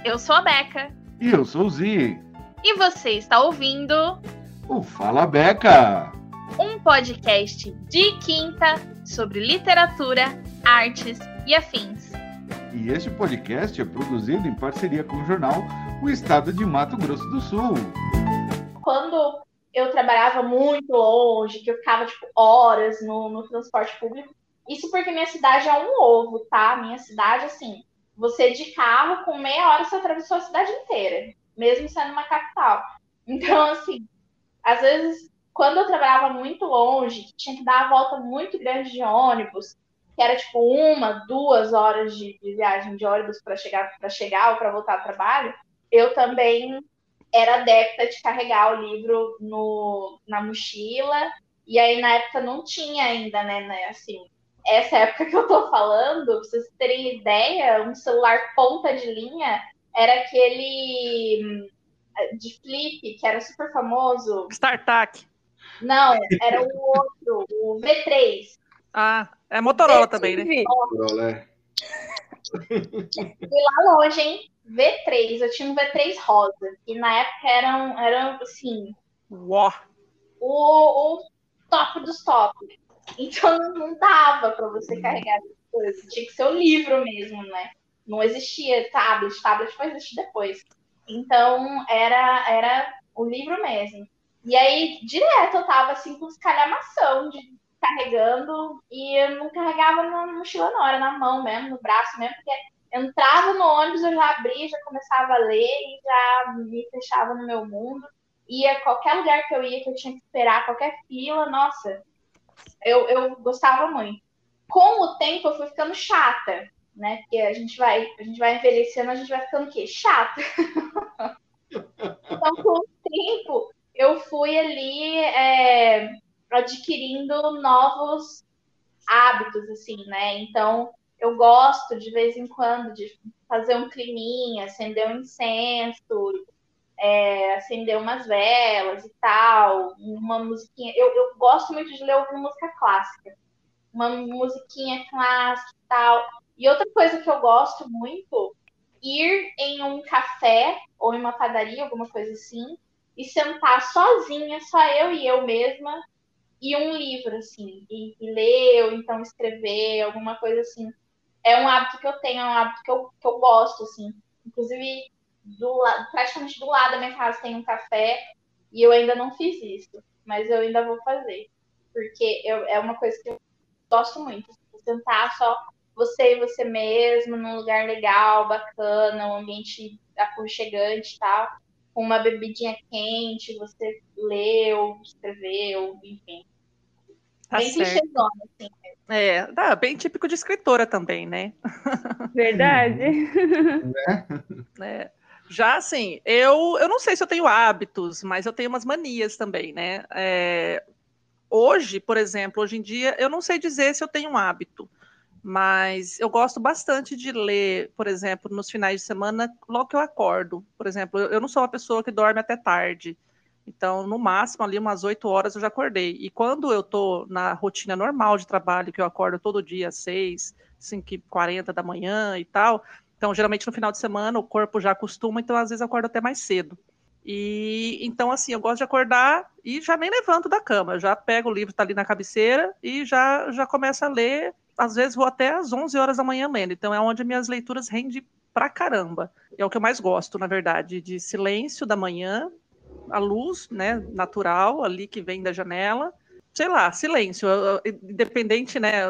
Eu sou a Beca. E eu sou o Zi. E você está ouvindo o Fala Beca, um podcast de quinta sobre literatura, artes e afins. E este podcast é produzido em parceria com o jornal O Estado de Mato Grosso do Sul. Quando eu trabalhava muito longe, que eu ficava horas no transporte público, isso porque minha cidade é um ovo, tá? Minha cidade, assim, você de carro, com meia hora, você atravessou a cidade inteira, mesmo sendo uma capital. Então, assim, às vezes, quando eu trabalhava muito longe, que tinha que dar a volta muito grande de ônibus, que era 1-2 horas de viagem de ônibus para chegar ou para voltar ao trabalho, eu também era adepta de carregar o livro na mochila. E aí, na época, não tinha ainda, né, assim, essa época que eu tô falando, pra vocês terem ideia, um celular ponta de linha era aquele de flip, que era super famoso. StarTAC. Não, era o outro, o V3. Ah, é Motorola também, né? Motorola, é. Fui lá longe, hein? V3, eu tinha um V3 rosa. E na época eram assim, Uó. o top dos top. Então não dava para você carregar as coisas. Tinha que ser o livro mesmo, né? Não existia tablet foi existir depois. Então era o livro mesmo. E aí, direto, eu tava assim com os calhamação de carregando, e eu não carregava na mochila, não, era na mão mesmo, no braço mesmo, porque entrava no ônibus, eu já abria, já começava a ler e já me fechava no meu mundo. Ia qualquer lugar que eu ia, que eu tinha que esperar, qualquer fila, nossa, eu gostava muito. Com o tempo, eu fui ficando chata, né? Porque a gente vai envelhecendo, a gente vai ficando o quê? Chata. Então, com o tempo, eu fui ali adquirindo novos hábitos, assim, né? Então, eu gosto, de vez em quando, de fazer um climinha, acender um incenso, acender umas velas e tal, uma musiquinha. Eu gosto muito de ler uma música clássica, uma musiquinha clássica e tal. E outra coisa que eu gosto muito, ir em um café ou em uma padaria, alguma coisa assim, e sentar sozinha, só eu e eu mesma, e um livro, assim, e ler, ou então escrever, alguma coisa assim. É um hábito que eu tenho, é um hábito que eu gosto, assim. Inclusive, praticamente do lado da minha casa tem um café, e eu ainda não fiz isso, mas eu ainda vou fazer. Porque é uma coisa que eu gosto muito. Sentar só você e você mesmo, num lugar legal, bacana, um ambiente aconchegante e tal, com uma bebidinha quente, você leu, escreveu, enfim. Tá bem clichêzona, assim. Bem típico de escritora também, né? Verdade. Já assim, eu não sei se eu tenho hábitos, mas eu tenho umas manias também, né? Hoje, por exemplo, hoje em dia, eu não sei dizer se eu tenho um hábito, mas eu gosto bastante de ler, por exemplo, nos finais de semana, logo que eu acordo. Por exemplo, eu não sou uma pessoa que dorme até tarde. Então, no máximo, ali umas 8 horas eu já acordei. E quando eu tô na rotina normal de trabalho, que eu acordo todo dia às 6, 5h40 da manhã e tal, então, geralmente no final de semana o corpo já acostuma, então às vezes eu acordo até mais cedo. E então, assim, eu gosto de acordar e já nem levanto da cama. Eu já pego o livro, tá ali na cabeceira, e já começo a ler. Às vezes vou até às 11 horas da manhã lendo. Então é onde minhas leituras rendem pra caramba. É o que eu mais gosto, na verdade, de silêncio da manhã, a luz, né, natural ali que vem da janela, sei lá, silêncio, independente, né,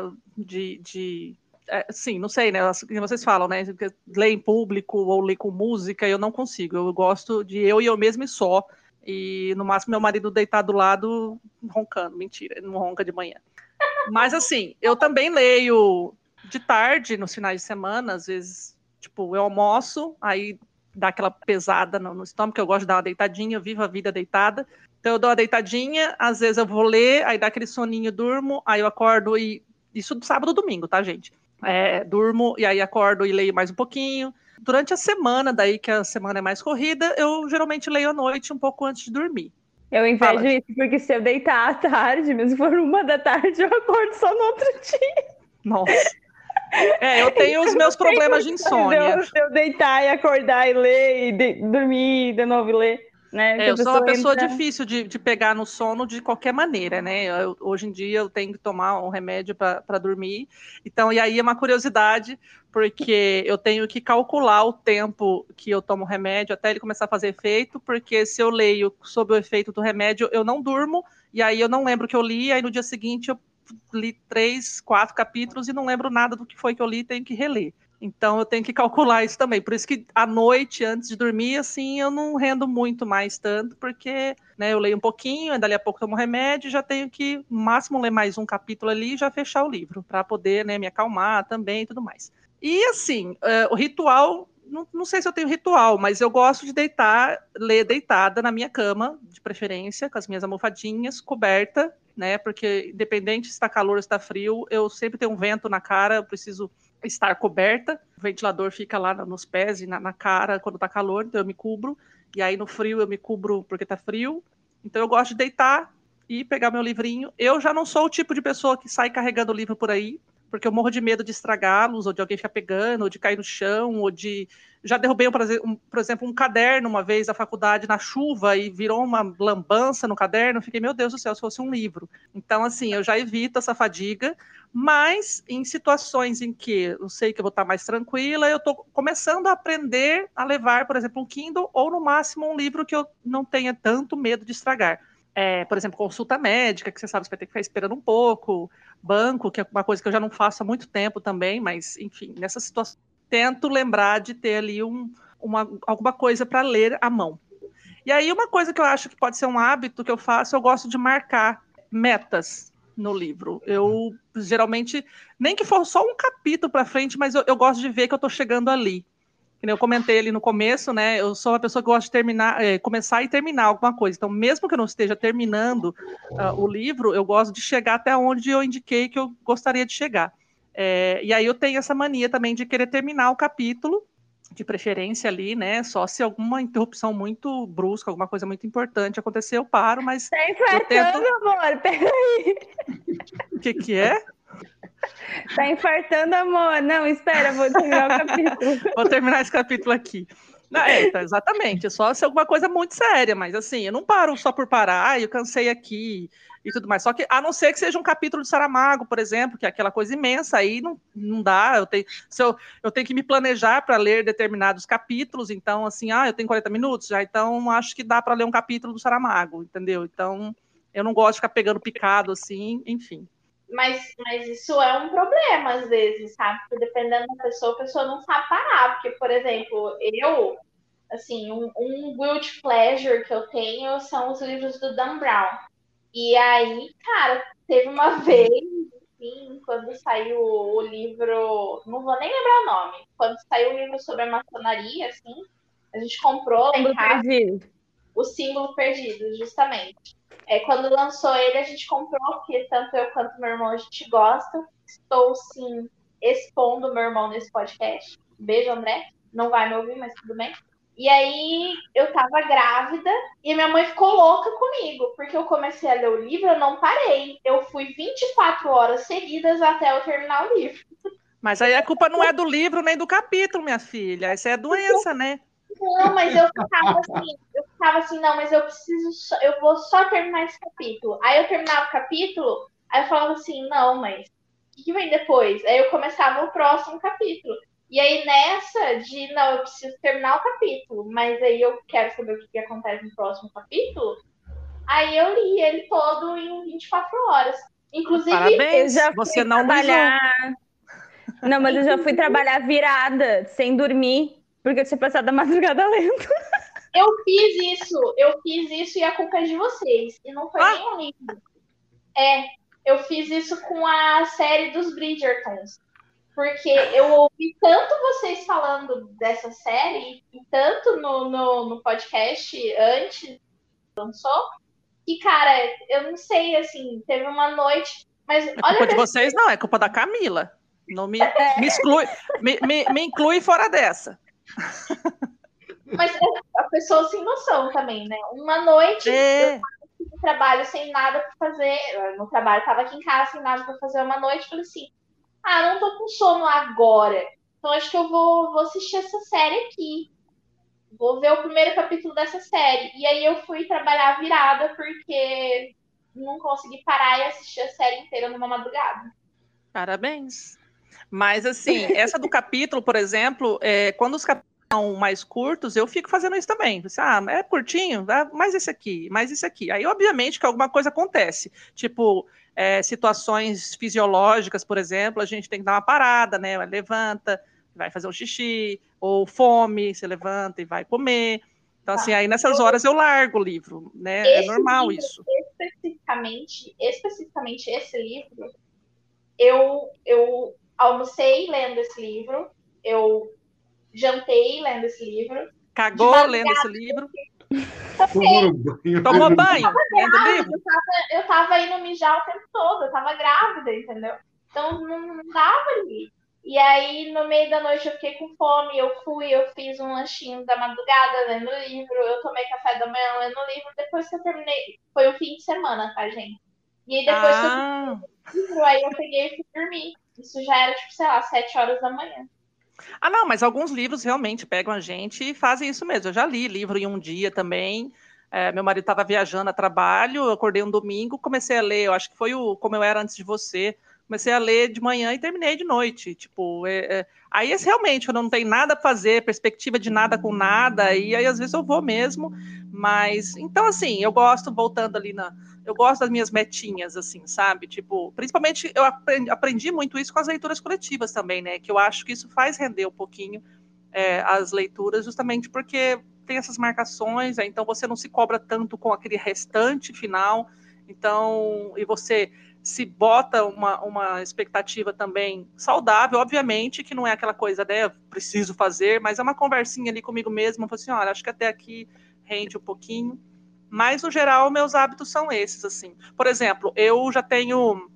sim, não sei, né, vocês falam, né, ler em público ou ler com música, eu não consigo, eu gosto de eu mesmo e só, e no máximo meu marido deitar do lado roncando, mentira, ele não ronca de manhã. Mas assim, eu também leio de tarde, nos finais de semana, às vezes, tipo, eu almoço, aí dá aquela pesada no estômago, que eu gosto de dar uma deitadinha, eu vivo a vida deitada. Então eu dou uma deitadinha, às vezes eu vou ler, aí dá aquele soninho, durmo, aí eu acordo e... Isso do sábado e domingo, tá, gente? Durmo e aí acordo e leio mais um pouquinho. Durante a semana, daí que a semana é mais corrida, eu geralmente leio à noite, um pouco antes de dormir. Eu invejo isso, porque se eu deitar à tarde, mesmo se for 1 da tarde, eu acordo só no outro dia. Nossa. Eu tenho os meus problemas de insônia. Eu deitar e acordar e ler, e dormir de novo e ler. Né? Eu sou uma pessoa difícil de pegar no sono de qualquer maneira, né? Hoje em dia eu tenho que tomar um remédio para dormir. Então, e aí é uma curiosidade, porque eu tenho que calcular o tempo que eu tomo o remédio até ele começar a fazer efeito, porque se eu leio sob o efeito do remédio, eu não durmo, e aí eu não lembro o que eu li, aí no dia seguinte eu li 3, 4 capítulos e não lembro nada do que foi que eu li e tenho que reler. Então eu tenho que calcular isso também. Por isso que à noite, antes de dormir, assim, eu não rendo muito mais tanto, porque né, eu leio um pouquinho, e dali a pouco tomo remédio, já tenho que, no máximo, ler mais um capítulo ali e já fechar o livro, para poder né, me acalmar também e tudo mais. E assim, o ritual, não sei se eu tenho ritual, mas eu gosto de ler deitada na minha cama, de preferência, com as minhas almofadinhas, coberta, né? Porque independente se está calor ou se está frio, eu sempre tenho um vento na cara, eu preciso estar coberta, o ventilador fica lá nos pés e na cara quando tá calor, então eu me cubro, e aí no frio eu me cubro porque tá frio, então eu gosto de deitar e pegar meu livrinho. Eu já não sou o tipo de pessoa que sai carregando o livro por aí, porque eu morro de medo de estragá-los, ou de alguém ficar pegando, ou de cair no chão, ou de... Já derrubei, por exemplo, um caderno uma vez da faculdade na chuva e virou uma lambança no caderno. Fiquei, meu Deus do céu, se fosse um livro. Então, assim, eu já evito essa fadiga, mas em situações em que eu sei que eu vou estar mais tranquila, eu estou começando a aprender a levar, por exemplo, um Kindle, ou no máximo um livro que eu não tenha tanto medo de estragar. Por exemplo, consulta médica, que você sabe que você vai ter que ficar esperando um pouco, banco, que é uma coisa que eu já não faço há muito tempo também, mas, enfim, nessa situação, tento lembrar de ter ali alguma coisa para ler à mão. E aí, uma coisa que eu acho que pode ser um hábito que eu faço, eu gosto de marcar metas no livro. Eu, geralmente, nem que for só um capítulo para frente, mas eu gosto de ver que eu estou chegando ali. Eu comentei ali no começo, né? Eu sou uma pessoa que gosta de terminar, começar e terminar alguma coisa. Então, mesmo que eu não esteja terminando o livro, eu gosto de chegar até onde eu indiquei que eu gostaria de chegar. E aí eu tenho essa mania também de querer terminar o capítulo, de preferência ali, né? Só se alguma interrupção muito brusca, alguma coisa muito importante acontecer, eu paro, mas. Tá infartando, amor, peraí. O que é? Tá infartando, amor. Não, espera, vou terminar o capítulo. Vou terminar esse capítulo aqui. Não, então, exatamente, só se alguma coisa muito séria, mas assim, eu não paro só por parar, eu cansei aqui e tudo mais. Só que, a não ser que seja um capítulo de Saramago, por exemplo, que é aquela coisa imensa, aí não dá, eu tenho que me planejar para ler determinados capítulos, então, assim, eu tenho 40 minutos, já, então acho que dá para ler um capítulo do Saramago, entendeu? Então, eu não gosto de ficar pegando picado, assim, enfim. Mas isso é um problema, às vezes, sabe? Porque dependendo da pessoa, a pessoa não sabe parar. Porque, por exemplo, eu, assim, um guilty pleasure que eu tenho são os livros do Dan Brown. E aí, cara, teve uma vez, assim, quando saiu o livro, não vou nem lembrar o nome, quando saiu o livro sobre a maçonaria, assim, a gente comprou lá em casa o Símbolo Perdido, justamente. Quando lançou ele, a gente comprou, porque tanto eu quanto meu irmão a gente gosta. Estou, sim, expondo meu irmão nesse podcast. Beijo, André. Não vai me ouvir, mas tudo bem. E aí, eu tava grávida e minha mãe ficou louca comigo, porque eu comecei a ler o livro, eu não parei. Eu fui 24 horas seguidas até eu terminar o livro. Mas aí a culpa não é do livro nem do capítulo, minha filha. Isso é doença, né? Não, mas eu ficava assim, não, mas eu vou só terminar esse capítulo. Aí eu terminava o capítulo, aí eu falava assim, não, mas o que vem depois? Aí eu começava o próximo capítulo. E aí nessa de, não, eu preciso terminar o capítulo, mas aí eu quero saber o que acontece no próximo capítulo, aí eu li ele todo em 24 horas. Inclusive, parabéns, você não trabalhar. Não, mas eu já fui trabalhar virada, sem dormir, porque eu tinha passado a madrugada lendo. Eu fiz isso e a culpa é de vocês. E não foi nem um livro. Eu fiz isso com a série dos Bridgertons. Porque eu ouvi tanto vocês falando dessa série, e tanto no podcast antes lançou, que, cara, eu não sei, assim, teve uma noite. Mas é culpa de vocês, não, é culpa da Camila. Não me exclui, me inclui fora dessa. Mas a pessoa sem noção também, né? Uma noite eu tava no trabalho sem nada pra fazer. No trabalho, tava aqui em casa sem nada pra fazer uma noite. Falei assim, não tô com sono agora. Então acho que eu vou assistir essa série aqui. Vou ver o primeiro capítulo dessa série. E aí eu fui trabalhar virada porque não consegui parar e assistir a série inteira numa madrugada. Parabéns. Mas, assim, essa do capítulo, por exemplo, quando os capítulos são mais curtos, eu fico fazendo isso também. Você, é curtinho? Mais esse aqui, mais esse aqui. Aí, obviamente, que alguma coisa acontece. Tipo, situações fisiológicas, por exemplo, a gente tem que dar uma parada, né? Levanta, vai fazer um xixi, ou fome, você levanta e vai comer. Então, assim, aí nessas horas eu largo o livro, né? É normal isso. Especificamente esse livro, eu almocei lendo esse livro, eu jantei lendo esse livro. Cagou lendo esse livro. Tomou banho lendo o livro. Eu tava indo mijar o tempo todo, eu tava grávida, entendeu? Então não dava ali. E aí, no meio da noite, eu fiquei com fome, eu fiz um lanchinho da madrugada lendo o livro, eu tomei café da manhã lendo o livro, depois que eu terminei, foi um fim de semana, tá, gente? E aí, depois que eu terminei o livro, aí eu peguei e fui dormir. Isso já era, tipo, sei lá, 7 horas da manhã. Não, mas alguns livros realmente pegam a gente e fazem isso mesmo. Eu já li livro em um dia também. Meu marido estava viajando a trabalho, eu acordei um domingo, comecei a ler, eu acho que foi Como Eu Era Antes de Você. Comecei a ler de manhã e terminei de noite. Tipo, aí realmente eu não tenho nada a fazer, perspectiva de nada com nada, e aí às vezes eu vou mesmo. Mas, então, assim, eu gosto, voltando ali eu gosto das minhas metinhas, assim, sabe? Tipo, principalmente eu aprendi muito isso com as leituras coletivas também, né? Que eu acho que isso faz render um pouquinho as leituras, justamente porque tem essas marcações, então você não se cobra tanto com aquele restante final, então, e você se bota uma expectativa também saudável, obviamente que não é aquela coisa, né, preciso fazer, mas é uma conversinha ali comigo mesma, eu falo assim, olha, acho que até aqui rende um pouquinho, mas no geral meus hábitos são esses, assim. Por exemplo, eu já tenho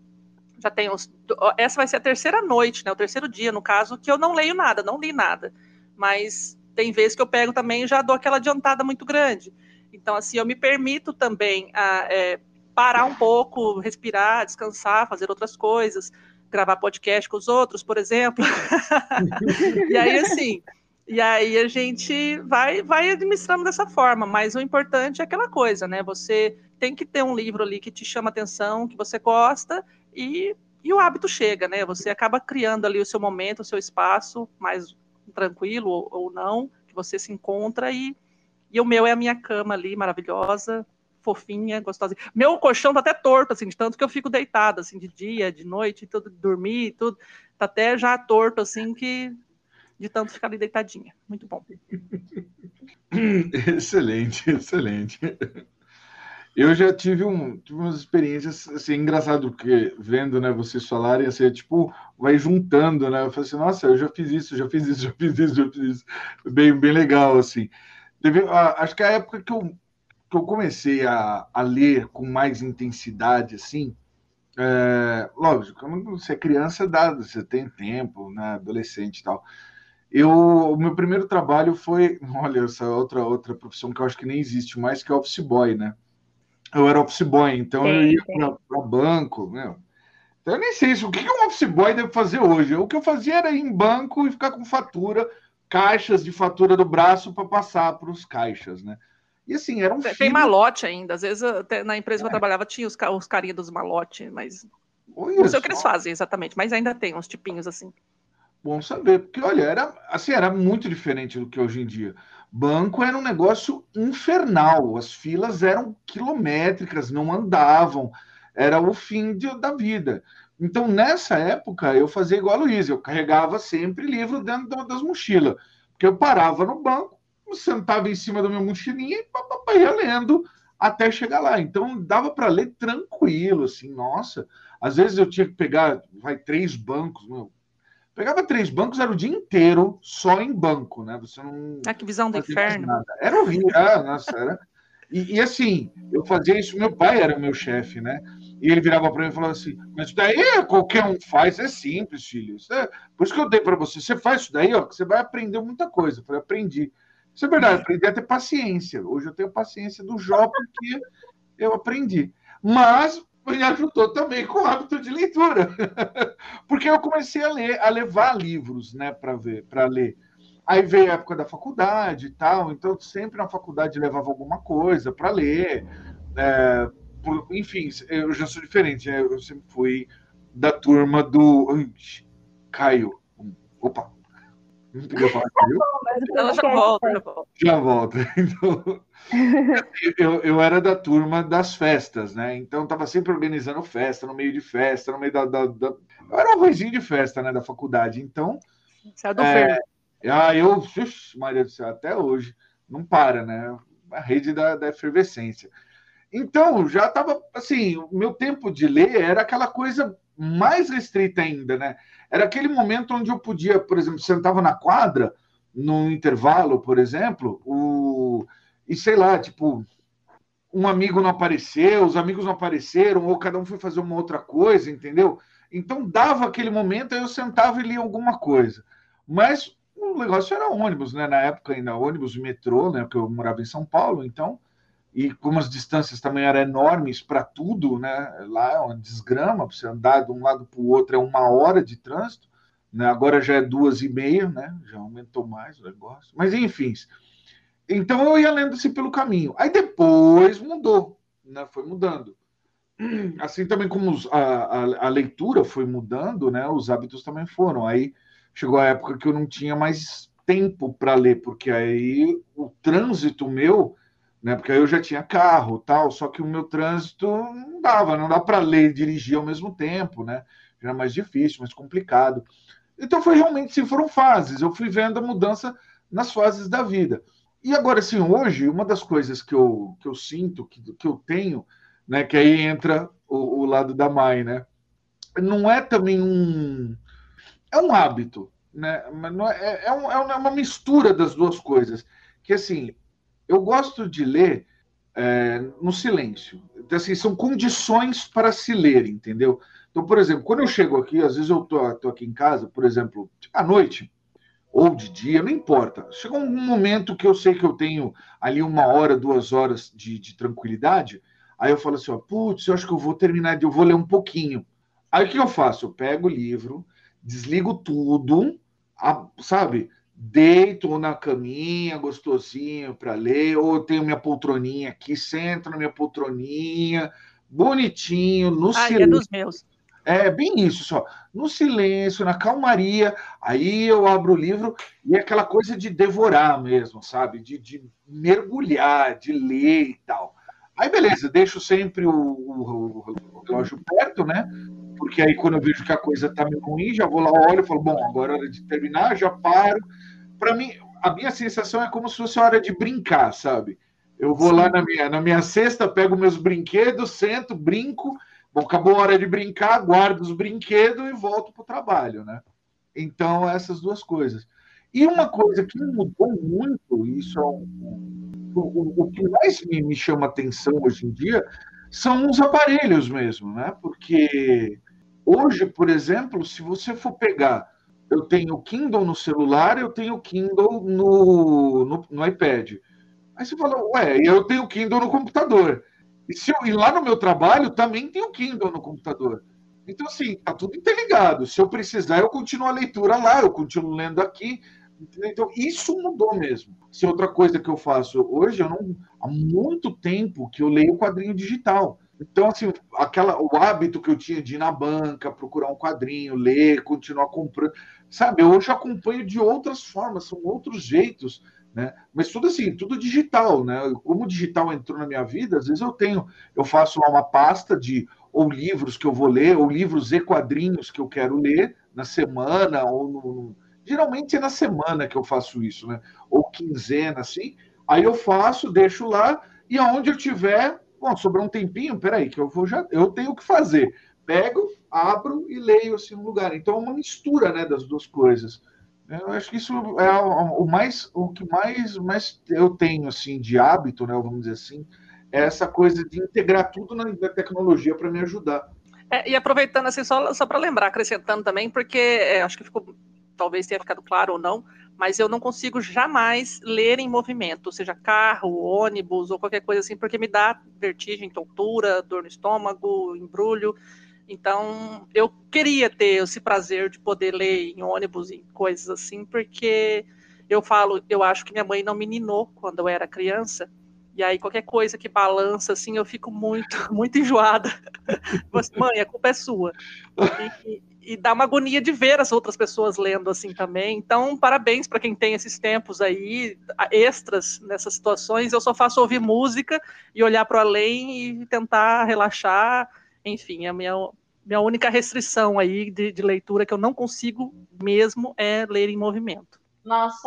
essa vai ser a terceira noite, né, o terceiro dia, no caso, que eu não leio nada, não li nada, mas tem vezes que eu pego também e já dou aquela adiantada muito grande. Então, assim, eu me permito também parar um pouco, respirar, descansar, fazer outras coisas, gravar podcast com os outros, por exemplo. E aí, assim, a gente vai administrando dessa forma, mas o importante é aquela coisa, né? Você tem que ter um livro ali que te chama atenção, que você gosta, e o hábito chega, né? Você acaba criando ali o seu momento, o seu espaço, mais tranquilo ou não, que você se encontra, e o meu é a minha cama ali, maravilhosa, fofinha, gostosa. Meu colchão tá até torto, assim, de tanto que eu fico deitada, assim, de dia, de noite, tudo, dormir, tudo. Tá até já torto, assim, de tanto ficar ali deitadinha. Muito bom. Excelente, excelente. Eu já tive umas experiências, assim, engraçado, porque vendo, né, vocês falarem, assim, tipo, vai juntando, né, eu falei assim, nossa, eu já fiz isso, já fiz isso, já fiz isso, já fiz isso, bem legal, assim. Acho que a época que eu comecei a ler com mais intensidade, assim, lógico, quando você é criança, você tem tempo, né, adolescente e tal. O meu primeiro trabalho foi, olha, essa outra profissão que eu acho que nem existe mais, que é office boy, né? Eu era office boy, então eu ia para banco, meu. Então eu nem sei isso. O que um office boy deve fazer hoje? O que eu fazia era ir em banco e ficar com fatura, caixas de fatura do braço para passar para os caixas, né? E assim, era um Tem malote ainda. Às vezes, na empresa que eu trabalhava, tinha os carinhas dos malotes, mas não sei o que eles fazem exatamente, mas ainda tem uns tipinhos assim. Bom saber, porque olha, era muito diferente do que hoje em dia. Banco era um negócio infernal, as filas eram quilométricas, não andavam, era o fim da vida. Então, nessa época, eu fazia igual a Luísa, eu carregava sempre livro dentro das mochilas, porque eu parava no banco, sentava em cima da minha mochilinha e ia lendo até chegar lá. Então, dava para ler tranquilo, assim, nossa. Às vezes eu tinha que pegar, 3 bancos, meu. Pegava 3 bancos, era o dia inteiro só em banco, né? Você não. Que visão do inferno. Nada. Era horrível. Nossa, era. E assim, eu fazia isso, meu pai era o meu chefe, né? E ele virava para mim e falava assim: mas isso daí qualquer um faz, é simples, filho. Por isso que eu dei para você. Você faz isso daí, ó, que você vai aprender muita coisa. Eu falei, aprendi. Isso é verdade, aprendi a ter paciência. Hoje eu tenho paciência do Jó porque eu aprendi. Mas me ajudou também com o hábito de leitura. Porque eu comecei a levar livros, né, para ler. Aí veio a época da faculdade e tal, então sempre na faculdade levava alguma coisa para ler. Enfim, eu já sou diferente, né? Eu sempre fui da turma do... Caio. Opa! Não podia falar Caio? Ela já volta. Já volta. Então, eu era da turma das festas, né? Então estava sempre organizando festa, no meio de festa, no meio Eu era um arrozinho de festa, né, da faculdade. Então, você é do verde. Maria do céu, até hoje, não para, né? A rede da efervescência. Então, já estava, assim, o meu tempo de ler era aquela coisa mais restrita ainda, né? Era aquele momento onde eu podia, por exemplo, sentava na quadra, no intervalo, por exemplo, e sei lá, tipo, um amigo não apareceu, os amigos não apareceram, ou cada um foi fazer uma outra coisa, entendeu? Então, dava aquele momento, aí eu sentava e lia alguma coisa. Mas o negócio era ônibus, né? Na época ainda ônibus, metrô, né? Porque eu morava em São Paulo, então, e como as distâncias também eram enormes para tudo, né? Lá é uma desgrama, para você andar de um lado para o outro é 1 hora de trânsito, né? Agora já é 2h30, né? Já aumentou mais o negócio. Mas enfim, então eu ia lendo assim pelo caminho. Aí depois mudou, né? Foi mudando. Assim também como a leitura foi mudando, né? Os hábitos também foram. Aí chegou a época que eu não tinha mais tempo para ler, porque aí o trânsito meu, né? Porque aí eu já tinha carro, tal, só que o meu trânsito não dá para ler e dirigir ao mesmo tempo, né? Já era mais difícil, mais complicado. Então foi realmente, sim, foram fases. Eu fui vendo a mudança nas fases da vida. E agora, assim, hoje, uma das coisas que eu sinto, que eu tenho, né? Que aí entra o lado da Mai, né? Não é também é um hábito, né? Mas não é uma mistura das duas coisas. Que assim, eu gosto de ler no silêncio. Então, assim, são condições para se ler, entendeu? Então, por exemplo, quando eu chego aqui, às vezes eu tô aqui em casa, por exemplo, à noite ou de dia, não importa. Chega um momento que eu sei que eu tenho ali 1 hora, 2 horas de tranquilidade, aí eu falo assim, ó, putz, eu acho que eu vou terminar, eu vou ler um pouquinho. Aí o que eu faço? Eu pego o livro, desligo tudo, sabe? Deito na caminha, gostosinho para ler, ou eu tenho minha poltroninha aqui, sento na minha poltroninha, bonitinho, no silêncio. É dos meus. É bem isso, só. No silêncio, na calmaria, aí eu abro o livro e é aquela coisa de devorar mesmo, sabe? De mergulhar, de ler e tal. Aí, beleza, deixo sempre o relógio perto, né? Porque aí quando eu vejo que a coisa tá meio ruim, já vou lá, olho e falo, bom, agora é hora de terminar, já paro. Para mim, a minha sensação é como se fosse a hora de brincar, sabe? Eu vou lá na minha cesta, pego meus brinquedos, sento, brinco. Bom, acabou a hora de brincar, guardo os brinquedos e volto para o trabalho, né? Então, essas duas coisas. E uma coisa que mudou muito, isso é o que mais me chama atenção hoje em dia, são os aparelhos mesmo, né? Porque hoje, por exemplo, se você for pegar, eu tenho Kindle no celular, eu tenho Kindle no iPad. Aí você fala, ué, eu tenho Kindle no computador. E lá no meu trabalho também tem o Kindle no computador. Então, assim, tá tudo interligado. Se eu precisar, eu continuo a leitura lá, eu continuo lendo aqui. Então, isso mudou mesmo. Se outra coisa que eu faço hoje, há muito tempo que eu leio quadrinho digital. Então, assim, o hábito que eu tinha de ir na banca, procurar um quadrinho, ler, continuar comprando. Sabe, eu hoje acompanho de outras formas, são outros jeitos. Né? Mas tudo assim, tudo digital, né? Como o digital entrou na minha vida, às vezes eu faço lá uma pasta de ou livros que eu vou ler, ou livros e quadrinhos que eu quero ler na semana, geralmente é na semana que eu faço isso, né? Ou quinzena, assim. Aí eu faço, deixo lá, e aonde eu tiver, bom, sobrou um tempinho, peraí, que eu tenho o que fazer. Pego, abro e leio assim no lugar. Então é uma mistura, né, das duas coisas. Eu acho que isso é o que mais eu tenho assim de hábito, né, vamos dizer assim, é essa coisa de integrar tudo na tecnologia para me ajudar. E aproveitando assim, só para lembrar, acrescentando também, porque acho que ficou talvez tenha ficado claro ou não, mas eu não consigo jamais ler em movimento, seja carro, ônibus ou qualquer coisa assim, porque me dá vertigem, tontura, dor no estômago, embrulho. Então, eu queria ter esse prazer de poder ler em ônibus e coisas assim, porque eu acho que minha mãe não me ninou quando eu era criança, e aí qualquer coisa que balança assim, eu fico muito, muito enjoada. Mãe, a culpa é sua. E dá uma agonia de ver as outras pessoas lendo assim também. Então, parabéns para quem tem esses tempos aí, extras nessas situações. Eu só faço ouvir música e olhar para além e tentar relaxar. Enfim, a minha única restrição aí de leitura que eu não consigo mesmo é ler em movimento. Nossa,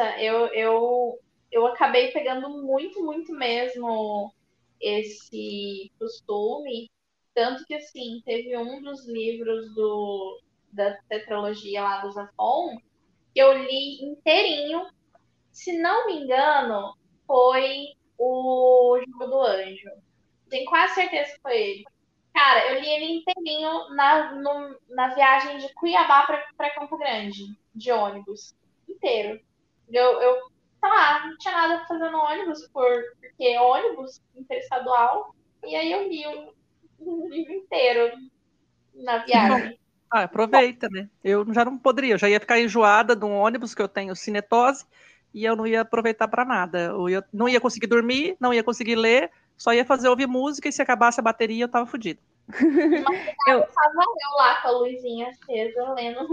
eu acabei pegando muito, muito mesmo esse costume. Tanto que, assim, teve um dos livros da tetralogia lá do Zafon que eu li inteirinho. Se não me engano, foi o Jogo do Anjo. Tenho quase certeza que foi ele. Cara, eu li ele inteirinho na viagem de Cuiabá para Campo Grande, de ônibus. Inteiro. Sei lá, não tinha nada pra fazer no ônibus, porque é ônibus interestadual. E aí eu li o livro inteiro na viagem. Aproveita, né? Eu já não poderia, eu já ia ficar enjoada de um ônibus que eu tenho cinetose e eu não ia aproveitar para nada. Eu não ia conseguir dormir, não ia conseguir ler, só ia ouvir música e se acabasse a bateria eu tava fodida. Estava eu lá com a luzinha acesa lendo.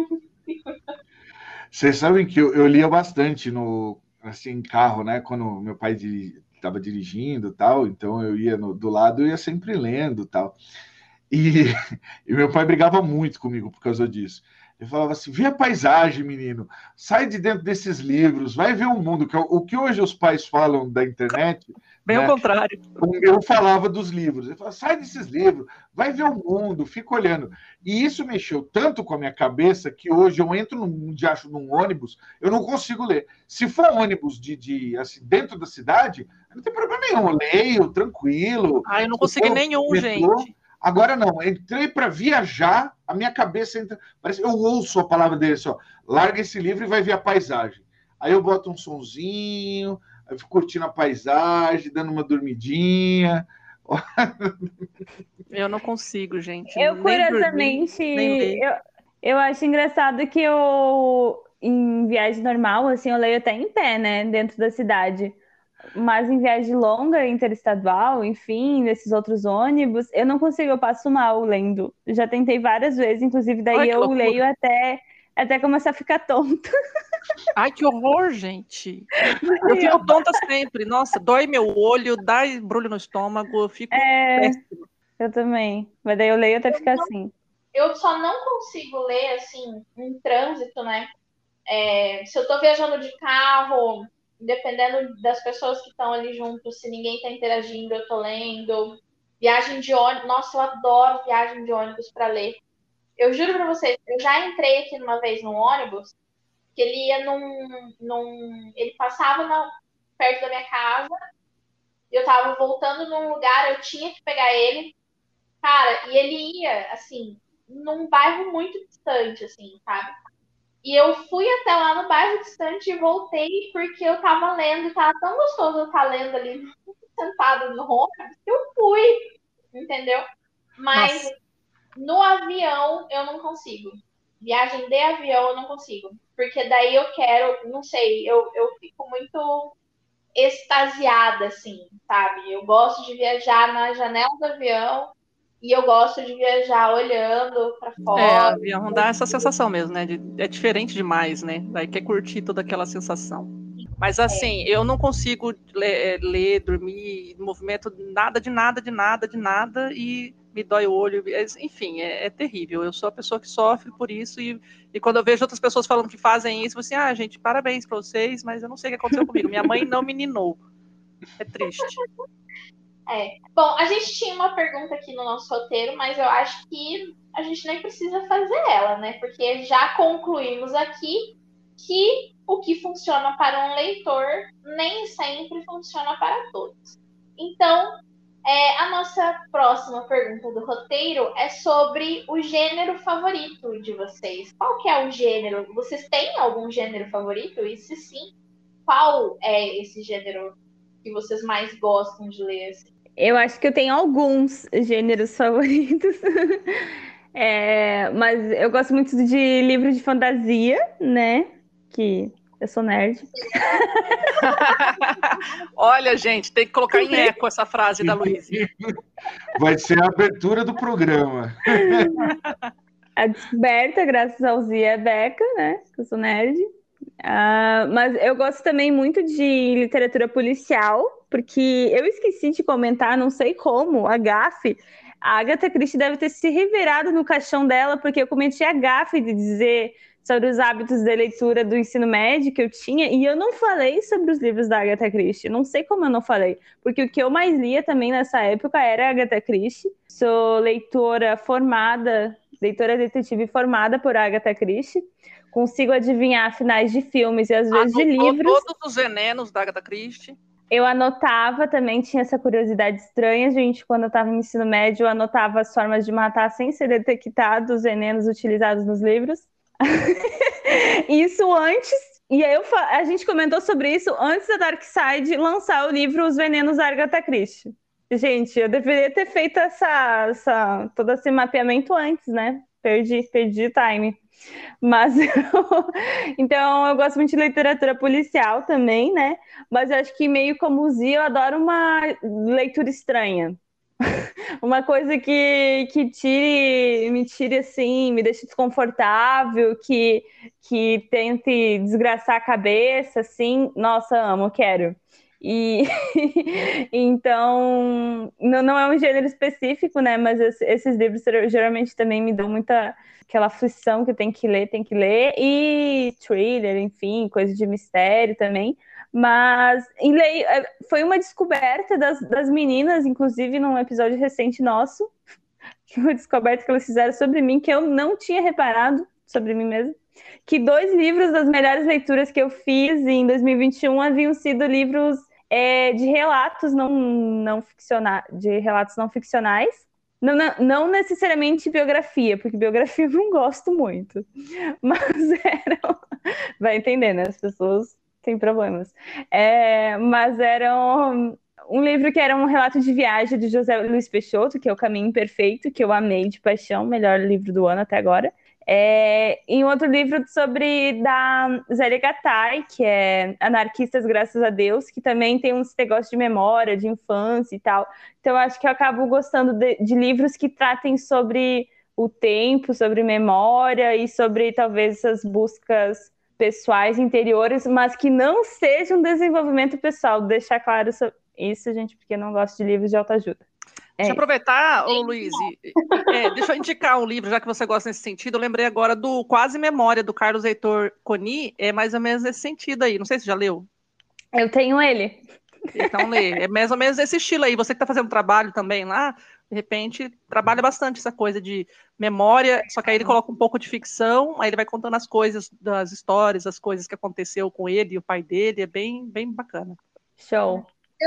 Vocês sabem que eu lia bastante assim, em carro, né? Quando meu pai estava dirigindo e tal, então eu ia do lado, eu ia sempre lendo e tal. E meu pai brigava muito comigo por causa disso. Ele falava assim: vê a paisagem, menino, sai de dentro desses livros, vai ver o mundo. O que hoje os pais falam da internet. Bem né? ao contrário. Eu falava dos livros. Ele falava: sai desses livros, vai ver o mundo, fica olhando. E isso mexeu tanto com a minha cabeça que hoje eu entro num ônibus, eu não consigo ler. Se for ônibus assim, dentro da cidade, não tem problema nenhum, eu leio, tranquilo. Eu não consegui nenhum, metrô, gente. Agora não, entrei para viajar, a minha cabeça entra. Parece, eu ouço a palavra dele assim: ó, larga esse livro e vai ver a paisagem. Aí eu boto um sonzinho, aí fico curtindo a paisagem, dando uma dormidinha. Eu não consigo, gente. Eu, curiosamente, eu acho engraçado que em viagem normal, assim, eu leio até em pé, né, dentro da cidade. Mas em viagem longa, interestadual, enfim, nesses outros ônibus, eu não consigo, eu passo mal lendo. Já tentei várias vezes, inclusive daí eu leio até começar a ficar tonta. Ai, que horror, gente. Eu fico tonta sempre. Nossa, dói meu olho, dá embrulho no estômago, eu fico péssima. Eu também. Mas daí eu leio até ficar assim. Eu só não consigo ler, assim, em trânsito, né? Se eu tô viajando de carro, dependendo das pessoas que estão ali junto, se ninguém tá interagindo, eu tô lendo. Viagem de ônibus. Nossa, eu adoro viagem de ônibus para ler. Eu juro pra vocês, eu já entrei aqui uma vez num ônibus, que ele ia ele passava perto da minha casa, eu tava voltando num lugar, eu tinha que pegar ele. Cara, e ele ia, assim, num bairro muito distante, assim, sabe? E eu fui até lá no bairro distante e voltei porque eu tava lendo, tava tão gostoso eu estar lendo ali, sentada no ônibus, que eu fui, entendeu? Mas no avião eu não consigo. Viagem de avião eu não consigo. Porque daí eu quero, não sei, eu fico muito extasiada, assim, sabe? Eu gosto de viajar na janela do avião e eu gosto de viajar olhando para fora. Avião dá essa sensação mesmo, né? É diferente demais, né? Daí quer curtir toda aquela sensação. Mas assim, eu não consigo ler, dormir, movimento, nada de nada, e me dói o olho. Enfim, é terrível. Eu sou a pessoa que sofre por isso, e quando eu vejo outras pessoas falando que fazem isso, eu falo assim, gente, parabéns para vocês, mas eu não sei o que aconteceu comigo. Minha mãe não me ninou. É triste. Bom, a gente tinha uma pergunta aqui no nosso roteiro, mas eu acho que a gente nem precisa fazer ela, né? Porque já concluímos aqui que o que funciona para um leitor nem sempre funciona para todos. Então, A nossa próxima pergunta do roteiro é sobre o gênero favorito de vocês. Qual que é o gênero? Vocês têm algum gênero favorito? E se sim, qual é esse gênero que vocês mais gostam de ler? Assim? Eu acho que eu tenho alguns gêneros favoritos. Mas eu gosto muito de livro de fantasia, né? Que eu sou nerd. Olha, gente, tem que colocar em eco essa frase da Luísa. Vai ser a abertura do programa. A descoberta, graças ao Zia e a Beca, né? Que eu sou nerd. Mas eu gosto também muito de literatura policial, porque eu esqueci de comentar, não sei como, a gafe. A Agatha Christie deve ter se revirado no caixão dela, porque eu cometi a gafe de dizer sobre os hábitos de leitura do ensino médio que eu tinha, e eu não falei sobre os livros da Agatha Christie. Não sei como eu não falei, porque o que eu mais lia também nessa época era a Agatha Christie. Sou leitora detetive formada por Agatha Christie. Consigo adivinhar finais de filmes e às vezes de livros. Todos os venenos da Agatha Christie. Eu anotava também, tinha essa curiosidade estranha, gente, quando eu estava no ensino médio, eu anotava as formas de matar sem ser detectado os venenos utilizados nos livros. Isso antes, e aí a gente comentou sobre isso antes da Darkside lançar o livro Os Venenos da Agatha Christie. Gente, eu deveria ter feito todo esse mapeamento antes, né? Perdi o time. Mas então eu gosto muito de literatura policial também, né? Mas eu acho que meio como o Zia, eu adoro uma leitura estranha. Uma coisa que me tire assim, me deixe desconfortável, que tente desgraçar a cabeça, assim. Nossa, amo, quero. E então não é um gênero específico, né? Mas esses livros geralmente também me dão muita aquela aflição que tem que ler, e thriller, enfim, coisa de mistério também. Mas foi uma descoberta das meninas, inclusive num episódio recente nosso, uma descoberta que elas fizeram sobre mim, que eu não tinha reparado sobre mim mesma, que 2 livros das melhores leituras que eu fiz em 2021 haviam sido livros de relatos não ficcionais. Não necessariamente biografia, porque biografia eu não gosto muito. Mas vai entender, né? As pessoas têm problemas. Mas eram um livro que era um relato de viagem de José Luiz Peixoto, que é O Caminho Imperfeito, que eu amei de paixão, melhor livro do ano até agora. E um outro livro da Zélia Gattai, que é Anarquistas Graças a Deus, que também tem um negócio de memória, de infância e tal. Então, eu acho que eu acabo gostando de livros que tratem sobre o tempo, sobre memória e sobre, talvez, essas buscas pessoais, interiores, mas que não seja um desenvolvimento pessoal. Deixar claro isso, gente, porque eu não gosto de livros de autoajuda. Deixa eu aproveitar, Luiz, deixa eu indicar um livro, já que você gosta nesse sentido. Eu lembrei agora do Quase Memória, do Carlos Heitor Coni, é mais ou menos nesse sentido aí. Não sei se você já leu. Eu tenho ele. Então lê, é mais ou menos esse estilo aí. Você que está fazendo trabalho também lá, de repente, trabalha bastante essa coisa de memória, só que aí ele coloca um pouco de ficção, aí ele vai contando as coisas, das histórias, as coisas que aconteceu com ele e o pai dele, é bem, bem bacana. Show.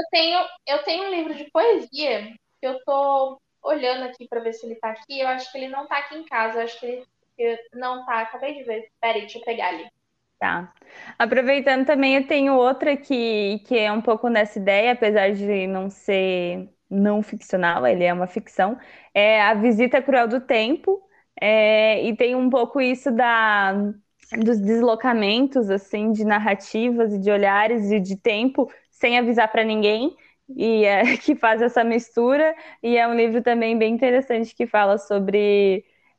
Eu tenho um livro de poesia que eu tô olhando aqui para ver se ele tá aqui. Eu acho que ele não tá aqui em casa. Eu acho que ele não tá. Acabei de ver. Peraí, deixa eu pegar ali. Tá. Aproveitando também, eu tenho outra que é um pouco nessa ideia, apesar de não ser não ficcional, ele é uma ficção. É A Visita Cruel do Tempo. E tem um pouco isso dos deslocamentos, assim, de narrativas e de olhares e de tempo, sem avisar para ninguém. E que faz essa mistura, e é um livro também bem interessante que fala sobre,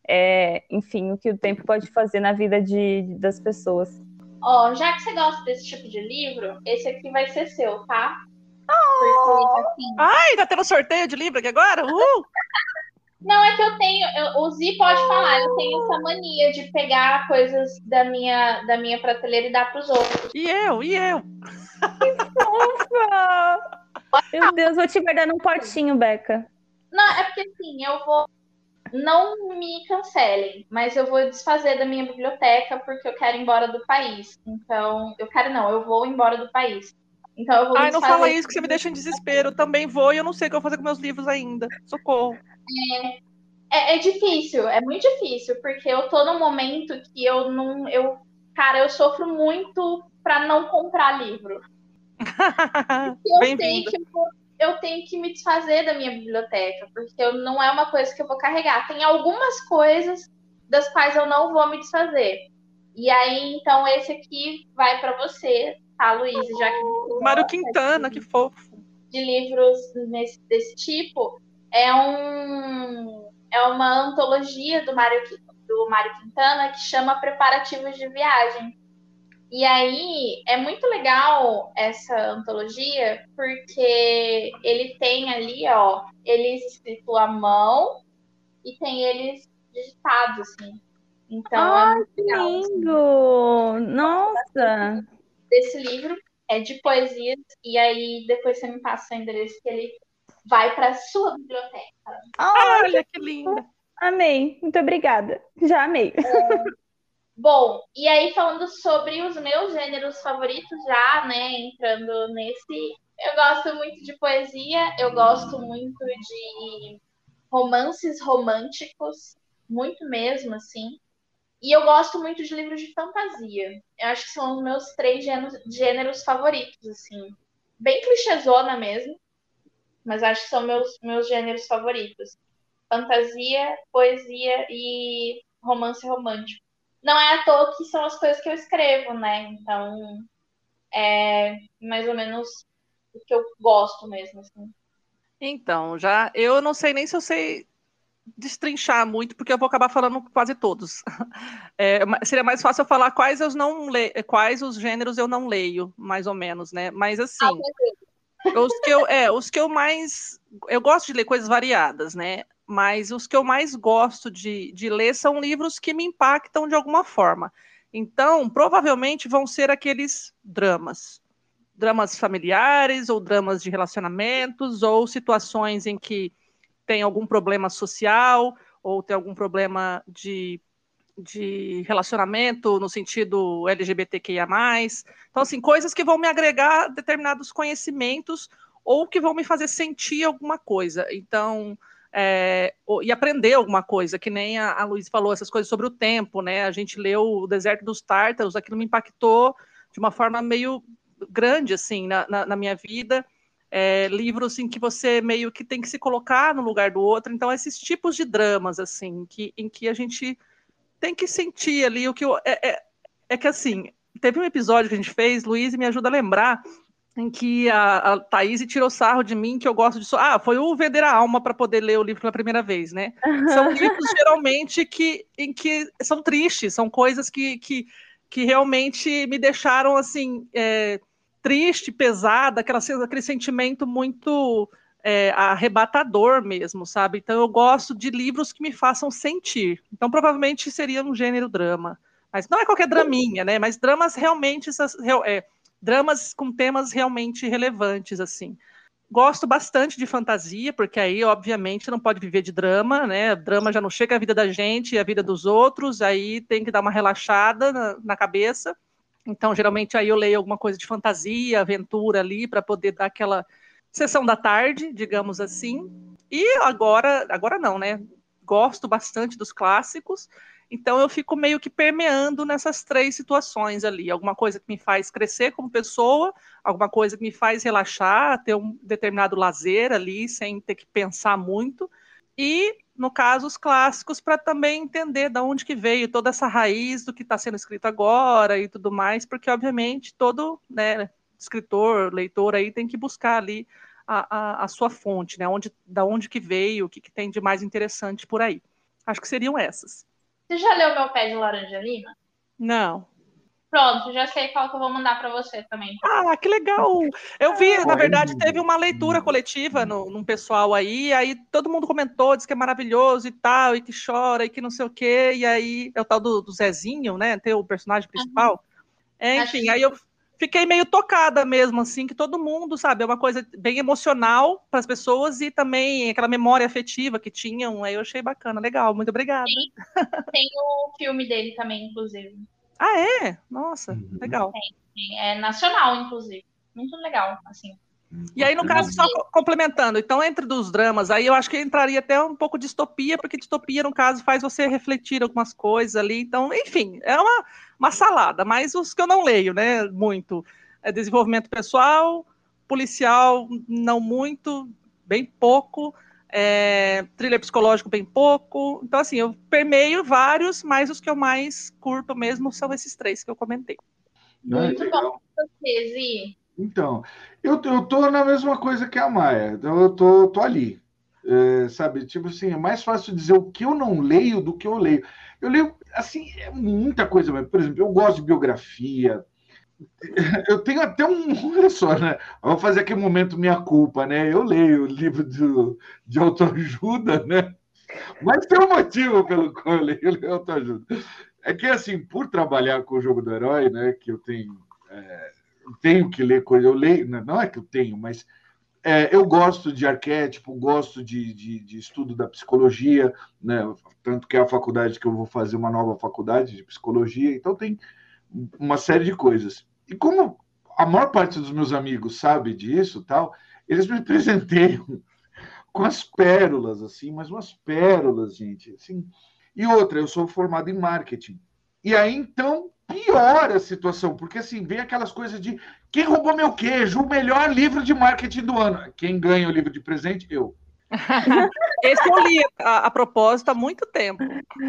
enfim, o que o tempo pode fazer na vida das pessoas. Já que você gosta desse tipo de livro, esse aqui vai ser seu, tá? Porque, assim... Ai, tá tendo sorteio de livro aqui agora? Não, é que eu tenho, o Zi pode falar, eu tenho essa mania de pegar coisas da minha prateleira e dar pros outros. E eu? Que fofa! Meu Deus, vou te guardar num potinho, Beca. Não, é porque assim, eu vou... Não me cancelem, mas eu vou desfazer da minha biblioteca porque eu quero ir embora do país. Então, eu vou embora do país. Então eu vou Ai, não fala isso que você me deixa em desespero. Eu também vou e eu não sei o que eu vou fazer com meus livros ainda. Socorro. É difícil, é muito difícil, porque eu tô num momento que eu não. Cara, eu sofro muito pra não comprar livro. Bem-vinda. Eu tenho que me desfazer da minha biblioteca, porque não é uma coisa que eu vou carregar. Tem algumas coisas das quais eu não vou me desfazer. E aí, então, esse aqui vai para você, tá, Luísa? Já que você Mário gosta Quintana, que fofo. de livros desse tipo, é uma antologia do Mário Quintana que chama Preparativos de Viagem. E aí é muito legal essa antologia, porque ele tem ali, ó, eles escrito à mão e tem eles digitados, assim. Então é muito legal. Lindo! Nossa! Desse livro é de poesias, e aí depois você me passa o endereço que ele vai para sua biblioteca. Olha que linda. Amei, muito obrigada. Já amei. Bom, e aí falando sobre os meus gêneros favoritos já, né, entrando nesse, eu gosto muito de poesia, eu gosto muito de romances românticos, muito mesmo, assim, e eu gosto muito de livros de fantasia. Eu acho que são os meus 3 gêneros favoritos, assim, bem clichêzona mesmo, mas acho que são meus gêneros favoritos. Fantasia, poesia e romance romântico. Não é à toa que são as coisas que eu escrevo, né? Então, é mais ou menos o que eu gosto mesmo, assim. Então, eu não sei nem se eu sei destrinchar muito, porque eu vou acabar falando quase todos. Seria mais fácil eu falar quais os gêneros eu não leio, mais ou menos, né? Mas assim, os que eu mais... Eu gosto de ler coisas variadas, né? Mas os que eu mais gosto de ler são livros que me impactam de alguma forma. Então, provavelmente vão ser aqueles dramas familiares, ou dramas de relacionamentos, ou situações em que tem algum problema social, ou tem algum problema de relacionamento no sentido LGBTQIA+. Então, assim, coisas que vão me agregar determinados conhecimentos ou que vão me fazer sentir alguma coisa. Então, e aprender alguma coisa, que nem a Luísa falou, essas coisas sobre o tempo, né? A gente leu O Deserto dos Tártaros, aquilo me impactou de uma forma meio grande, assim, na minha vida. Livros em que você meio que tem que se colocar no lugar do outro. Então, esses tipos de dramas, assim, em que a gente tem que sentir ali o que... É que, assim, teve um episódio que a gente fez, Luiz, me ajuda a lembrar, em que a Thaís tirou sarro de mim, que eu gosto de... foi o Vender a Alma para poder ler o livro pela primeira vez, né? São livros, geralmente, em que são tristes, são coisas que realmente me deixaram, assim, triste, pesada, aquele sentimento muito arrebatador mesmo, sabe? Então eu gosto de livros que me façam sentir. Então provavelmente seria um gênero drama. Mas não é qualquer draminha, né? Mas dramas realmente... dramas com temas realmente relevantes, assim. Gosto bastante de fantasia, porque aí, obviamente, não pode viver de drama, né? Drama já não chega à vida da gente e à vida dos outros, aí tem que dar uma relaxada na cabeça. Então, geralmente, aí eu leio alguma coisa de fantasia, aventura ali, para poder dar aquela sessão da tarde, digamos assim. E agora não, né? Gosto bastante dos clássicos, então eu fico meio que permeando nessas 3 situações ali. Alguma coisa que me faz crescer como pessoa, alguma coisa que me faz relaxar, ter um determinado lazer ali, sem ter que pensar muito. E, no caso, os clássicos, para também entender de onde que veio toda essa raiz do que está sendo escrito agora e tudo mais, porque, obviamente, todo, né, escritor, leitor aí tem que buscar ali a sua fonte, né? Da onde que veio, o que tem de mais interessante por aí. Acho que seriam essas. Você já leu Meu Pé de Laranja Lima? Não. Pronto, já sei qual que eu vou mandar para você também. Ah, que legal! Eu vi, na verdade, teve uma leitura coletiva num pessoal aí todo mundo comentou, disse que é maravilhoso e tal, e que chora, e que não sei o quê, e aí é o tal do Zezinho, né? Tem o personagem principal. Enfim, aí eu fiquei meio tocada mesmo, assim, que todo mundo, sabe, é uma coisa bem emocional para as pessoas e também aquela memória afetiva que tinham, aí eu achei bacana, legal, muito obrigada. Tem o filme dele também, inclusive. Ah, é? Nossa, legal. É nacional, inclusive. muito legal, assim. E aí, no caso, só complementando, então, entre dos dramas, aí eu acho que entraria até um pouco de distopia, porque distopia, no caso, faz você refletir algumas coisas ali, então, enfim, é uma salada, mas os que eu não leio, né, muito, é desenvolvimento pessoal, policial, não muito, bem pouco, thriller psicológico, bem pouco, então, assim, eu permeio vários, mas os que eu mais curto mesmo são esses 3 que eu comentei. Muito bom pra você, Zi. Então, eu tô na mesma coisa que a Maia. Eu tô ali. Sabe? Tipo assim, é mais fácil dizer o que eu não leio do que eu leio. Eu leio, assim, muita coisa mesmo. Por exemplo, eu gosto de biografia. Eu tenho até olha só, né? Eu vou fazer aqui um momento minha culpa, né? Eu leio livro de autoajuda, né? Mas tem um motivo pelo qual eu leio autoajuda. É que, assim, por trabalhar com o jogo do herói, né? Que eu tenho que ler coisa, eu leio, não é que eu tenho, mas eu gosto de arquétipo, gosto de estudo da psicologia, né? Tanto que é a faculdade que eu vou fazer uma nova faculdade de psicologia, então tem uma série de coisas. E como a maior parte dos meus amigos sabe disso, tal, eles me presenteiam com as pérolas, assim, mas umas pérolas, gente, assim. E outra, eu sou formado em marketing. E aí, então, piora a situação, porque assim, vem aquelas coisas de quem roubou meu queijo, o melhor livro de marketing do ano. Quem ganha o livro de presente? Eu. Esse eu li a propósito há muito tempo.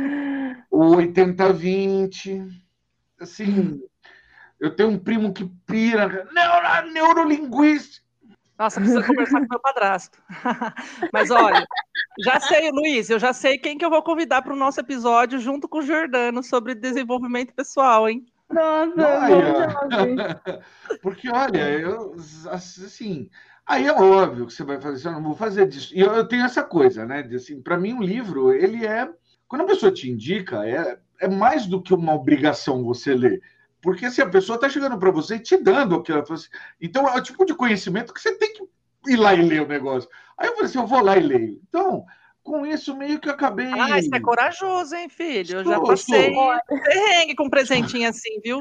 O 80-20, assim, eu tenho um primo que pira, neurolinguística. Nossa, precisa conversar com meu padrasto. Mas olha, já sei, Luiz, eu já sei quem que eu vou convidar para o nosso episódio junto com o Jordano sobre desenvolvimento pessoal, hein? Nossa, porque olha, assim, aí é óbvio que você vai fazer isso, eu não vou fazer disso. E eu tenho essa coisa, né? De, assim, para mim, um livro, ele quando a pessoa te indica, é mais do que uma obrigação você ler. Porque se a pessoa está chegando para você e te dando aquilo, então é o tipo de conhecimento que você tem que ir lá e ler o negócio. Aí eu falei assim, eu vou lá e leio. Então, com isso, meio que eu acabei... Ah, você é corajoso, hein, filho? Eu já passei perrengue com um presentinho assim, viu?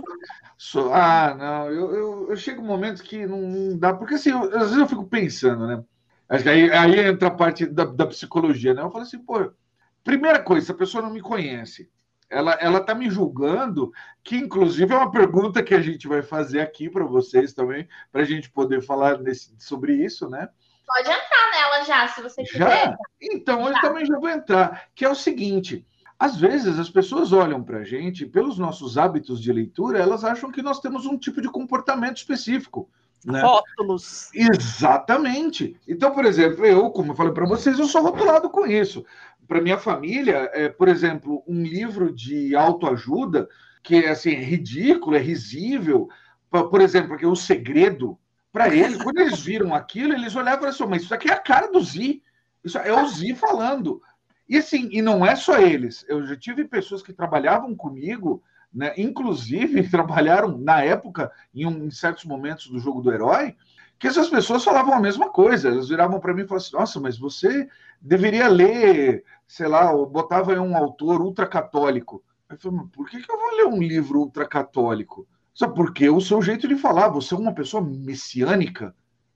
Não, eu chego em momentos que não dá, porque assim, às vezes eu fico pensando, né? Acho que aí entra a parte da psicologia, né? Eu falo assim, pô, primeira coisa, se a pessoa não me conhece, ela tá me julgando, que inclusive é uma pergunta que a gente vai fazer aqui para vocês também, para a gente poder falar sobre isso, né? Pode entrar nela já, se você quiser. Já? Então, eu também já vou entrar, que é o seguinte, às vezes as pessoas olham para a gente, pelos nossos hábitos de leitura, elas acham que nós temos um tipo de comportamento específico. Né? Rótulos. Exatamente. Então, por exemplo, eu, como eu falei para vocês, eu sou rotulado com isso. Para minha família, por exemplo, um livro de autoajuda que é assim, ridículo, é risível, por exemplo, aqui, O Segredo, para eles, quando eles viram aquilo, eles olhavam e falaram assim, mas isso aqui é a cara do Zi, isso é o Zi falando. E assim, e não é só eles, eu já tive pessoas que trabalhavam comigo, né, inclusive trabalharam na época, em certos momentos do Jogo do Herói, que essas pessoas falavam a mesma coisa, elas viravam para mim e falavam assim, nossa, mas você deveria ler, sei lá, ou botava aí um autor ultracatólico. Eu falei, mas por que eu vou ler um livro ultracatólico? Só porque o seu jeito de falar, você é uma pessoa messiânica.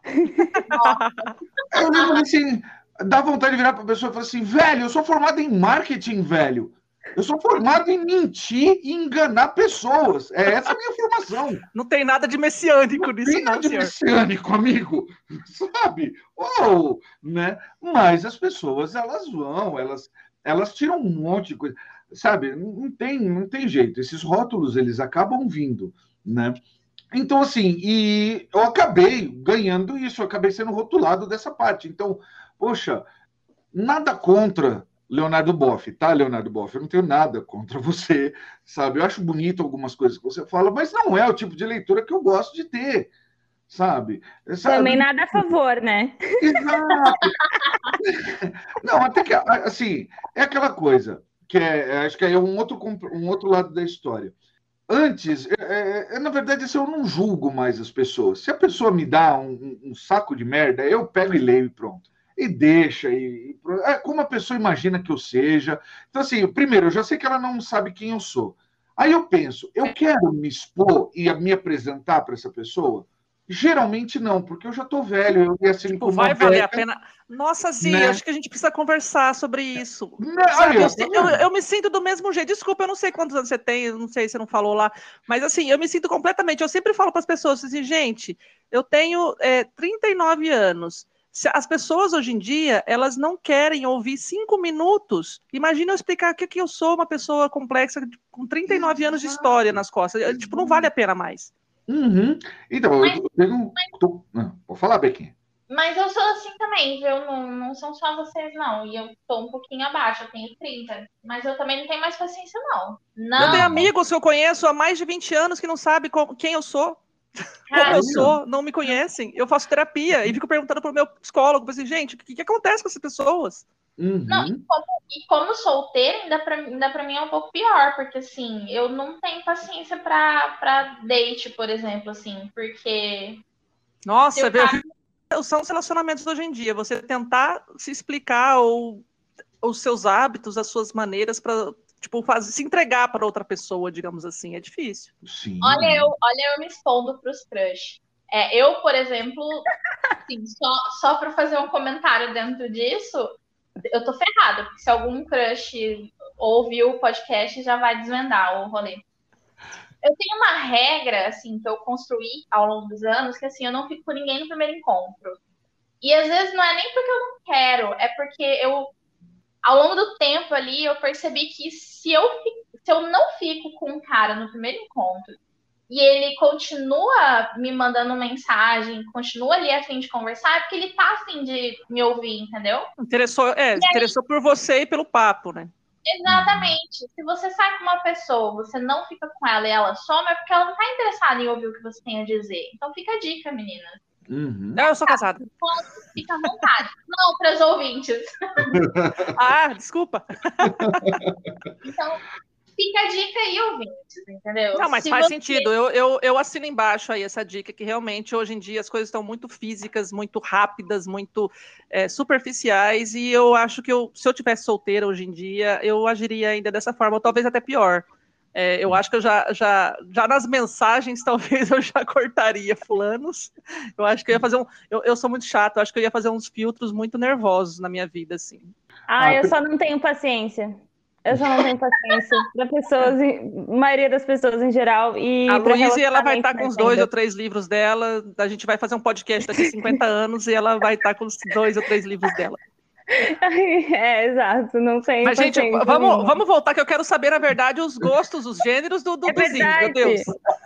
Aí eu falei assim, dá vontade de virar para a pessoa e falar assim, velho, eu sou formado em marketing, velho. Eu sou formado em mentir e enganar pessoas. Essa a minha formação. Não tem nada de messiânico nisso, não. Não tem nada de messiânico, amigo. Sabe? Né? Mas as pessoas, elas vão, elas tiram um monte de coisa. Sabe? Não tem jeito. Esses rótulos, eles acabam vindo, né? Então, assim, e eu acabei ganhando isso, eu acabei sendo rotulado dessa parte. Então, poxa, nada contra Leonardo Boff, tá, Leonardo Boff? Eu não tenho nada contra você, sabe? Eu acho bonito algumas coisas que você fala, mas não é o tipo de leitura que eu gosto de ter, sabe? Também nada a favor, né? Exato. Não, até que, assim, é aquela coisa, que acho que é um outro lado da história. Antes, na verdade, assim, eu não julgo mais as pessoas. Se a pessoa me dá um saco de merda, eu pego e leio e pronto. E deixa, como a pessoa imagina que eu seja. Então, assim, primeiro, eu já sei que ela não sabe quem eu sou. Aí eu penso, eu quero me expor e me apresentar para essa pessoa? Geralmente não, porque eu já tô velho, eu ia assim Tipo, como vai uma valer a beca, pena. Nossa, Zi, né? acho que a gente precisa conversar sobre isso. Né? Sabe, Aí, ó, eu, tá eu, vendo? eu me sinto do mesmo jeito. Desculpa, eu não sei quantos anos você tem, eu não sei se você não falou lá, mas assim, eu me sinto completamente. Eu sempre falo para as pessoas assim, gente, eu tenho 39 anos. As pessoas hoje em dia, elas não querem ouvir 5 minutos. Imagina eu explicar o que eu sou uma pessoa complexa com 39 anos de história nas costas. Tipo, não vale a pena mais. Uhum. Então, Mas, eu tenho. Não, vou falar, Bequinha. mas eu sou assim também, viu? Não são só vocês, não. E eu tô um pouquinho abaixo, eu tenho 30. Mas eu também não tenho mais paciência, não. Eu tenho Não, amigos que eu conheço há mais de 20 anos que não sabem quem eu sou, como cara. eu sou, não me conhecem. Eu faço terapia e fico perguntando pro meu psicólogo, assim, gente, o que acontece com essas pessoas? Não, Uhum. e como solteira, ainda pra mim é um pouco pior, porque assim, eu não tenho paciência pra date, por exemplo, assim, porque se Nossa, o cara. são os relacionamentos hoje em dia. Você tentar se explicar ou os seus hábitos, as suas maneiras para tipo, se entregar para outra pessoa, digamos assim, é difícil. Sim. Olha eu me expondo pros crush. Eu, por exemplo, assim, só pra fazer um comentário dentro disso, eu tô ferrada, porque se algum crush ouvir o podcast, já vai desvendar o rolê. Eu tenho uma regra, assim, que eu construí ao longo dos anos, que assim, eu não fico com ninguém no primeiro encontro. E às vezes não é nem porque eu não quero, é porque ao longo do tempo ali, eu percebi que se eu não fico com um cara no primeiro encontro e ele continua me mandando mensagem, continua ali a fim de conversar, é porque ele tá a fim de me ouvir, entendeu? Interessou por você e pelo papo, né? Exatamente. Se você sai com uma pessoa, você não fica com ela e ela some, é porque ela não tá interessada em ouvir o que você tem a dizer. Então fica a dica, meninas. Uhum. Não, eu sou casada. Fica à vontade. Não, para os ouvintes. Ah, desculpa. Então, fica a dica aí, ouvintes, entendeu? Não, mas faz sentido. Eu assino embaixo aí essa dica, que realmente hoje em dia as coisas estão muito físicas, muito rápidas, muito superficiais, e eu acho que se eu tivesse solteira hoje em dia, eu agiria ainda dessa forma, ou talvez até pior. Eu acho que eu já nas mensagens, talvez eu já cortaria fulanos. Eu acho que eu ia fazer eu sou muito chato, eu acho que eu ia fazer uns filtros muito nervosos na minha vida, assim. Eu só não tenho paciência. Eu só não tenho paciência para pessoas, a maioria das pessoas em geral. E a Luísa, ela vai estar com os 2 ou 3 livros dela. A gente vai fazer um podcast daqui a 50 anos e ela vai estar com os 2 ou 3 livros dela. Exato, não tem. Mas, gente, vamos voltar, que eu quero saber, na verdade, os gostos, os gêneros do Zinho, meu Deus.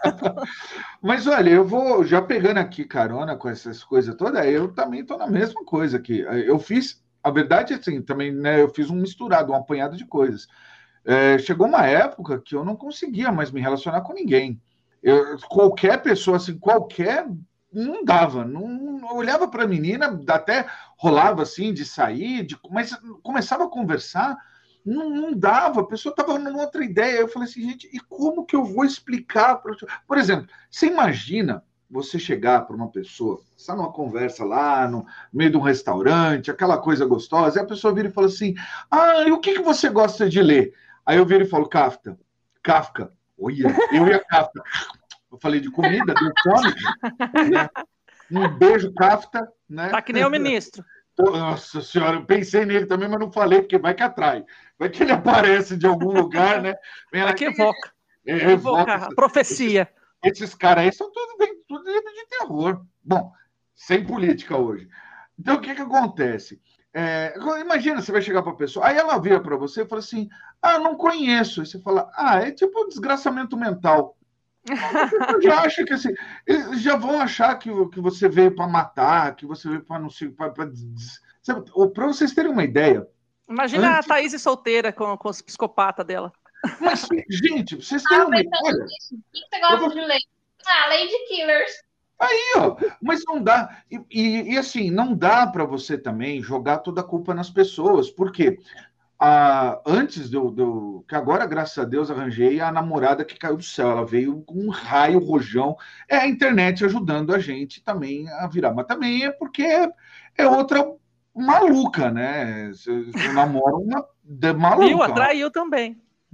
Mas olha, eu vou já pegando aqui carona com essas coisas todas, eu também estou na mesma coisa aqui. Eu fiz, a verdade, assim, também, né, eu fiz um misturado, um apanhado de coisas. Chegou uma época que eu não conseguia mais me relacionar com ninguém. Qualquer pessoa, assim, não dava, não olhava para a menina, até rolava assim de sair, mas começava a conversar, não dava, a pessoa estava numa outra ideia. Eu falei assim, gente, e como que eu vou explicar? Por exemplo, você imagina você chegar para uma pessoa, está numa conversa lá no meio de um restaurante, aquela coisa gostosa, e a pessoa vira e fala assim, e o que você gosta de ler? Aí eu viro e falo, Kafka. Olha, eu e a Kafka. Eu falei de comida, deu fome, né? Um beijo, Kafka, né? Tá que nem o ministro. Nossa senhora, eu pensei nele também, mas não falei, porque vai que atrai. Vai que ele aparece de algum lugar, né? Vai que evoca. Evoca a profecia. Esses caras aí são tudo de terror. Bom, sem política hoje. Então, o que acontece? Imagina, você vai chegar para a pessoa, aí ela vira para você e fala assim, não conheço. Aí você fala, é tipo um desgraçamento mental. Eu já acho que assim, eles já vão achar que você veio para matar, que você veio para não sei, para vocês terem uma ideia. Imagina a Thaís solteira com os psicopatas dela. Mas, gente, vocês terem uma ideia. O que você gosta de ler? Lady Killers. Aí, ó, mas não dá. E assim, não dá para você também jogar toda a culpa nas pessoas, porque antes que agora, graças a Deus, arranjei a namorada que caiu do céu. Ela veio com um raio, rojão. É a internet ajudando a gente também a virar. Mas também é porque é outra maluca, né? Você namora uma maluca. Viu? Atraiu também.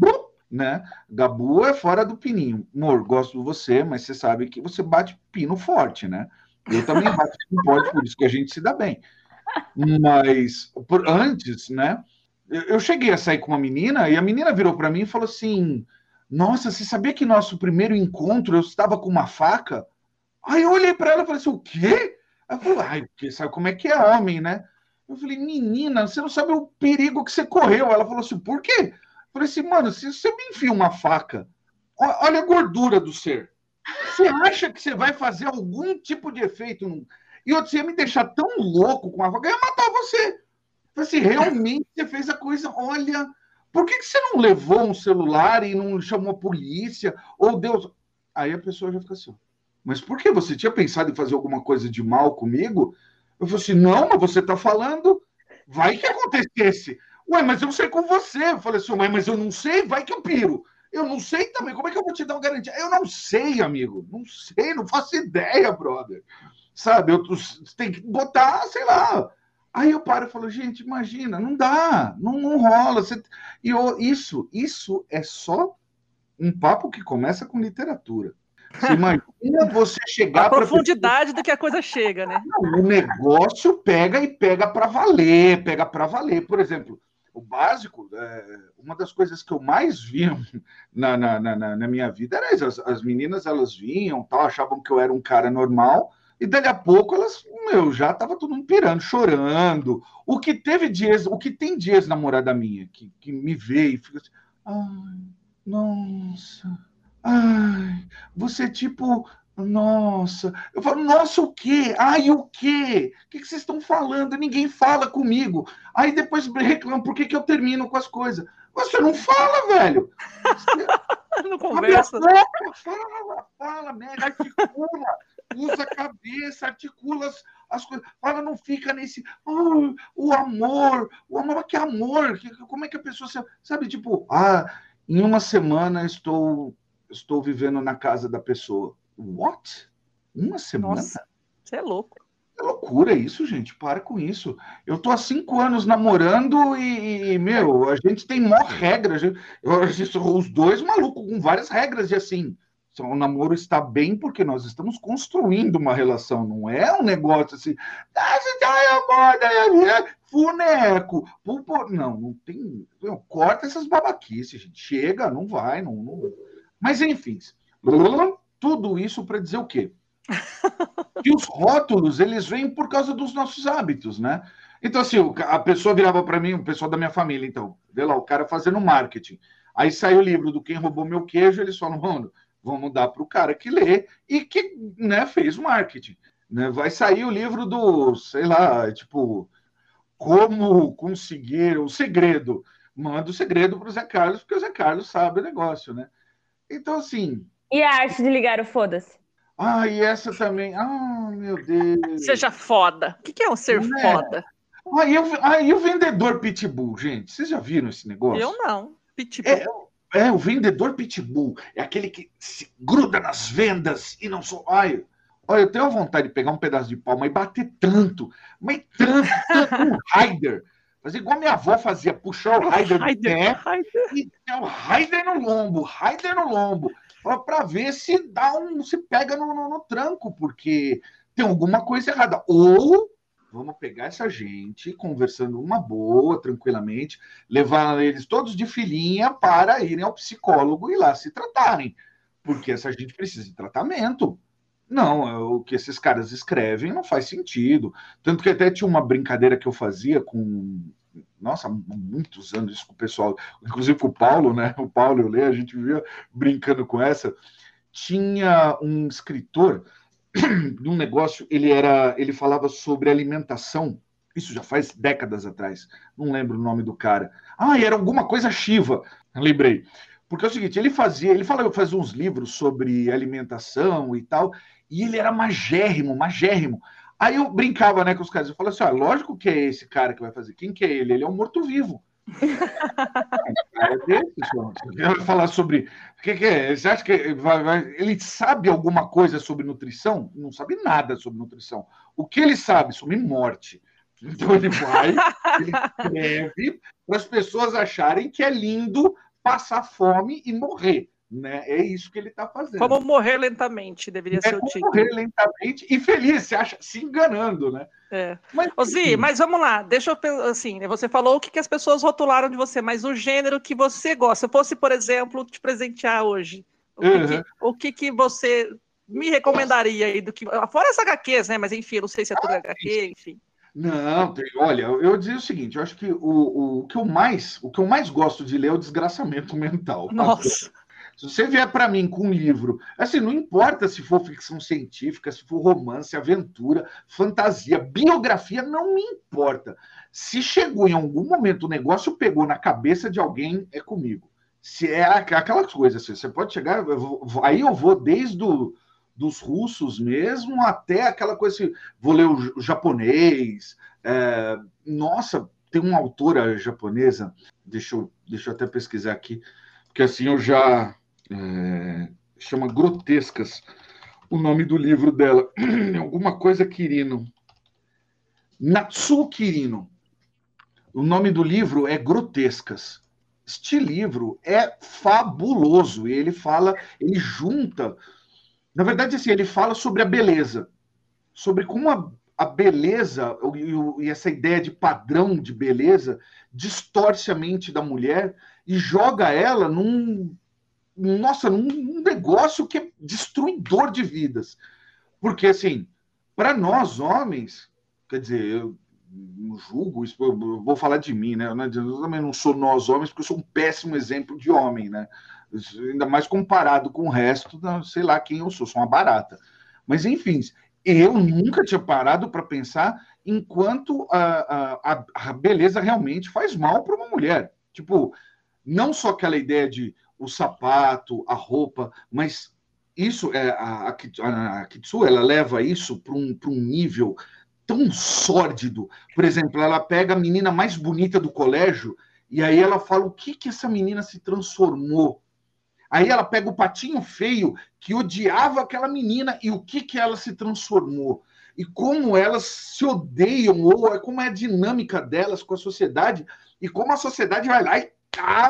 né? Gabu é fora do pininho. Amor, gosto de você, mas você sabe que você bate pino forte, né? Eu também bato pino forte, por isso que a gente se dá bem. Mas antes, né? Eu cheguei a sair com uma menina e a menina virou para mim e falou assim: Nossa, você sabia que nosso primeiro encontro eu estava com uma faca? Aí eu olhei para ela e falei assim: O quê? Ela falou: Ai, porque sabe como é que é homem, né? Eu falei: Menina, você não sabe o perigo que você correu. Ela falou assim: Por quê? Eu falei assim: Mano, se você me enfia uma faca, olha a gordura do ser. Você acha que você vai fazer algum tipo de efeito? E outro, você ia me deixar tão louco com a faca, eu ia matar você. Se realmente você fez a coisa, olha, por que você não levou um celular e não chamou a polícia? Ou Deus. Aí a pessoa já fica assim, mas por que você tinha pensado em fazer alguma coisa de mal comigo? Eu falei assim, não, mas você está falando, vai que acontecesse. Ué, mas eu sei com você. Eu falei assim, ué, mas eu não sei, vai que eu piro. Eu não sei também, como é que eu vou te dar uma garantia? Eu não sei, amigo, não sei, não faço ideia, brother. Sabe, você tem que botar, sei lá. Aí eu paro e falo, gente, imagina, não dá, não rola. Isso é só um papo que começa com literatura. Você imagina você chegar... A profundidade do que a coisa chega, né? Não, o negócio pega e pega para valer, pega para valer. Por exemplo, o básico, uma das coisas que eu mais vi na minha vida era isso. As meninas, elas vinham, tal, achavam que eu era um cara normal, e dali a pouco elas, já tava todo mundo pirando, chorando. O que tem de ex-namorada minha que me vê e fica assim, ai, nossa, ai, você tipo, nossa. Eu falo, nossa, o quê? Ai, o quê? O que vocês estão falando? Ninguém fala comigo. Aí depois reclamam, por que eu termino com as coisas? Você não fala, velho. Você não conversa. Fala, merda, articula. Usa a cabeça, articula as coisas. Fala, não fica nesse. Oh, o amor, que amor. Como é que a pessoa sabe, tipo, em uma semana estou vivendo na casa da pessoa. What? Uma semana? Nossa, você é louco. É loucura isso, gente. Para com isso. Eu tô há 5 anos namorando e a gente tem maior regra. Os dois malucos com várias regras de assim. O namoro está bem porque nós estamos construindo uma relação, não é um negócio assim, funeco, não tem, corta essas babaquices, gente, chega, não vai, não. Mas enfim, tudo isso para dizer o quê? Que os rótulos, eles vêm por causa dos nossos hábitos, né? Então, assim, a pessoa virava para mim, o pessoal da minha família, então, vê lá, o cara fazendo marketing, aí sai o livro do Quem Roubou Meu Queijo, eles falam, mano, vamos dar para o cara que lê e que, né, fez marketing. Né? Vai sair o livro do, sei lá, tipo, como conseguir o segredo. Manda o segredo para o Zé Carlos, porque o Zé Carlos sabe o negócio, né? Então, assim... E a arte de ligar o foda-se? E essa também... meu Deus! Seja foda. O que é um ser foda? E o vendedor pitbull, gente? Vocês já viram esse negócio? Eu não. Pitbull. O vendedor pitbull é aquele que se gruda nas vendas e não só... Olha, eu tenho a vontade de pegar um pedaço de palma e bater tanto um rider. Fazer igual minha avó fazia, puxar o rider do pé e o rider no lombo, para ver se se pega no tranco, porque tem alguma coisa errada. Ou... Vamos pegar essa gente, conversando uma boa, tranquilamente, levar eles todos de filhinha para irem ao psicólogo e lá se tratarem. Porque essa gente precisa de tratamento. Não, o que esses caras escrevem não faz sentido. Tanto que até tinha uma brincadeira que eu fazia com... Nossa, há muitos anos isso com o pessoal. Inclusive com o Paulo, né? O Paulo e o Lê, a gente vivia brincando com essa. Tinha um escritor... de um negócio, ele falava sobre alimentação, isso já faz décadas atrás, não lembro o nome do cara. Era alguma coisa Shiva, lembrei. Porque é o seguinte, ele fazia uns livros sobre alimentação e tal, e ele era magérrimo. Aí eu brincava, né, com os caras, eu falava assim, lógico que é esse cara que vai fazer. Quem que é ele? Ele é um morto-vivo. Ele vai falar sobre o que é? Você acha que ele sabe alguma coisa sobre nutrição? Não sabe nada sobre nutrição. O que ele sabe sobre morte? Então ele escreve para as pessoas acharem que é lindo passar fome e morrer, né? É isso que ele está fazendo. Como morrer lentamente, deveria ser o título. Morrer lentamente e feliz, você acha, se enganando, né? Mas vamos lá, deixa eu pensar assim, você falou o que as pessoas rotularam de você, mas o gênero que você gosta. Se eu fosse, por exemplo, te presentear hoje, o que você me recomendaria aí do que. Fora as HQs, né? Mas enfim, eu não sei se é tudo HQ, enfim. Não, olha, eu dizia o seguinte, eu acho que o que eu mais gosto de ler é o desgraçamento mental. Nossa. Se você vier para mim com um livro, assim, não importa se for ficção científica, se for romance, aventura, fantasia, biografia, não me importa. Se chegou em algum momento o negócio pegou na cabeça de alguém, é comigo. Se é aquela coisa, assim, você pode chegar, aí eu vou desde dos russos mesmo até aquela coisa assim, vou ler o japonês. Nossa, tem uma autora japonesa, deixa eu até pesquisar aqui, porque assim eu já... chama Grotescas, o nome do livro dela, alguma coisa Kirino, Natsuo Kirino. O nome do livro é Grotescas. Este livro é fabuloso e ele junta, na verdade assim, ele fala sobre a beleza, sobre como a beleza e essa ideia de padrão de beleza distorce a mente da mulher e joga ela num negócio que é destruidor de vidas. Porque, assim, para nós homens, quer dizer, eu não julgo isso, eu vou falar de mim, né? Eu também não sou nós homens, porque eu sou um péssimo exemplo de homem, né? Ainda mais comparado com o resto, sei lá quem eu sou uma barata. Mas, enfim, eu nunca tinha parado para pensar em quanto a beleza realmente faz mal para uma mulher. Tipo, não só aquela ideia de o sapato, a roupa, mas isso a Kitsu, ela leva isso para um nível tão sórdido. Por exemplo, ela pega a menina mais bonita do colégio e aí ela fala o que essa menina se transformou. Aí ela pega o patinho feio que odiava aquela menina e o que ela se transformou. E como elas se odeiam, ou como é a dinâmica delas com a sociedade, e como a sociedade vai lá e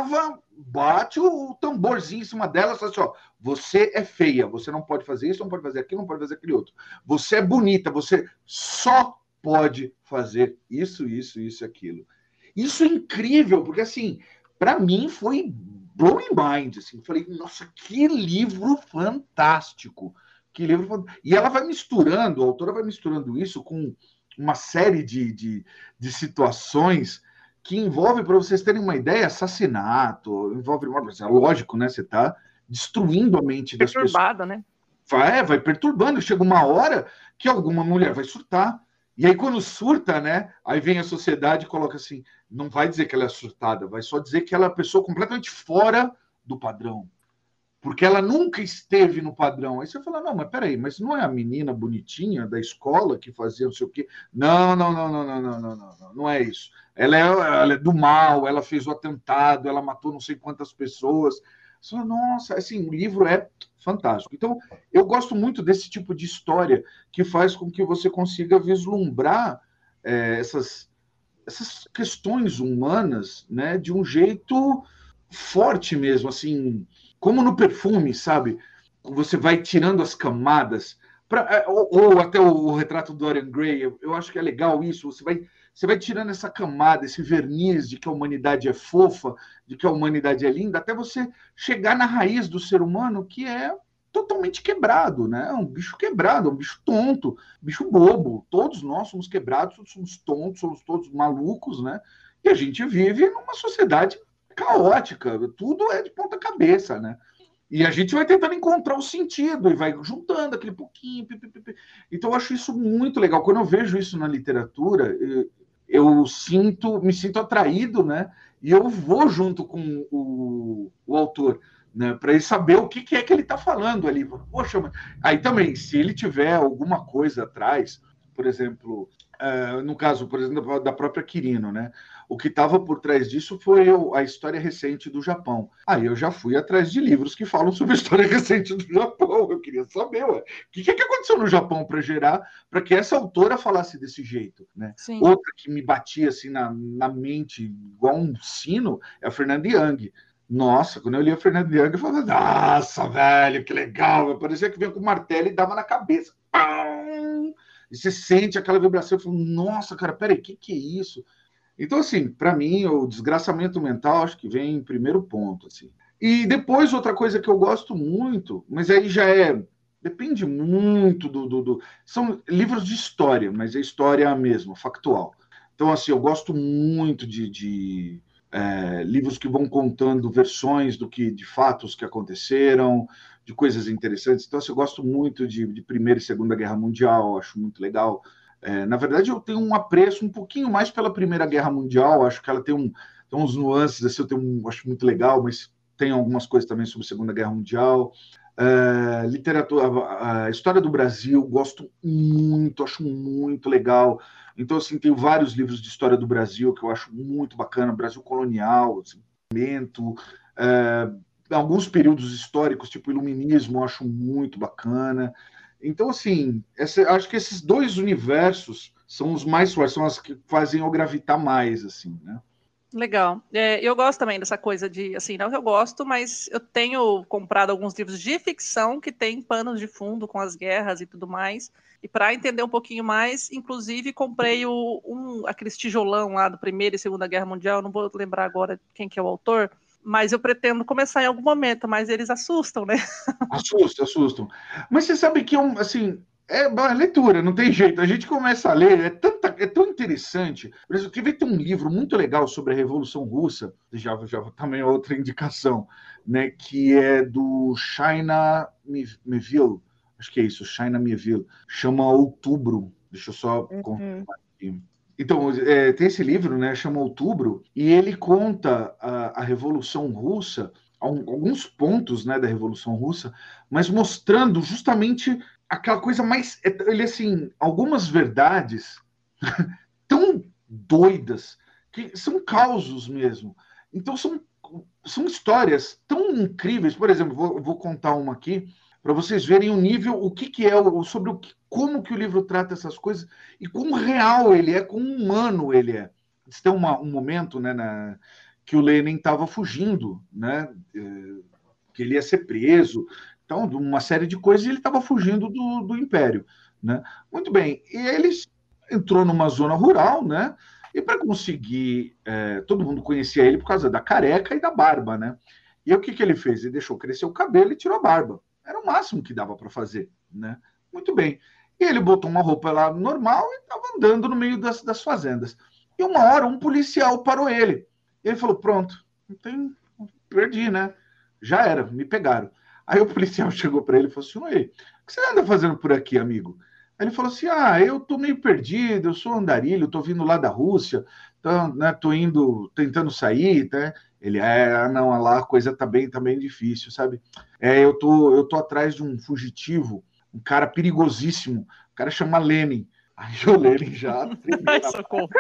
bate o tamborzinho em cima dela e fala assim, ó, você é feia, você não pode fazer isso, não pode fazer aquilo, não pode fazer aquele outro. Você é bonita, você só pode fazer isso, isso, isso e aquilo. Isso é incrível, porque assim, para mim foi blowing mind, assim, falei, nossa, que livro fantástico, que livro. E ela vai misturando, a autora vai misturando isso com uma série de situações que envolve, para vocês terem uma ideia, assassinato, envolve, é lógico, né? Você está destruindo a mente das pessoas. Perturbada, né? Vai perturbando. Chega uma hora que alguma mulher vai surtar. E aí, quando surta, né? Aí vem a sociedade e coloca assim, não vai dizer que ela é surtada, vai só dizer que ela é uma pessoa completamente fora do padrão. Porque ela nunca esteve no padrão. Aí você fala, não, mas peraí, mas não é a menina bonitinha da escola que fazia não sei o quê? Não, não é isso. Ela é do mal, ela fez o atentado, ela matou não sei quantas pessoas. Você fala, nossa, assim, o livro é fantástico. Então, eu gosto muito desse tipo de história que faz com que você consiga vislumbrar essas questões humanas, né, de um jeito forte mesmo, assim, como no perfume, sabe? Você vai tirando as camadas, ou até o retrato do Dorian Gray, eu acho que é legal isso, você vai tirando essa camada, esse verniz de que a humanidade é fofa, de que a humanidade é linda, até você chegar na raiz do ser humano, que é totalmente quebrado, né? É um bicho quebrado, é um bicho tonto, bicho bobo. Todos nós somos quebrados, todos somos tontos, somos todos malucos, né? E a gente vive numa sociedade caótica, tudo é de ponta cabeça, né? E a gente vai tentando encontrar o sentido e vai juntando aquele pouquinho. Então eu acho isso muito legal. Quando eu vejo isso na literatura, eu me sinto atraído, né? E eu vou junto com o autor, né, para ele saber o que é que ele está falando ali. Poxa, mas... Aí também, se ele tiver alguma coisa atrás, por exemplo, no caso, por exemplo, da própria Kirino, né? O que estava por trás disso foi a história recente do Japão. Aí eu já fui atrás de livros que falam sobre a história recente do Japão. Eu queria saber, o que aconteceu no Japão para que essa autora falasse desse jeito, né? Sim. Outra que me batia assim na mente igual um sino é a Fernanda Young, Nossa, quando eu li a Fernanda Young, eu falava, nossa, velho, que legal. Parecia que vinha com o martelo e dava na cabeça. Pam! E você sente aquela vibração. Eu falo, nossa, cara, peraí, o que é isso? Então, assim, para mim, o desgraçamento mental acho que vem em primeiro ponto, assim. E depois, outra coisa que eu gosto muito, mas aí já depende muito são livros de história, mas é história mesmo, factual. Então, assim, eu gosto muito de livros que vão contando versões de fatos que aconteceram, de coisas interessantes. Então, assim, eu gosto muito de Primeira e Segunda Guerra Mundial, acho muito legal. Na verdade, eu tenho um apreço um pouquinho mais pela Primeira Guerra Mundial, acho que ela tem uns nuances, assim, acho muito legal, mas tem algumas coisas também sobre a Segunda Guerra Mundial. Literatura, a história do Brasil, gosto muito, acho muito legal. Então, assim, tenho vários livros de história do Brasil que eu acho muito bacana, Brasil colonial, desenvolvimento, alguns períodos históricos, tipo Iluminismo, eu acho muito bacana. Então, assim, acho que esses dois universos são os mais fortes, são as que fazem eu gravitar mais, assim, né? Legal. Eu gosto também dessa coisa de, assim, não que eu gosto, mas eu tenho comprado alguns livros de ficção que tem panos de fundo com as guerras e tudo mais. E para entender um pouquinho mais, inclusive comprei aqueles tijolão lá do Primeira e Segunda Guerra Mundial, não vou lembrar agora quem que é o autor, mas eu pretendo começar em algum momento, mas eles assustam, né? Assustam. Mas você sabe que, assim, é leitura, não tem jeito. A gente começa a ler, é tão interessante. Por exemplo, quer ver, tem um livro muito legal sobre a Revolução Russa, já também é outra indicação, né, que é do China Miéville, acho que é isso, China Miéville, chama Outubro. Deixa eu só confirmar aqui. Então, tem esse livro, né, chama Outubro, e ele conta a Revolução Russa, alguns pontos, né, da Revolução Russa, mas mostrando justamente aquela coisa mais... Ele, assim, algumas verdades tão doidas, que são causos mesmo. Então, são histórias tão incríveis. Por exemplo, vou contar uma aqui, para vocês verem o nível, o que é, como que o livro trata essas coisas e quão real ele é, quão humano ele é. Tem um momento, né, que o Lenin estava fugindo, né, que ele ia ser preso, então, de uma série de coisas, e ele estava fugindo do Império, né? Muito bem, e ele entrou numa zona rural, né, e para conseguir, todo mundo conhecia ele por causa da careca e da barba, né? E aí, o que ele fez? Ele deixou crescer o cabelo e tirou a barba. Era o máximo que dava para fazer, né? Muito bem. E ele botou uma roupa lá normal e estava andando no meio das fazendas. E uma hora um policial parou ele. E ele falou, pronto, perdi, né? Já era, me pegaram. Aí o policial chegou para ele e falou assim, oi, o que você anda fazendo por aqui, amigo? Aí ele falou assim, eu tô meio perdido, eu sou andarilho, tô vindo lá da Rússia, então, né, tô indo, tentando sair, né? Ele, não, lá a coisa tá bem difícil, sabe? Eu tô atrás de um fugitivo, um cara perigosíssimo, o cara chama Lenin. Aí o Lenin já... Ai, socorro.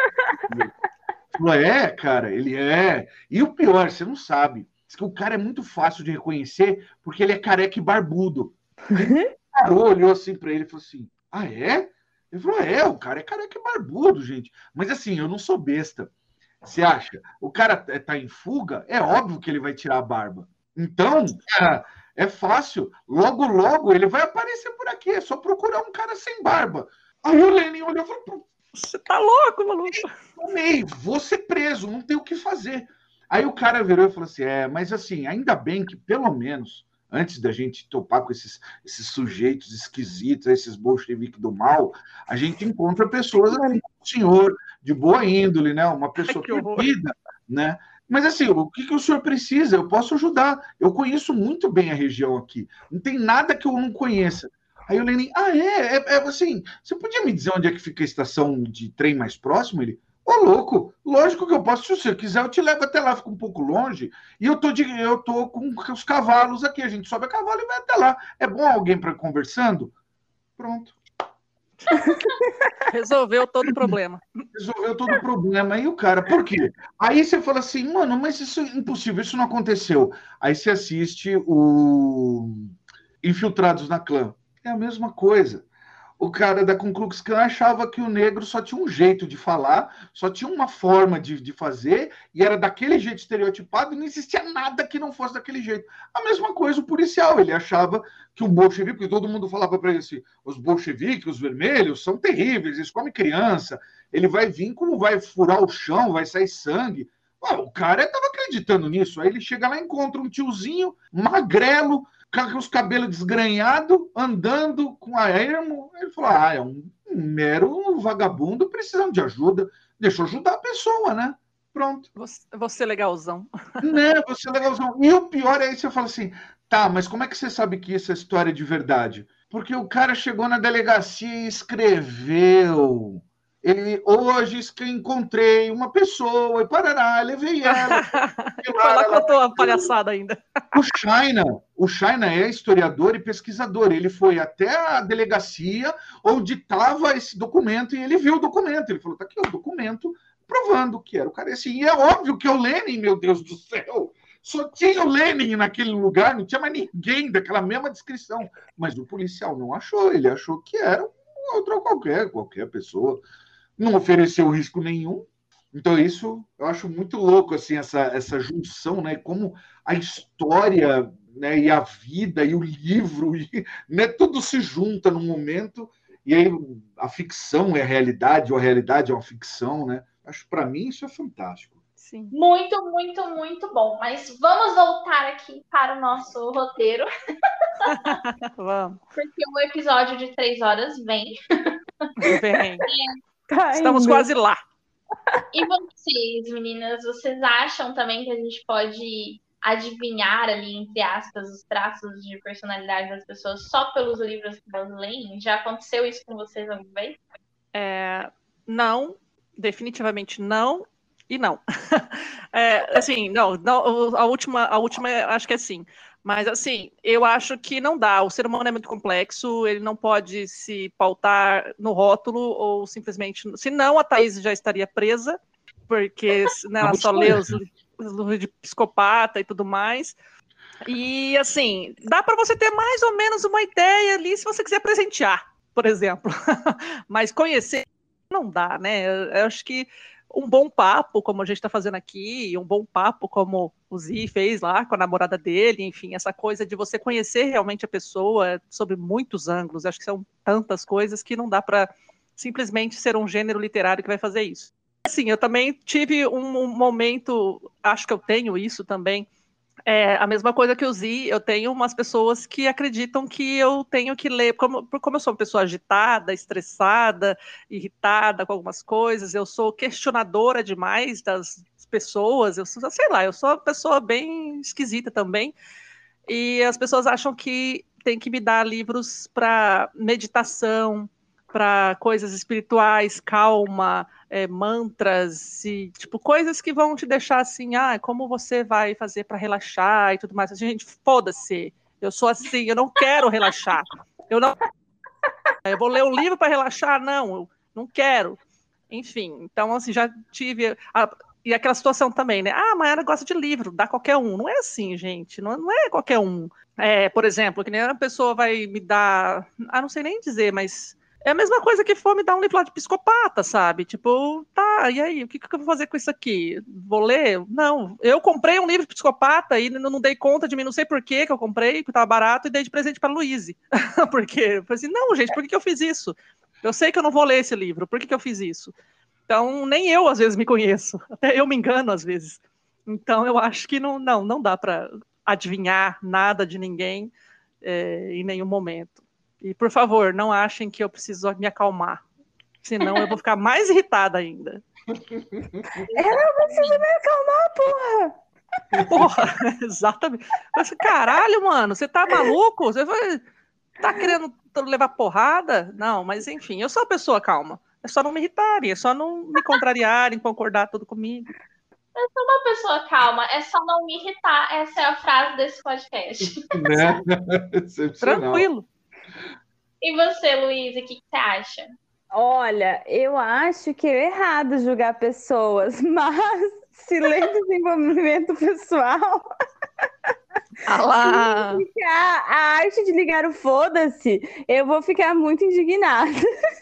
Falou, cara, ele é. E o pior, você não sabe, diz que o cara é muito fácil de reconhecer porque ele é careca e barbudo. Ele parou, olhou assim pra ele e falou assim, é? Ele falou, o cara é careca e barbudo, gente. Mas assim, eu não sou besta. Você acha? O cara tá em fuga, é óbvio que ele vai tirar a barba. Então, é fácil. Logo, ele vai aparecer por aqui. É só procurar um cara sem barba. Aí o Lenin olhou e falou, você tá louco, maluco? Vou ser preso, não tem o que fazer. Aí o cara virou e falou assim, mas assim, ainda bem que pelo menos, antes da gente topar com esses sujeitos esquisitos, esses bolcheviques do mal, a gente encontra pessoas assim, o senhor, de boa índole, né? Uma pessoa perdida, né? Mas assim, o que o senhor precisa? Eu posso ajudar. Eu conheço muito bem a região aqui. Não tem nada que eu não conheça. Aí o Lenin, assim, você podia me dizer onde é que fica a estação de trem mais próximo? Ele, louco, lógico que eu posso, se você quiser, eu te levo até lá, fica um pouco longe, e eu tô com os cavalos aqui, a gente sobe a cavalo e vai até lá. É bom alguém para conversando? Pronto. Resolveu todo o problema. Resolveu todo o problema. Aí o cara, por quê? Aí você fala assim, mano, mas isso é impossível, isso não aconteceu. Aí você assiste o Infiltrados na Clã. É a mesma coisa. o cara da Ku Klux Klan achava que o negro só tinha um jeito de falar, só tinha uma forma de fazer, e era daquele jeito estereotipado, e não existia nada que não fosse daquele jeito. A mesma coisa o policial, ele achava que o bolchevique, porque todo mundo falava para ele assim, os bolcheviques, os vermelhos, são terríveis, eles comem criança, ele vai vir como vai furar o chão, vai sair sangue. O cara estava acreditando nisso, aí ele chega lá e encontra um tiozinho magrelo, com os cabelos desgrenhados, andando com a ermo. Ele falou, é um mero vagabundo precisando de ajuda. Deixa eu ajudar a pessoa, né? Pronto. Você legalzão. Né, você legalzão. E o pior é aí você fala assim, tá, mas como é que você sabe que isso é história de verdade? Porque o cara chegou na delegacia e escreveu. Hoje que encontrei uma pessoa e parará, levei ela. Foi lá que contou a palhaçada ainda. O China é historiador e pesquisador. Ele foi até a delegacia onde estava esse documento e ele viu o documento. Ele falou, tá aqui o documento provando que era o cara. Assim, e é óbvio que é o Lenin, meu Deus do céu. Só tinha o Lenin naquele lugar, não tinha mais ninguém daquela mesma descrição. Mas o policial não achou, ele achou que era um outro qualquer pessoa. Não ofereceu risco nenhum. Então, isso eu acho muito louco, assim, essa junção, né? Como a história, né, e a vida, e o livro, né, tudo se junta num momento, e aí a ficção é a realidade, ou a realidade é uma ficção, né? Acho, para mim, isso é fantástico. Sim. Muito, muito, muito bom. Mas vamos voltar aqui para o nosso roteiro. Vamos. Porque o episódio de 3 horas vem. Vem. Estamos quase lá. E vocês, meninas, vocês acham também que a gente pode adivinhar ali, entre aspas, os traços de personalidade das pessoas só pelos livros que elas leem? Já aconteceu isso com vocês alguma vez? Não, definitivamente não e não. Assim, não, a última acho que é sim. Mas, assim, eu acho que não dá. O ser humano é muito complexo, ele não pode se pautar no rótulo ou simplesmente... Senão a Thaís já estaria presa, porque né, ela só lê os livros de psicopata e tudo mais. E, assim, dá para você ter mais ou menos uma ideia ali se você quiser presentear, por exemplo. Mas conhecer não dá, né? Eu acho que um bom papo, como a gente está fazendo aqui, um bom papo como o Zi fez lá com a namorada dele, enfim, essa coisa de você conhecer realmente a pessoa sob muitos ângulos, acho que são tantas coisas que não dá para simplesmente ser um gênero literário que vai fazer isso. Assim, eu também tive um momento, acho que eu tenho isso também, a mesma coisa que o Zi, eu tenho umas pessoas que acreditam que eu tenho que ler, como eu sou uma pessoa agitada, estressada, irritada com algumas coisas, eu sou questionadora demais das pessoas, eu sou, sei lá, eu sou uma pessoa bem esquisita também, e as pessoas acham que tem que me dar livros para meditação, para coisas espirituais, calma, mantras e tipo coisas que vão te deixar assim, como você vai fazer para relaxar e tudo mais. Gente, foda-se. Eu sou assim, eu não quero relaxar. Eu vou ler um livro para relaxar, não, eu não quero. Enfim, então assim, já tive e aquela situação também, né? A Maiara gosta de livro, dá qualquer um. Não é assim, gente, não é qualquer um. Por exemplo, que nem a pessoa vai me dar, não sei nem dizer, mas é a mesma coisa que for me dar um livro lá de psicopata, sabe? Tipo, tá, e aí, o que eu vou fazer com isso aqui? Vou ler? Não, eu comprei um livro de psicopata e não dei conta de mim, não sei por que eu comprei, porque estava barato, e dei de presente para a Luíse. Porque eu falei assim, não, gente, por que eu fiz isso? Eu sei que eu não vou ler esse livro, por que eu fiz isso? Então, nem eu, às vezes, me conheço. Até eu me engano, às vezes. Então, eu acho que não dá para adivinhar nada de ninguém em nenhum momento. E, por favor, não achem que eu preciso me acalmar. Senão eu vou ficar mais irritada ainda. Eu não preciso me acalmar, porra! Porra, exatamente. Caralho, mano, você tá maluco? Você tá querendo levar porrada? Não, mas enfim, eu sou uma pessoa calma. É só não me irritarem, é só não me contrariarem, concordar tudo comigo. Eu sou uma pessoa calma, é só não me irritar. Essa é a frase desse podcast. Né? Tranquilo. E você, Luísa, o que você acha? Olha, eu acho que é errado julgar pessoas, mas se lê desenvolvimento pessoal, Ah lá. A arte de ligar o foda-se, eu vou ficar muito indignada.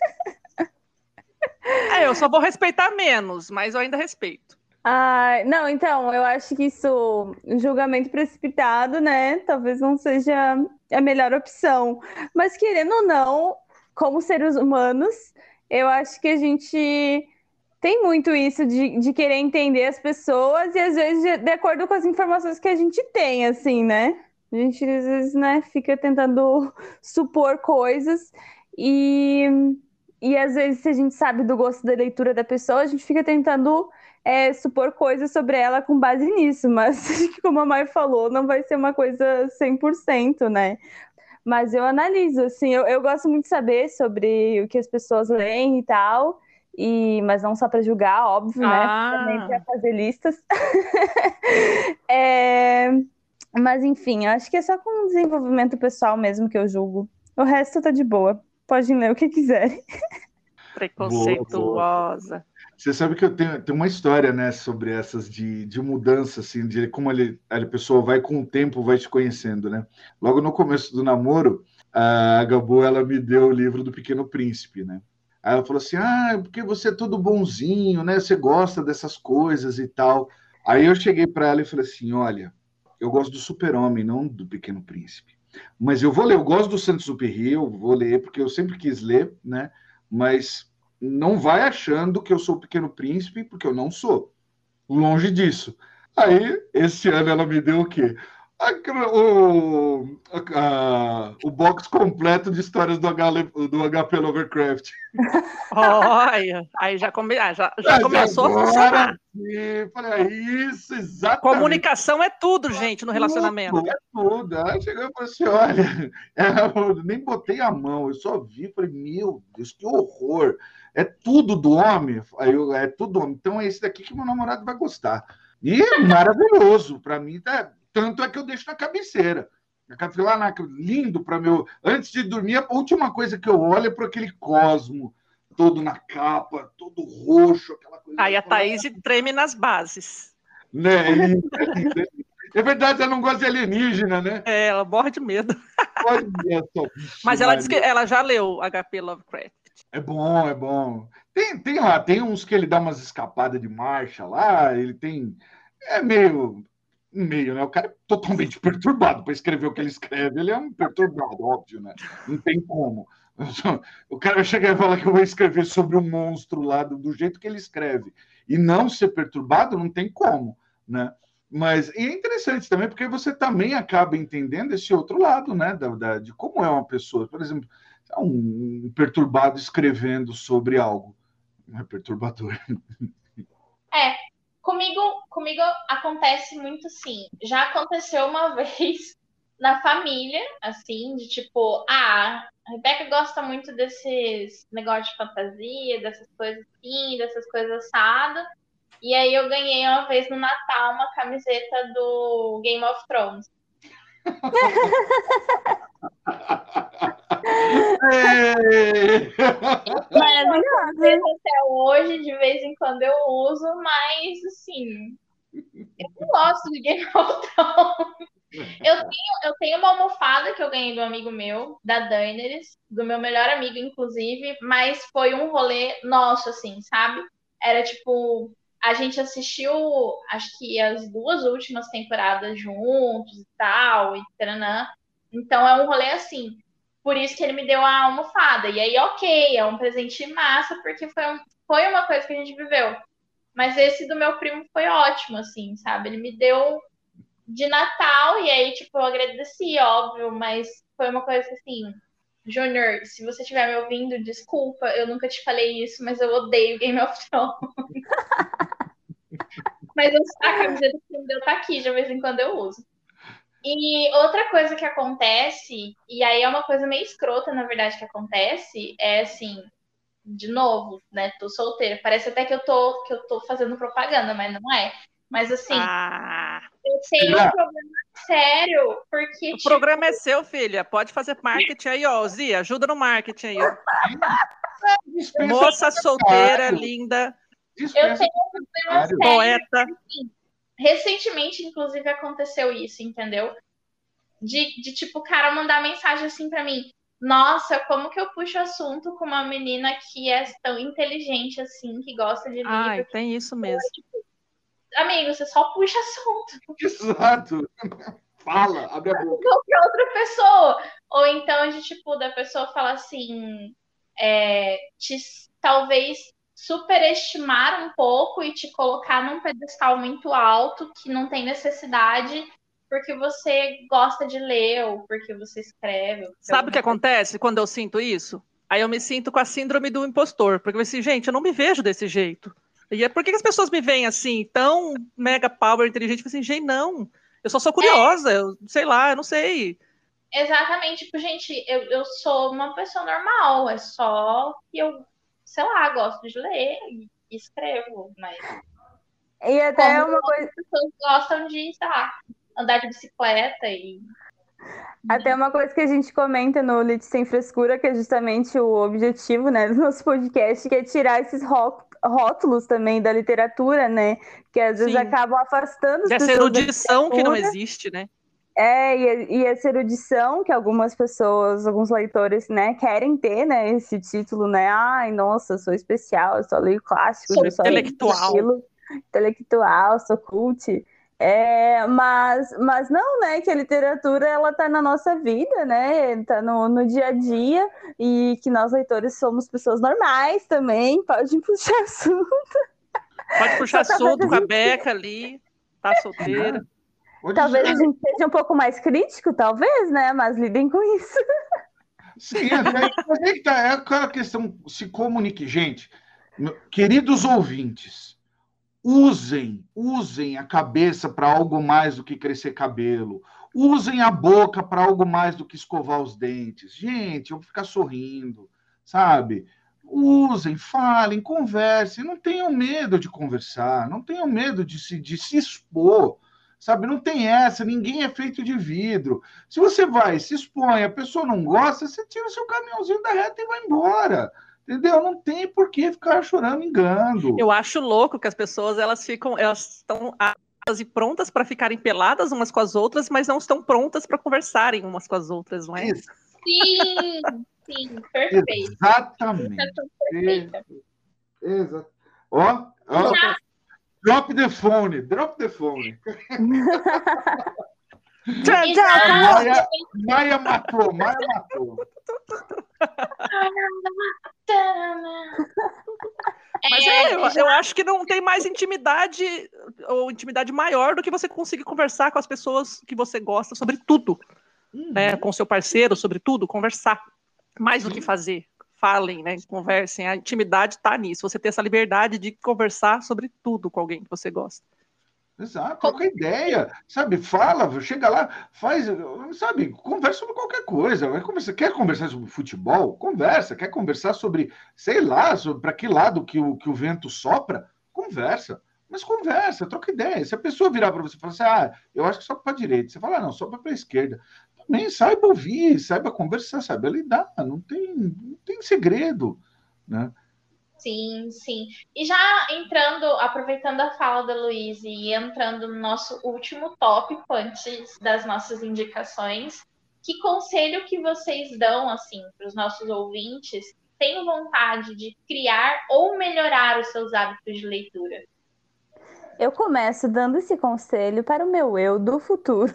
Eu só vou respeitar menos, mas eu ainda respeito. Não, então, eu acho que isso, um julgamento precipitado, né? Talvez não seja a melhor opção. Mas querendo ou não, como seres humanos, eu acho que a gente tem muito isso de querer entender as pessoas e às vezes de acordo com as informações que a gente tem, assim, né? A gente às vezes, né, fica tentando supor coisas e às vezes se a gente sabe do gosto da leitura da pessoa, a gente fica tentando supor coisas sobre ela com base nisso, mas como a Mai falou, não vai ser uma coisa 100%, né? Mas eu analiso, assim, eu gosto muito de saber sobre o que as pessoas leem e tal, mas não só para julgar, óbvio, né? Também para fazer listas. Mas enfim, eu acho que é só com o desenvolvimento pessoal mesmo que eu julgo. O resto tá de boa. Podem ler o que quiserem. Preconceituosa. Você sabe que eu tenho uma história, né, sobre essas de mudança, assim, de como a pessoa vai com o tempo, vai te conhecendo, né? Logo no começo do namoro, a Gabu, ela me deu o livro do Pequeno Príncipe, né? Aí ela falou assim, porque você é todo bonzinho, né? Você gosta dessas coisas e tal. Aí eu cheguei para ela e falei assim, olha, eu gosto do Super-Homem, não do Pequeno Príncipe. Mas eu vou ler, eu gosto do Saint-Exupéry, eu vou ler, porque eu sempre quis ler, né? Mas não vai achando que eu sou o Pequeno Príncipe, porque eu não sou. Longe disso. Aí, esse ano ela me deu o quê? O box completo de histórias do HP Lovecraft. Olha, aí já começou a funcionar. Falei, isso, exatamente. Comunicação é tudo, gente, no relacionamento. É tudo. Ela chegou e falou assim, olha, eu nem botei a mão, eu só vi, falei, meu Deus, que horror. É tudo do homem. Aí é tudo homem. Então é esse daqui que meu namorado vai gostar. E é maravilhoso. Para mim, tanto é que eu deixo na cabeceira. Lindo para meu. Antes de dormir, a última coisa que eu olho é para aquele Cosmo, todo na capa, todo roxo, aquela coisa. Aí a Thaís treme nas bases. Né? É verdade, ela não gosta de alienígena, né? Ela morre de medo. Mas ela disse que ela já leu HP Lovecraft. É bom, é bom. Tem uns que ele dá umas escapadas de marcha lá, ele tem. É meio, né? O cara é totalmente perturbado para escrever o que ele escreve. Ele é um perturbado, óbvio, né? Não tem como. O cara vai chegar e falar que eu vou escrever sobre um monstro lá do jeito que ele escreve e não ser perturbado, não tem como, né? Mas e é interessante também, porque você também acaba entendendo esse outro lado, né? De como é uma pessoa. Por exemplo, um perturbado escrevendo sobre algo. Não é perturbador. Comigo acontece muito assim. Já aconteceu uma vez na família, assim, de tipo, a Rebeca gosta muito desses negócios de fantasia, dessas coisas assim, dessas coisas assadas. E aí eu ganhei uma vez no Natal uma camiseta do Game of Thrones. Até hoje, de vez em quando eu uso, mas assim, eu não gosto de Game of Thrones. Eu tenho uma almofada que eu ganhei do amigo meu, da Daenerys, do meu melhor amigo, inclusive, mas foi um rolê nosso, assim, sabe? Era tipo, a gente assistiu, acho que as 2 últimas temporadas juntos e tal, e taranã. Então é um rolê assim. Por isso que ele me deu a almofada. E aí, ok, é um presente massa, porque foi uma coisa que a gente viveu. Mas esse do meu primo foi ótimo, assim, sabe? Ele me deu de Natal, e aí, tipo, eu agradeci, óbvio, mas foi uma coisa assim, Júnior, se você estiver me ouvindo, desculpa, eu nunca te falei isso, mas eu odeio Game of Thrones. Mas a camiseta que me deu tá aqui, de vez em quando eu uso. E outra coisa que acontece, e aí é uma coisa meio escrota, na verdade, que acontece, é assim, de novo, né, tô solteira, parece até que eu tô fazendo propaganda, mas não é. Mas assim, eu tenho um problema sério, porque... O programa é seu, filha. Pode fazer marketing aí, ó. Zia, ajuda no marketing aí, ó. Moça solteira, linda. Eu tenho um problema sério. Poeta. Assim, recentemente, inclusive, aconteceu isso, entendeu? tipo, o cara mandar mensagem assim pra mim. Nossa, como que eu puxo assunto com uma menina que é tão inteligente assim, que gosta de livro? Tem isso mesmo. Tipo, amigo, você só puxa assunto. Exato. Fala, abre a boca. Qualquer outra pessoa. Ou então, de tipo, da pessoa falar assim, talvez superestimar um pouco e te colocar num pedestal muito alto que não tem necessidade porque você gosta de ler ou porque você escreve. Sabe o que acontece quando eu sinto isso? Aí eu me sinto com a síndrome do impostor, porque eu assim, gente, eu não me vejo desse jeito. E por que as pessoas me veem assim, tão mega power, inteligente? Eu assim, gente, não. Eu só sou curiosa, eu sei lá, eu não sei. Exatamente, tipo, gente, eu sou uma pessoa normal, é só que eu, sei lá, gosto de ler e escrevo, mas... E até uma coisa... As pessoas gostam de, sei lá, andar de bicicleta e... Até uma coisa que a gente comenta no Lit Sem Frescura, que é justamente o objetivo, né, do nosso podcast, que é tirar esses rótulos também da literatura, né, que às vezes acabam afastando as pessoas. Essa erudição que não existe, né? E essa erudição que algumas pessoas, alguns leitores, né, querem ter, né, esse título, né, ai, nossa, sou especial, eu só leio clássicos, sou intelectual. Intelectual, sou cult. Mas não, né, que a literatura, ela tá na nossa vida, né, tá no dia a dia, e que nós leitores somos pessoas normais também, pode puxar assunto. Pode puxar assunto com a Beca ali, tá solteira. Talvez a gente seja um pouco mais crítico, talvez, né, mas lidem com isso. Sim, é aquela questão, se comunique. Gente, queridos ouvintes, usem a cabeça para algo mais do que crescer cabelo. Usem a boca para algo mais do que escovar os dentes. Gente, eu vou ficar sorrindo, sabe? Usem, falem, conversem. Não tenham medo de conversar. Não tenham medo de se expor. Sabe? Não tem essa. Ninguém é feito de vidro. Se você vai, se expõe, a pessoa não gosta, você tira o seu caminhãozinho da reta e vai embora. Entendeu? Não tem por que ficar chorando engano. Eu acho louco que as pessoas, elas estão e prontas para ficarem peladas umas com as outras, mas não estão prontas para conversarem umas com as outras, não é? Isso. Sim, perfeito. Exatamente. Exato. Ó. Drop the phone. Maia matou. Mas eu acho que não tem mais intimidade ou intimidade maior do que você conseguir conversar com as pessoas que você gosta sobre tudo, né? Com seu parceiro sobre tudo, conversar mais do que fazer. Falem, né? Conversem. A intimidade está nisso. Você ter essa liberdade de conversar sobre tudo com alguém que você gosta. Exato, troca ideia, sabe? Fala, chega lá, faz, sabe? Conversa sobre qualquer coisa. Quer conversar sobre futebol? Conversa. Quer conversar sobre, sei lá, para que lado que o vento sopra? Conversa. Mas conversa, troca ideia. Se a pessoa virar para você e falar assim, eu acho que só para a direita. Você fala, não, só para a esquerda. Também saiba ouvir, saiba conversar, saiba lidar. Não tem segredo, né? Sim. E já aproveitando a fala da Luísa e entrando no nosso último tópico antes das nossas indicações, que conselho que vocês dão assim para os nossos ouvintes que têm vontade de criar ou melhorar os seus hábitos de leitura? Eu começo dando esse conselho para o meu eu do futuro.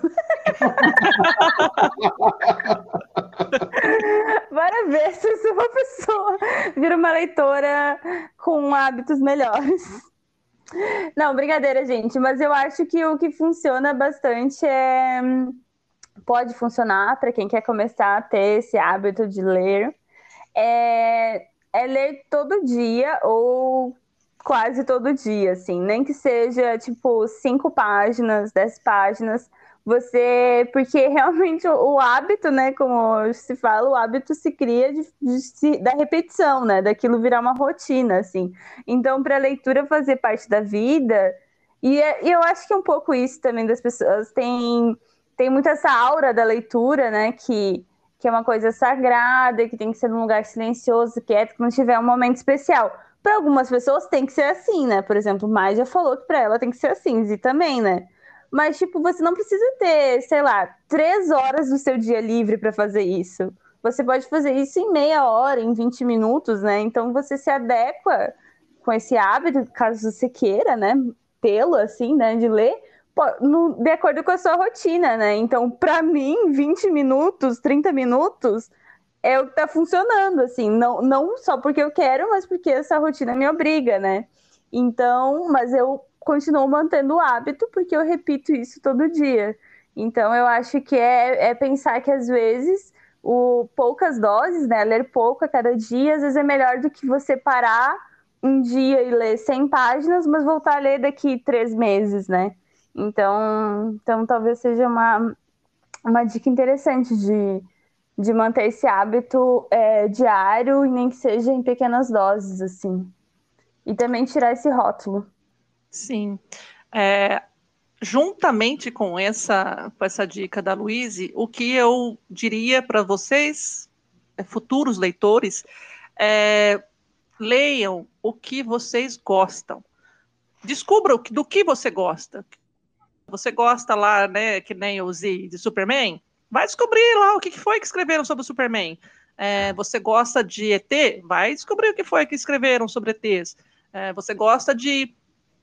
Para ver se eu sou uma pessoa vira uma leitora com hábitos melhores. Não, brincadeira, gente. Mas eu acho que o que funciona bastante pode funcionar para quem quer começar a ter esse hábito de ler. É ler todo dia ou quase todo dia, assim, nem que seja, tipo, 5 páginas, 10 páginas, porque realmente o hábito, né, como se fala, o hábito se cria da repetição, né, daquilo virar uma rotina, assim. Então, para a leitura fazer parte da vida, e eu acho que é um pouco isso também das pessoas, tem muito essa aura da leitura, né, que é uma coisa sagrada, que tem que ser num lugar silencioso, quieto, que não tiver um momento especial. Para algumas pessoas tem que ser assim, né? Por exemplo, Mai já falou que para ela tem que ser assim, e também, né? Mas, tipo, você não precisa ter, sei lá, 3 horas do seu dia livre para fazer isso. Você pode fazer isso em meia hora, em 20 minutos, né? Então você se adequa com esse hábito, caso você queira, né? Tê-lo, assim, né? De ler, de acordo com a sua rotina, né? Então, para mim, 20 minutos, 30 minutos é o que tá funcionando, assim. Não só porque eu quero, mas porque essa rotina me obriga, né? Então, mas eu continuo mantendo o hábito porque eu repito isso todo dia. Então, eu acho que é pensar que, às vezes, poucas doses, né? Ler pouco a cada dia, às vezes é melhor do que você parar um dia e ler 100 páginas, mas voltar a ler daqui 3 meses, né? Então talvez seja uma dica interessante de manter esse hábito diário, e nem que seja em pequenas doses, assim. E também tirar esse rótulo. Sim. Juntamente com essa dica da Luíse, o que eu diria para vocês, futuros leitores, leiam o que vocês gostam. Descubra do que você gosta. Você gosta lá, né, que nem eu usei de Superman? Vai descobrir lá o que foi que escreveram sobre o Superman. Você gosta de ET? Vai descobrir o que foi que escreveram sobre ETs. Você gosta de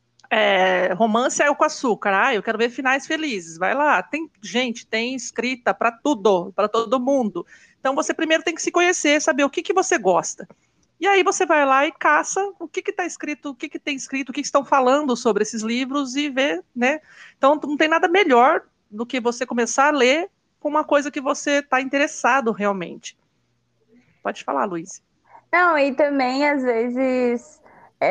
romance com açúcar? Eu quero ver finais felizes. Vai lá. Tem escrita para tudo, para todo mundo. Então você primeiro tem que se conhecer, saber o que você gosta. E aí você vai lá e caça o que está escrito, o que tem escrito, o que estão falando sobre esses livros e vê, né? Então não tem nada melhor do que você começar a ler com uma coisa que você está interessado realmente. Pode falar, Luíse. Não, e também, às vezes,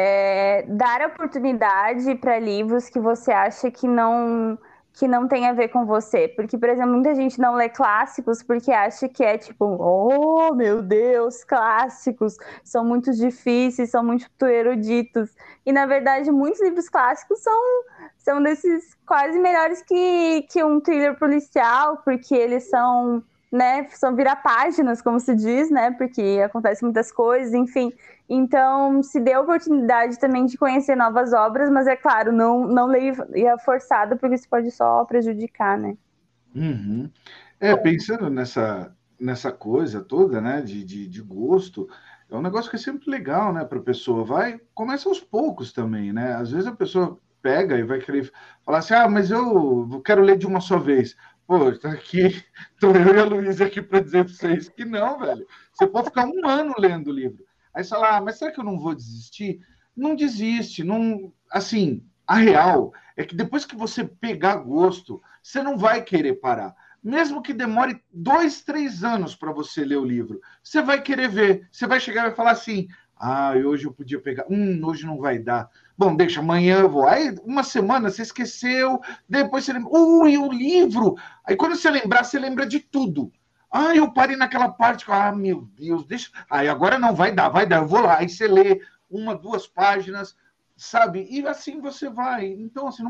dar oportunidade para livros que você acha que não tem a ver com você. Porque, por exemplo, muita gente não lê clássicos porque acha que é tipo, oh, meu Deus, clássicos, são muito difíceis, são muito eruditos. E, na verdade, muitos livros clássicos são desses quase melhores que um thriller policial, porque eles são, né, são vira-páginas, como se diz, né, porque acontecem muitas coisas, enfim. Então, se dê a oportunidade também de conhecer novas obras, mas é claro, não leia forçado, porque isso pode só prejudicar, né? Uhum. Pensando nessa coisa toda, né, de gosto, é um negócio que é sempre legal, né, para a pessoa. Começa aos poucos também, né? Às vezes a pessoa pega e vai querer falar assim, mas eu quero ler de uma só vez. Pô, tá aqui, tô eu e a Luísa aqui para dizer para vocês que não, velho. Você pode ficar 1 ano lendo o livro. Aí você fala, mas será que eu não vou desistir? Não desiste, não. Assim, a real é que depois que você pegar gosto, você não vai querer parar. Mesmo que demore 2, 3 anos para você ler o livro, você vai querer ver. Você vai chegar e vai falar assim, hoje eu podia pegar, hoje não vai dar. Bom, deixa, amanhã eu vou. Aí, 1 semana, você esqueceu, depois você lembra, e o livro? Aí, quando você lembrar, você lembra de tudo. Eu parei naquela parte, meu Deus, deixa. Agora não, vai dar, eu vou lá. Aí você lê 1, 2 páginas, sabe? E assim você vai. Então, assim,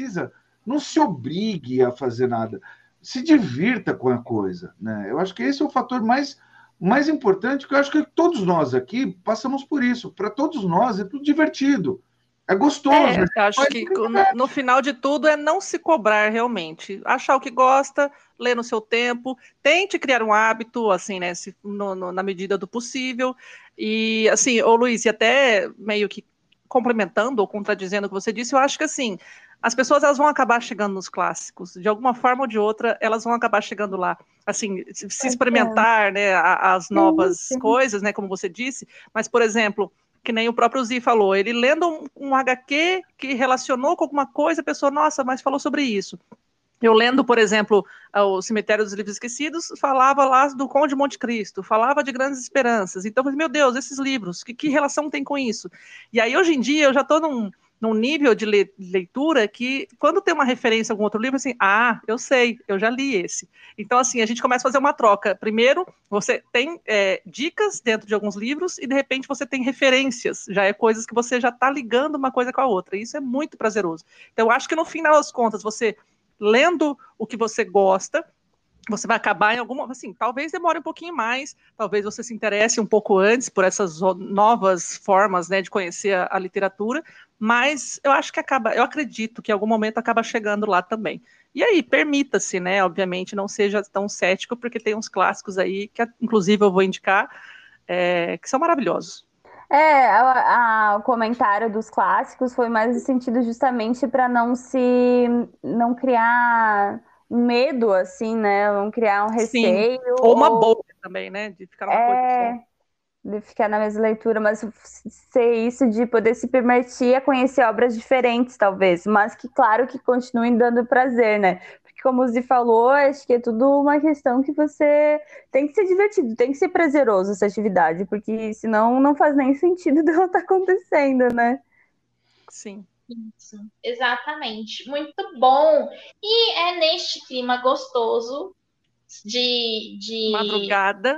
não se obrigue a fazer nada. Se divirta com a coisa, né? Eu acho que esse é o fator mais importante, porque eu acho que todos nós aqui passamos por isso. Para todos nós é tudo divertido. É gostoso. Eu acho que no final de tudo é não se cobrar realmente. Achar o que gosta, ler no seu tempo, tente criar um hábito, assim, né, na medida do possível. E, assim, Luiz, e até meio que complementando ou contradizendo o que você disse, eu acho que, assim, as pessoas elas vão acabar chegando nos clássicos. De alguma forma ou de outra, elas vão acabar chegando lá. Assim, se experimentar, né, as novas coisas, né, como você disse. Mas, por exemplo, que nem o próprio Zi falou, ele lendo um HQ que relacionou com alguma coisa, a pessoa, nossa, mas falou sobre isso. Eu lendo, por exemplo, o Cemitério dos Livros Esquecidos, falava lá do Conde de Monte Cristo, falava de Grandes Esperanças. Então, meu Deus, esses livros, que relação tem com isso? E aí, hoje em dia, eu já estou num nível de leitura que, quando tem uma referência a algum outro livro, assim, eu sei, eu já li esse. Então, assim, a gente começa a fazer uma troca. Primeiro, você tem dicas dentro de alguns livros e, de repente, você tem referências. Já é coisas que você já está ligando uma coisa com a outra. E isso é muito prazeroso. Então, eu acho que, no final das contas, você lendo o que você gosta, você vai acabar em alguma, assim, talvez demore um pouquinho mais, talvez você se interesse um pouco antes por essas novas formas, né, de conhecer a literatura, mas eu acho que eu acredito que em algum momento acaba chegando lá também. E aí, permita-se, né? Obviamente, não seja tão cético, porque tem uns clássicos aí, que inclusive eu vou indicar, que são maravilhosos. O comentário dos clássicos foi mais no sentido justamente para não criar medo, assim, né? Não criar um Sim. receio. Ou uma bolha também, né? De ficar numa coisa só. De ficar na mesma leitura, mas ser isso de poder se permitir a conhecer obras diferentes, talvez, mas que, claro, que continuem dando prazer, né? Porque, como o Zi falou, acho que é tudo uma questão que você tem que ser divertido, tem que ser prazeroso essa atividade, porque senão não faz nem sentido dela estar acontecendo, né? Sim. Isso, exatamente. Muito bom. E é neste clima gostoso de Madrugada,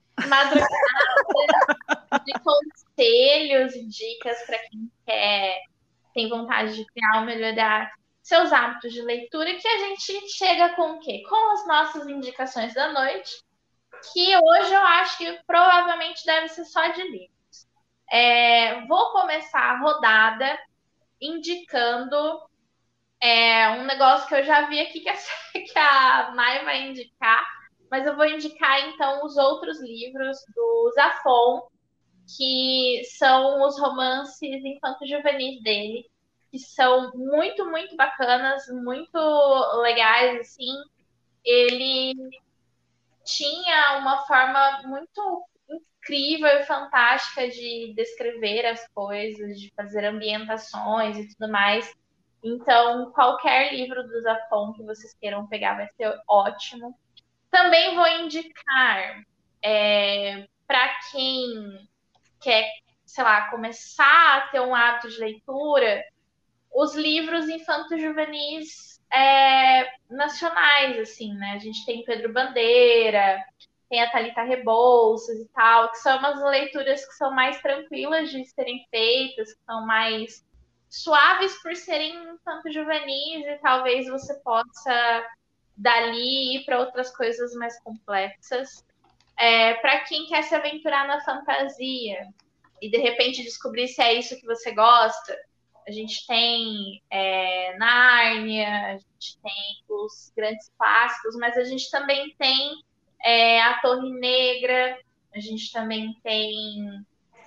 de conselhos e dicas para quem tem vontade de criar ou melhorar seus hábitos de leitura, que a gente chega com o quê? Com as nossas indicações da noite, que hoje eu acho que provavelmente deve ser só de livros. Vou começar a rodada indicando um negócio que eu já vi aqui que a Mai vai indicar, mas eu vou indicar então os outros livros do Zafon, que são os romances infanto-juvenis dele, que são muito, muito bacanas, muito legais, assim. Ele tinha uma forma muito incrível e fantástica de descrever as coisas, de fazer ambientações e tudo mais. Então, qualquer livro do Zafon que vocês queiram pegar vai ser ótimo. Também vou indicar para quem quer, sei lá, começar a ter um hábito de leitura, os livros infanto-juvenis nacionais, assim, né? A gente tem Pedro Bandeira, tem a Thalita Rebouças e tal, que são umas leituras que são mais tranquilas de serem feitas, que são mais suaves por serem infanto-juvenis, e talvez você possa dali ir para outras coisas mais complexas. Para quem quer se aventurar na fantasia e de repente descobrir se é isso que você gosta, a gente tem Nárnia, a gente tem os grandes clássicos, mas a gente também tem a Torre Negra, a gente também tem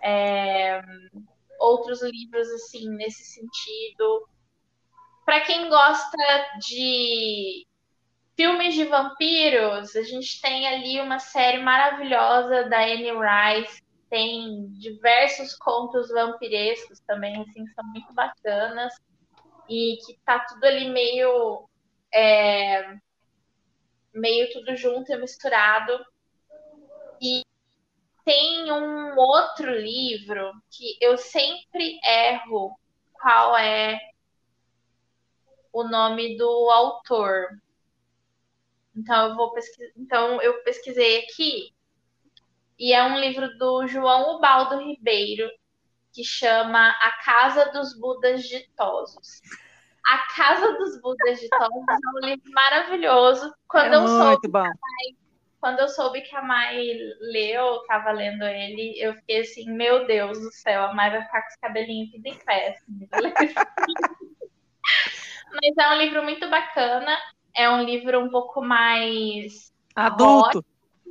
outros livros assim nesse sentido. Para quem gosta de filmes de vampiros, a gente tem ali uma série maravilhosa da Anne Rice, tem diversos contos vampirescos também, assim, que são muito bacanas, e que tá tudo ali meio tudo junto e misturado. E tem um outro livro que eu sempre erro qual é o nome do autor. Então eu pesquisei aqui, e é um livro do João Ubaldo Ribeiro, que chama A Casa dos Budas Ditosos. A Casa dos Budas Ditosos é um livro maravilhoso. Quando eu soube que a Mai leu, estava lendo ele, eu fiquei assim, meu Deus do céu, a Mai vai ficar com os cabelinhos tudo em pé. Assim, mas é um livro muito bacana, é um livro um pouco mais adulto,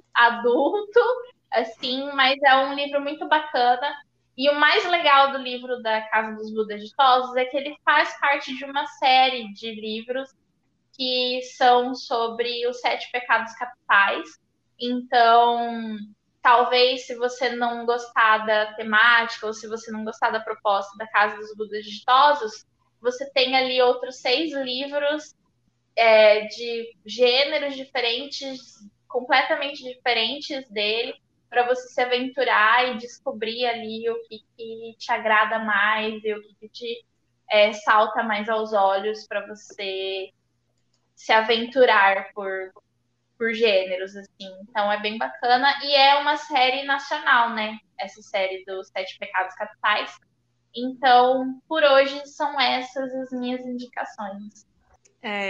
assim, mas é um livro muito bacana. E o mais legal do livro da Casa dos Budas Ditosos é que ele faz parte de uma série de livros que são sobre os 7 pecados capitais. Então, talvez se você não gostar da temática ou se você não gostar da proposta da Casa dos Budas Ditosos, você tem ali outros 6 livros de gêneros diferentes, completamente diferentes dele, para você se aventurar e descobrir ali o que te agrada mais e o que te salta mais aos olhos para você se aventurar por gêneros, assim. Então é bem bacana e é uma série nacional, né? Essa série dos 7 Pecados Capitais. Então, por hoje, são essas as minhas indicações.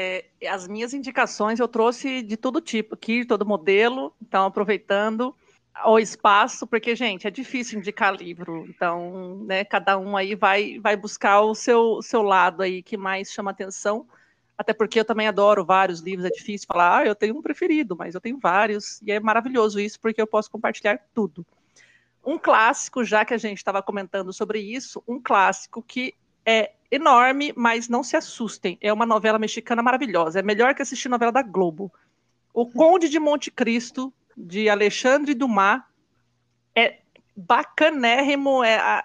As minhas indicações eu trouxe de todo tipo aqui, todo modelo, então aproveitando. o espaço, porque, gente, é difícil indicar livro, então, né, cada um aí vai buscar o seu lado aí que mais chama atenção, até porque eu também adoro vários livros, é difícil falar, eu tenho um preferido, mas eu tenho vários, e é maravilhoso isso, porque eu posso compartilhar tudo. Um clássico, já que a gente estava comentando sobre isso, um clássico que é enorme, mas não se assustem, é uma novela mexicana maravilhosa, é melhor que assistir novela da Globo. O Conde de Monte Cristo, de Alexandre Dumas, é bacanérrimo,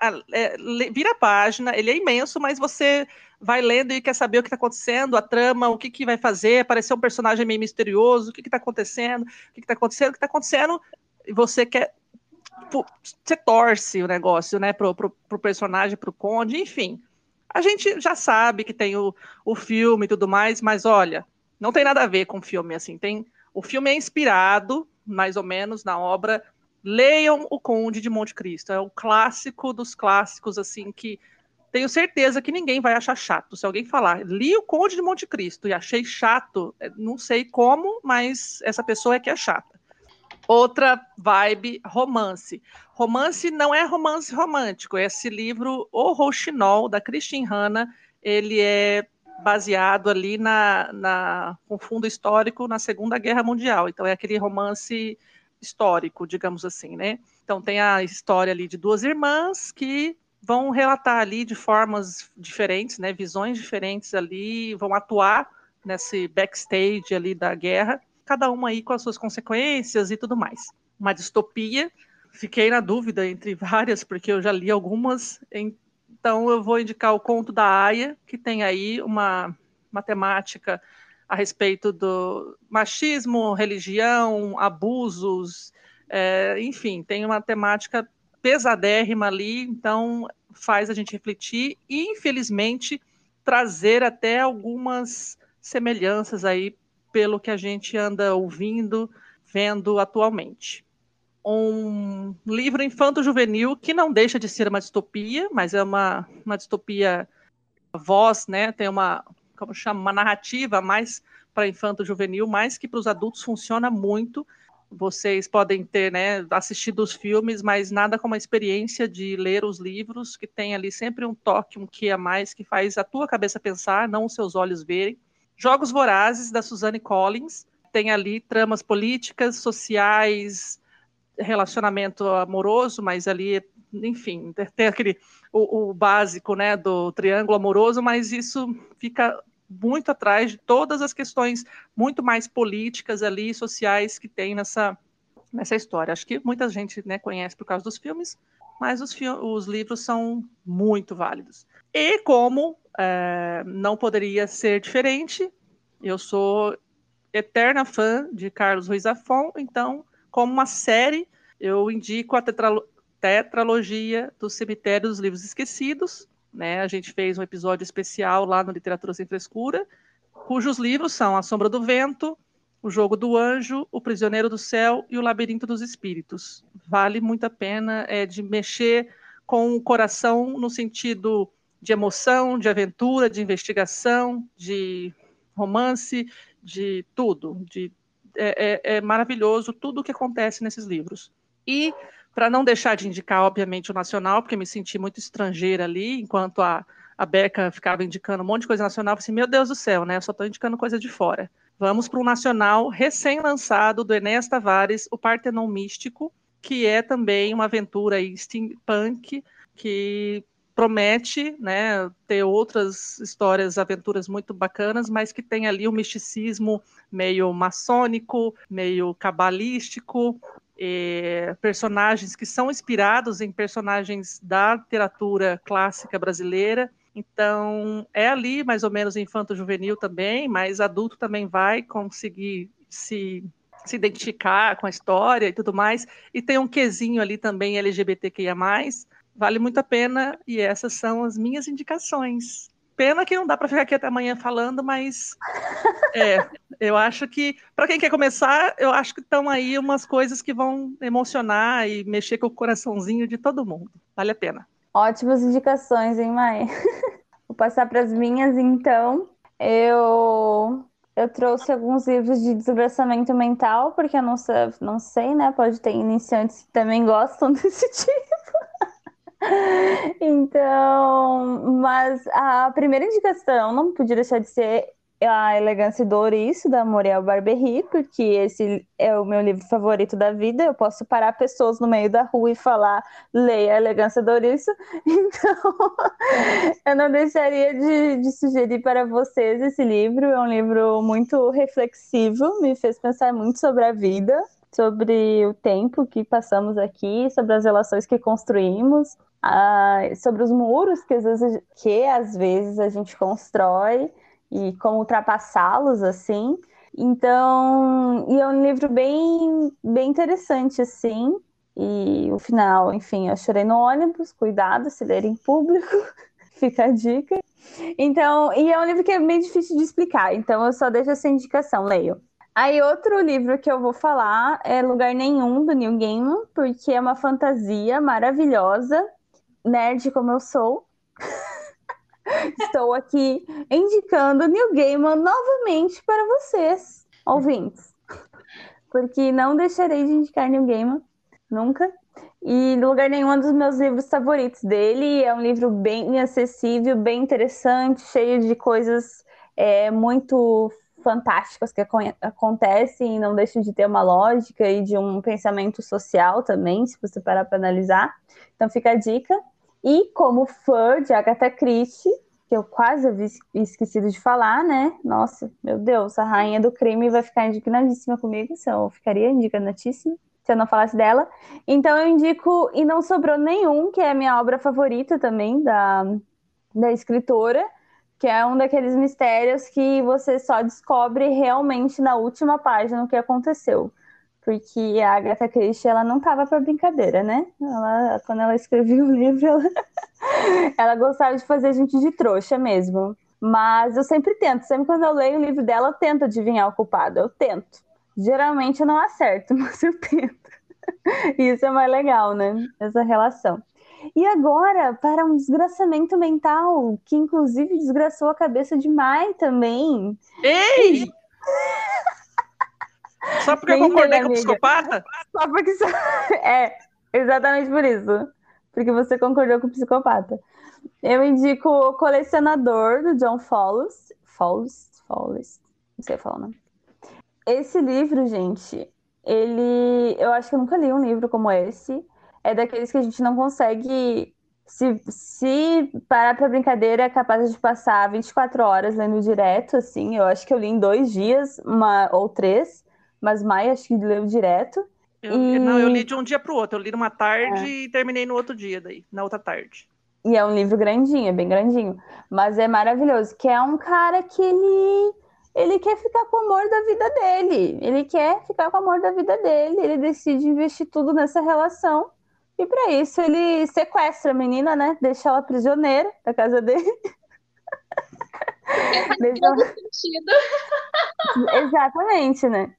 vira a página, ele é imenso, mas você vai lendo e quer saber o que está acontecendo, a trama, o que vai fazer, apareceu um personagem meio misterioso, o que está acontecendo, o que está acontecendo, e você quer, você torce o negócio, né, pro personagem, pro Conde, enfim. A gente já sabe que tem o filme e tudo mais, mas olha, não tem nada a ver com o filme, assim, o filme é inspirado, mais ou menos, na obra. Leiam O Conde de Monte Cristo. É o clássico dos clássicos, assim, que tenho certeza que ninguém vai achar chato. Se alguém falar, li O Conde de Monte Cristo e achei chato, não sei como, mas essa pessoa é que é chata. Outra vibe, romance. Romance não é romance romântico. Esse livro, O Rouxinol, da Christine Hanna, ele é baseado ali com fundo histórico na Segunda Guerra Mundial. Então, é aquele romance histórico, digamos assim, né? Então, tem a história ali de duas irmãs que vão relatar ali de formas diferentes, né? Visões diferentes ali, vão atuar nesse backstage ali da guerra, cada uma aí com as suas consequências e tudo mais. Uma distopia, fiquei na dúvida entre várias, porque eu já li algumas, então eu vou indicar o Conto da Aia, que tem aí uma temática a respeito do machismo, religião, abusos, enfim, tem uma temática pesadérrima ali, então faz a gente refletir e, infelizmente, trazer até algumas semelhanças aí pelo que a gente anda ouvindo, vendo atualmente. Um livro infanto-juvenil que não deixa de ser uma distopia, mas é uma distopia voz, né? Tem uma narrativa mais para infanto-juvenil, mais que para os adultos funciona muito. Vocês podem ter, né, assistido os filmes, mas nada como a experiência de ler os livros, que tem ali sempre um toque, um quê a mais, que faz a tua cabeça pensar, não os seus olhos verem. Jogos Vorazes, da Suzanne Collins, tem ali tramas políticas, sociais, relacionamento amoroso, mas ali, enfim, tem aquele o básico, né, do triângulo amoroso, mas isso fica muito atrás de todas as questões muito mais políticas ali, sociais que tem nessa história. Acho que muita gente, né, conhece por causa dos filmes, mas os livros são muito válidos. E como não poderia ser diferente, eu sou eterna fã de Carlos Ruiz Zafón, então, como uma série, eu indico a tetralogia do Cemitério dos Livros Esquecidos, né? A gente fez um episódio especial lá no Literatura Sem Frescura, cujos livros são A Sombra do Vento, O Jogo do Anjo, O Prisioneiro do Céu e O Labirinto dos Espíritos. Vale muito a pena, de mexer com o coração no sentido de emoção, de aventura, de investigação, de romance, de tudo. É maravilhoso tudo o que acontece nesses livros. E, para não deixar de indicar, obviamente, o nacional, porque me senti muito estrangeira ali, enquanto a Beca ficava indicando um monte de coisa nacional, eu falei assim, meu Deus do céu, né? Eu só estou indicando coisa de fora. Vamos para um nacional recém-lançado do Enéas Tavares, O Partenon Místico, que é também uma aventura aí, steampunk, que promete, né, ter outras histórias, aventuras muito bacanas, mas que tem ali um misticismo meio maçônico, meio cabalístico, personagens que são inspirados em personagens da literatura clássica brasileira. Então, é ali mais ou menos infanto-juvenil também, mas adulto também vai conseguir se identificar com a história e tudo mais. E tem um quezinho ali também LGBTQIA+. Vale muito a pena, e essas são as minhas indicações. Pena que não dá para ficar aqui até amanhã falando, mas eu acho que, para quem quer começar, eu acho que estão aí umas coisas que vão emocionar e mexer com o coraçãozinho de todo mundo. Vale a pena. Ótimas indicações, hein, Mai? Vou passar para as minhas, então. Eu Eu trouxe alguns livros de desgraçamento mental, porque eu não sei, né? Pode ter iniciantes que também gostam desse tipo. Então, mas a primeira indicação não podia deixar de ser A Elegância do Ouriço, da Muriel Barberry, porque esse é o meu livro favorito da vida. Eu posso parar pessoas no meio da rua e falar, leia A Elegância do Ouriço. Então, eu não deixaria de sugerir para vocês esse livro. É um livro muito reflexivo, me fez pensar muito sobre a vida, sobre o tempo que passamos aqui, sobre as relações que construímos, sobre os muros que às vezes a gente constrói e como ultrapassá-los, assim. Então, e é um livro bem interessante, assim. E o final, enfim, eu chorei no ônibus, cuidado se ler em público, fica a dica. Então, e é um livro que é bem difícil de explicar, então eu só deixo essa indicação, leio. Aí outro livro que eu vou falar é Lugar Nenhum, do Neil Gaiman, porque é uma fantasia maravilhosa, nerd como eu sou. Estou aqui indicando Neil Gaiman novamente para vocês, ouvintes. Porque não deixarei de indicar Neil Gaiman, nunca. E Lugar Nenhum é um dos meus livros favoritos dele. É um livro bem acessível, bem interessante, cheio de coisas muito fantásticas que acontecem e não deixam de ter uma lógica e de um pensamento social também, se você parar para analisar. Então fica a dica. E como fã de Agatha Christie, que eu quase havia esquecido de falar, né? Nossa, meu Deus, a rainha do crime vai ficar indignadíssima comigo, se eu ficaria indignadíssima se eu não falasse dela. Então eu indico E Não Sobrou Nenhum, que é a minha obra favorita também da escritora, que é um daqueles mistérios que você só descobre realmente na última página o que aconteceu. Porque a Agatha Christie, ela não estava para brincadeira, né? Quando ela escrevia o livro, ela gostava de fazer gente de trouxa mesmo. Mas eu sempre tento. Sempre quando eu leio o livro dela, eu tento adivinhar o culpado. Eu tento. Geralmente eu não acerto, mas eu tento. Isso é mais legal, né? Essa relação. E agora, para um desgraçamento mental, que inclusive desgraçou a cabeça de Mai também. Ei! Só porque eu concordei com o psicopata? Só porque... É, exatamente por isso. Porque você concordou com o psicopata. Eu indico O Colecionador, do John Fowles. Fowles? Não sei falar o nome. Esse livro, gente, eu acho que eu nunca li um livro como esse. É daqueles que a gente não consegue, se parar pra brincadeira, é capaz de passar 24 horas lendo direto, assim. Eu acho que eu li em 2 dias, ou 3, mas Maia acho que leu direto. Não, eu li de um dia pro outro. Eu li numa tarde e terminei no outro dia, na outra tarde. E é um livro grandinho, é bem grandinho. Mas é maravilhoso, que é um cara que ele quer ficar com o amor da vida dele. Ele quer ficar com o amor da vida dele. Ele decide investir tudo nessa relação. E para isso ele sequestra a menina, né? Deixa ela prisioneira da casa dele. Faz todo sentido. Exatamente, né?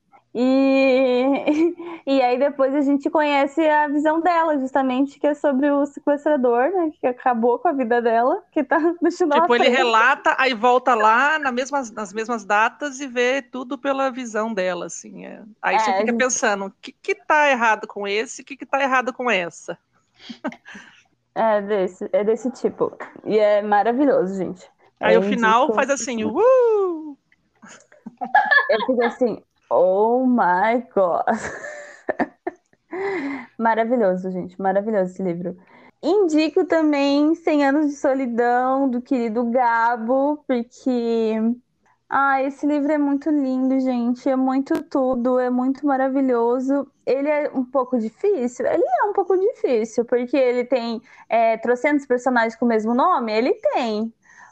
E aí depois a gente conhece a visão dela, justamente, que é sobre o sequestrador, né? Que acabou com a vida dela, que tá deixando ela Tipo, ele presa. relata, aí volta lá nas mesmas datas e vê tudo pela visão dela, assim. Aí você fica pensando, o que tá errado com esse, o que tá errado com essa? É desse tipo. E é maravilhoso, gente. Aí o final faz assim, Eu fico assim, oh my God. Maravilhoso, gente. Maravilhoso esse livro. Indico também 100 Anos de Solidão, do querido Gabo, porque... esse livro é muito lindo, gente. É muito tudo, é muito maravilhoso. Ele é um pouco difícil? Ele é um pouco difícil, porque ele tem trocentos personagens com o mesmo nome? Ele tem.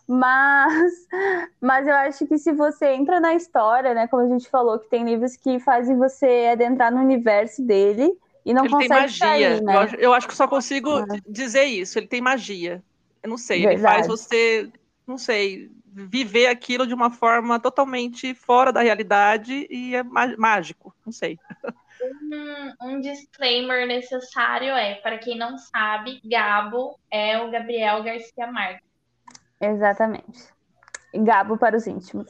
Mas eu acho que se você entra na história, né? Como a gente falou, que tem livros que fazem você adentrar no universo dele e não ele tem consegue magia. sair, né? Eu acho que só consigo dizer isso. Ele tem magia. Eu não sei, Verdade. Ele faz você, não sei, viver aquilo de uma forma totalmente fora da realidade e é mágico, não sei. Um disclaimer necessário para quem não sabe, Gabo é o Gabriel Garcia Marques. Exatamente. Gabo para os íntimos.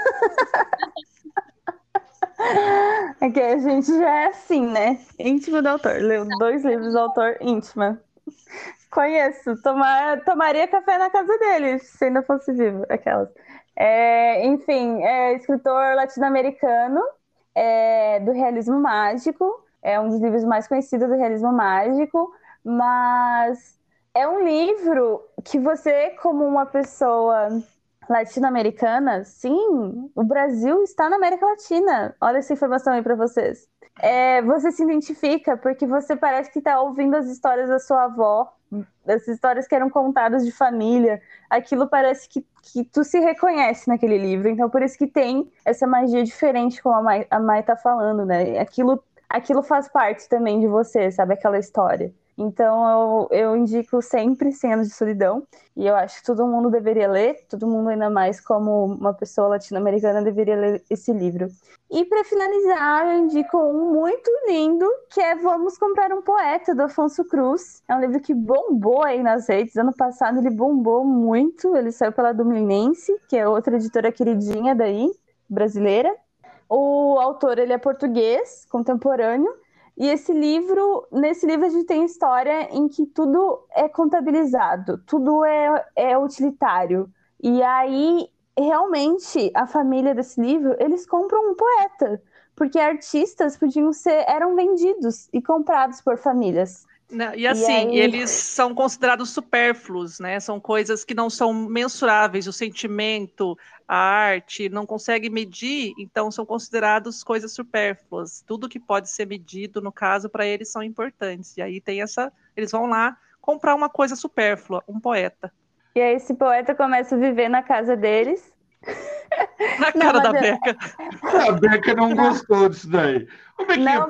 É que a gente já é assim, né? Íntimo do autor. Leu 2 livros do autor, íntima. Conheço. Tomaria café na casa dele, se ainda fosse vivo. Aquelas. Enfim, é escritor latino-americano, do realismo mágico. É um dos livros mais conhecidos do realismo mágico. Mas é um livro que você, como uma pessoa latino-americana, sim, o Brasil está na América Latina. Olha essa informação aí para vocês. Você se identifica porque você parece que está ouvindo as histórias da sua avó, as histórias que eram contadas de família. Aquilo parece que tu se reconhece naquele livro. Então, por isso que tem essa magia diferente, como a Mai está falando, né? Aquilo faz parte também de você, sabe? Aquela história. Então, eu indico sempre 100 Anos de Solidão. E eu acho que todo mundo deveria ler. Todo mundo, ainda mais como uma pessoa latino-americana, deveria ler esse livro. E para finalizar, eu indico um muito lindo, que é Vamos Comprar um Poeta, do Afonso Cruz. É um livro que bombou aí nas redes. Ano passado ele bombou muito. Ele saiu pela Duminense, que é outra editora queridinha daí, brasileira. O autor, ele é português, contemporâneo. E nesse livro a gente tem história em que tudo é contabilizado, tudo é utilitário. E aí, realmente, a família desse livro, eles compram um poeta, porque artistas eram vendidos e comprados por famílias. E assim, eles são considerados supérfluos, né? São coisas que não são mensuráveis, o sentimento, a arte, não consegue medir, então são considerados coisas supérfluas. Tudo que pode ser medido, no caso, para eles são importantes. E aí eles vão lá comprar uma coisa supérflua, um poeta. E aí esse poeta começa a viver na casa deles. Na cara da Beca. A Beca não gostou disso daí. Não,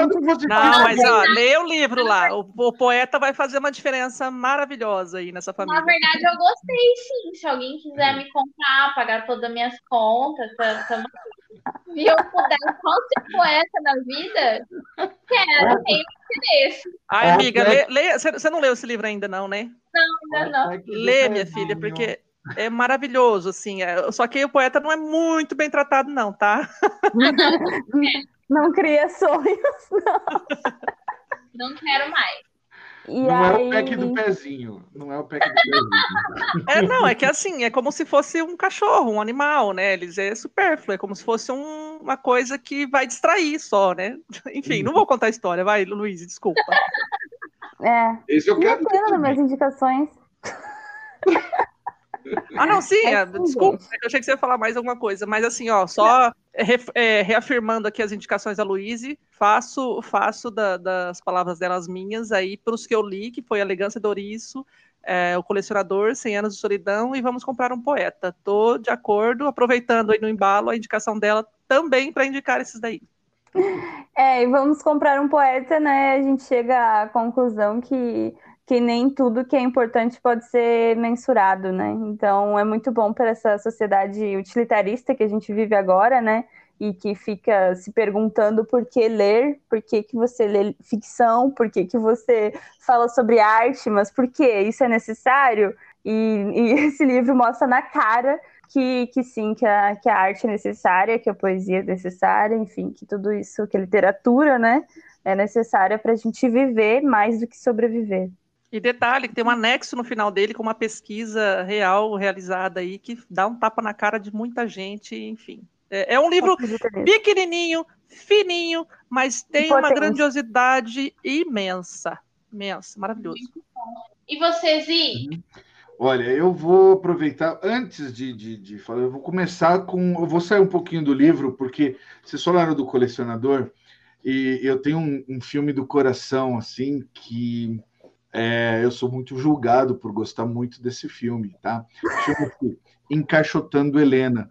mas lê o livro lá. O poeta vai fazer uma diferença maravilhosa aí nessa família. Na verdade, eu gostei, sim. Se alguém quiser me comprar, pagar todas as minhas contas, e eu puder só ser poeta na vida, tenho interesse. Ai, amiga, você não leu esse livro ainda, não, né? Não, ainda não. Lê, minha filha, porque é maravilhoso, assim. Só que o poeta não é muito bem tratado, não, tá? Não cria sonhos, não quero mais. Não é o pack do pezinho. Não é o pack do pezinho. Não, é que assim, é como se fosse um cachorro, um animal, né? É supérfluo, é como se fosse uma coisa que vai distrair só, né? Enfim, não vou contar a história, vai, Luiz, desculpa. Esse eu quero ter minhas indicações. Não, sim, desculpa, eu achei que você ia falar mais alguma coisa, mas assim, ó, só reafirmando aqui as indicações da Luíse, faço das palavras dela as minhas aí para os que eu li, que foi Elegância e Ouriço, O Colecionador, 100 Anos de Solidão e Vamos Comprar um Poeta. Tô de acordo, aproveitando aí no embalo a indicação dela também para indicar esses daí. E Vamos Comprar um Poeta, né? A gente chega à conclusão que nem tudo que é importante pode ser mensurado, né? Então, é muito bom para essa sociedade utilitarista que a gente vive agora, né? E que fica se perguntando por que ler, por que você lê ficção, por que você fala sobre arte, mas por que isso é necessário? E esse livro mostra na cara que sim, que a arte é necessária, que a poesia é necessária, enfim, que tudo isso, que a literatura, né, é necessária para a gente viver mais do que sobreviver. E detalhe, que tem um anexo no final dele com uma pesquisa real realizada aí que dá um tapa na cara de muita gente, enfim. É um livro pequenininho, fininho, mas tem uma grandiosidade imensa. Imensa, maravilhoso. E você, Zi? Olha, eu vou aproveitar, antes de falar, eu vou sair um pouquinho do livro, porque vocês falaram do Colecionador, e eu tenho um filme do coração, assim, que eu sou muito julgado por gostar muito desse filme, tá? Chama-se Encaixotando Helena.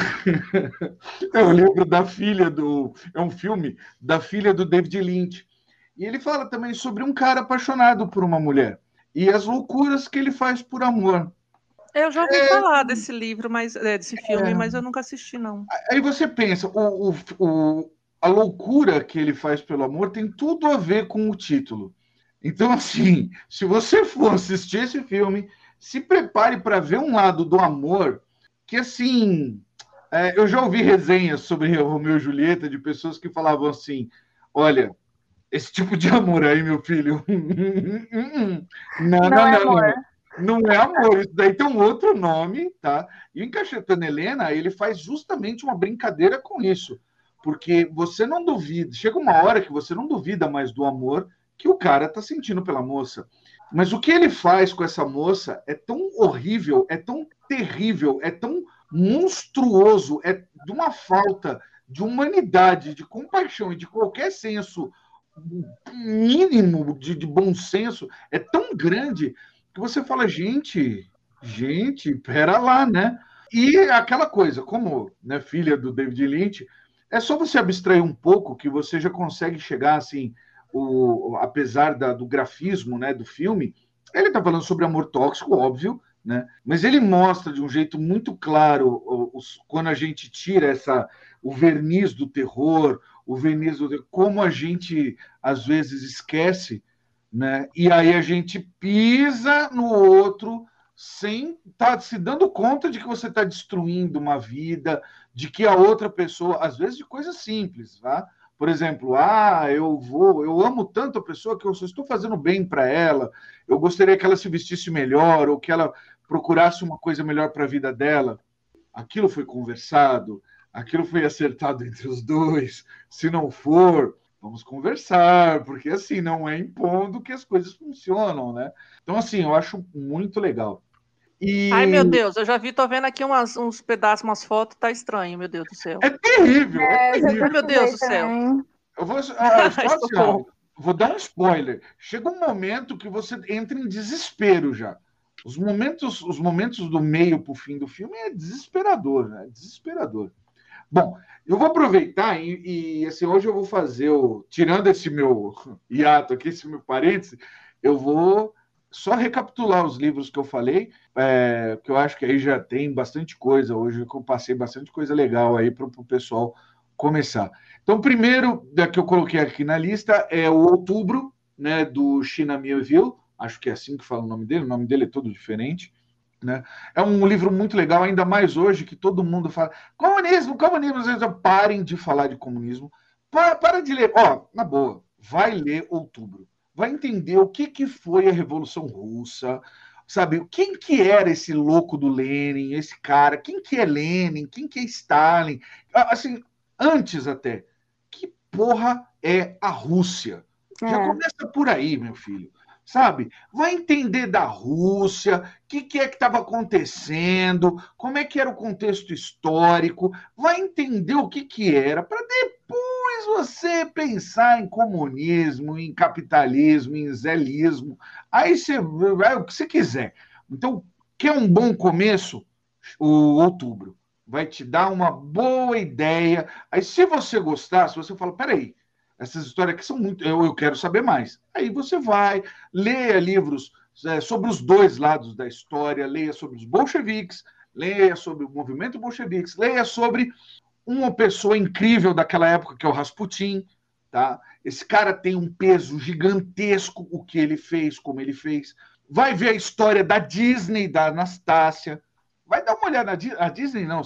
É um livro da filha é um filme da filha do David Lynch. E ele fala também sobre um cara apaixonado por uma mulher e as loucuras que ele faz por amor. Eu já ouvi falar desse livro, desse filme, mas eu nunca assisti, não. Aí você pensa, a loucura que ele faz pelo amor tem tudo a ver com o título. Então, assim, se você for assistir esse filme, se prepare para ver um lado do amor que assim, eu já ouvi resenhas sobre Romeu e Julieta de pessoas que falavam assim, olha, esse tipo de amor aí, meu filho, não, Não é amor. não é amor, isso daí tem um outro nome, tá? E o Encachetando Helena, ele faz justamente uma brincadeira com isso, porque você não duvida, chega uma hora que você não duvida mais do amor que o cara tá sentindo pela moça. Mas o que ele faz com essa moça é tão horrível, é tão terrível, é tão monstruoso, é de uma falta de humanidade, de compaixão e de qualquer senso mínimo de bom senso, é tão grande que você fala, gente, pera lá, né? E aquela coisa, como né, filha do David Lynch, é só você abstrair um pouco que você já consegue chegar assim, apesar do grafismo né, do filme, ele está falando sobre amor tóxico, óbvio, né? Mas ele mostra de um jeito muito claro quando a gente tira o verniz do terror, como a gente às vezes esquece, né? E aí a gente pisa no outro sem estar se dando conta de que você está destruindo uma vida, de que a outra pessoa, às vezes de coisas simples, tá? Por exemplo, eu amo tanto a pessoa que eu só estou fazendo bem para ela, eu gostaria que ela se vestisse melhor, ou que ela procurasse uma coisa melhor para a vida dela. Aquilo foi conversado, aquilo foi acertado entre os dois. Se não for, vamos conversar, porque assim, não é impondo que as coisas funcionam, né? Então, assim, eu acho muito legal. Ai, meu Deus, eu já vi, tô vendo aqui uns pedaços, umas fotos, tá estranho, meu Deus do céu. É terrível, terrível. Meu Deus do céu. Eu vou, só assim, vou dar um spoiler. Chega um momento que você entra em desespero já. Os momentos do meio para o fim do filme é desesperador, né? Desesperador. Bom, eu vou aproveitar e assim, hoje eu vou fazer tirando esse meu hiato aqui, esse meu parêntese, eu vou só recapitular os livros que eu falei, que eu acho que aí já tem bastante coisa hoje, que eu passei bastante coisa legal aí para o pessoal começar. Então, o primeiro que eu coloquei aqui na lista é o Outubro, né, do China Miéville, acho que é assim que fala o nome dele é todo diferente, né? É um livro muito legal, ainda mais hoje que todo mundo fala comunismo, às vezes parem de falar de comunismo, para de ler, na boa, vai ler Outubro, vai entender o que foi a Revolução Russa, sabe, quem que era esse louco do Lenin, esse cara, quem que é Lenin, quem que é Stalin, assim, antes até, que porra é a Rússia? Já começa por aí, meu filho. Sabe? Vai entender da Rússia, o que é que estava acontecendo, como é que era o contexto histórico, vai entender o que era, para depois você pensar em comunismo, em capitalismo, em zelismo, aí você vai o que você quiser. Então, quer um bom começo? O Outubro vai te dar uma boa ideia. Aí, se você gostar, se você fala, peraí, essas histórias aqui são muito. Eu quero saber mais. Aí você vai, leia livros sobre os dois lados da história, leia sobre os bolcheviques, leia sobre o movimento bolcheviques, leia sobre uma pessoa incrível daquela época, que é o Rasputin. Tá? Esse cara tem um peso gigantesco, o que ele fez, como ele fez. Vai ver a história da Disney, da Anastácia. Vai dar uma olhada na a Disney, não,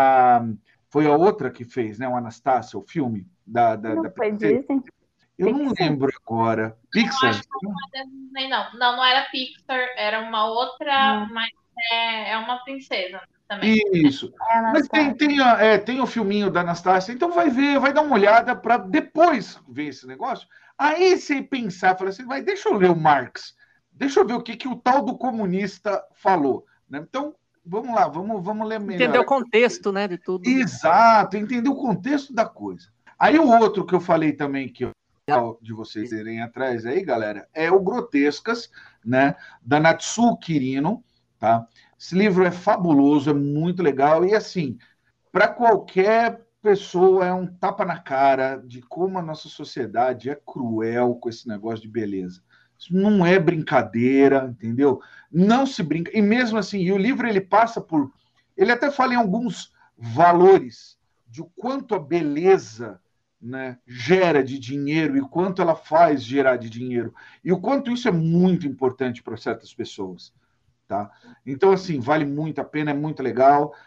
foi a outra que fez, né? O Anastácia, o filme da foi Disney? Eu Pixar? Não lembro agora. Pixar? Não era Disney, não. Não era Pixar, era uma outra, mas é uma princesa também. Isso. Mas tem o filminho da Anastácia, então vai ver, vai dar uma olhada para depois ver esse negócio. Aí você pensar, fala assim, deixa eu ler o Marx, deixa eu ver o que o tal do comunista falou. Né? Então, vamos lá, vamos ler melhor. Entender o contexto, né, de tudo. Exato, entender o contexto da coisa. Aí o outro que eu falei também, que de vocês irem atrás aí, galera, é o Grotescas, né, da Natsuo Kirino, tá? Esse livro é fabuloso, é muito legal e, assim, para qualquer pessoa é um tapa na cara de como a nossa sociedade é cruel com esse negócio de beleza. Isso não é brincadeira, entendeu? Não se brinca. E mesmo assim, e o livro ele passa por... Ele até fala em alguns valores de o quanto a beleza, né, gera de dinheiro e o quanto ela faz gerar de dinheiro. E o quanto isso é muito importante para certas pessoas. Tá? Então, assim, vale muito a pena, é muito legal.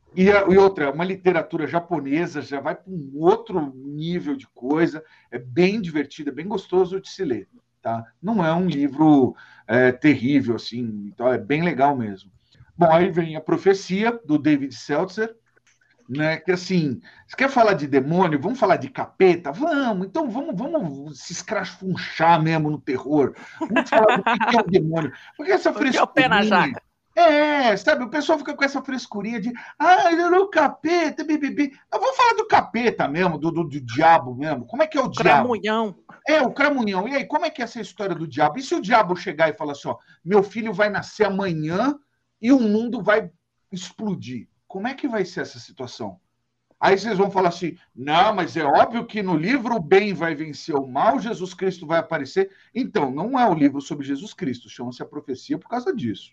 E outra, uma literatura japonesa já vai para um outro nível de coisa, é bem divertido, é bem gostoso de se ler, tá? Não é um livro terrível, assim, então é bem legal mesmo. Bom, aí vem A Profecia, do David Seltzer, né? Que assim, você quer falar de demônio? Vamos falar de capeta? Vamos, então vamos se escrachunchar mesmo no terror. Vamos falar do que é o demônio. Porque essa Porque é o pé na frescurinha. jaca. Sabe, o pessoal fica com essa frescurinha de ele era o capeta, bibibi. Vamos falar do capeta mesmo, do diabo mesmo. Como é que é o diabo? Cramunhão. O cramunhão. E aí, como é que é essa história do diabo? E se o diabo chegar e falar assim, ó, meu filho vai nascer amanhã e o mundo vai explodir? Como é que vai ser essa situação? Aí vocês vão falar assim, não, mas é óbvio que no livro o bem vai vencer o mal, Jesus Cristo vai aparecer. Então, não é o livro sobre Jesus Cristo, chama-se A Profecia por causa disso.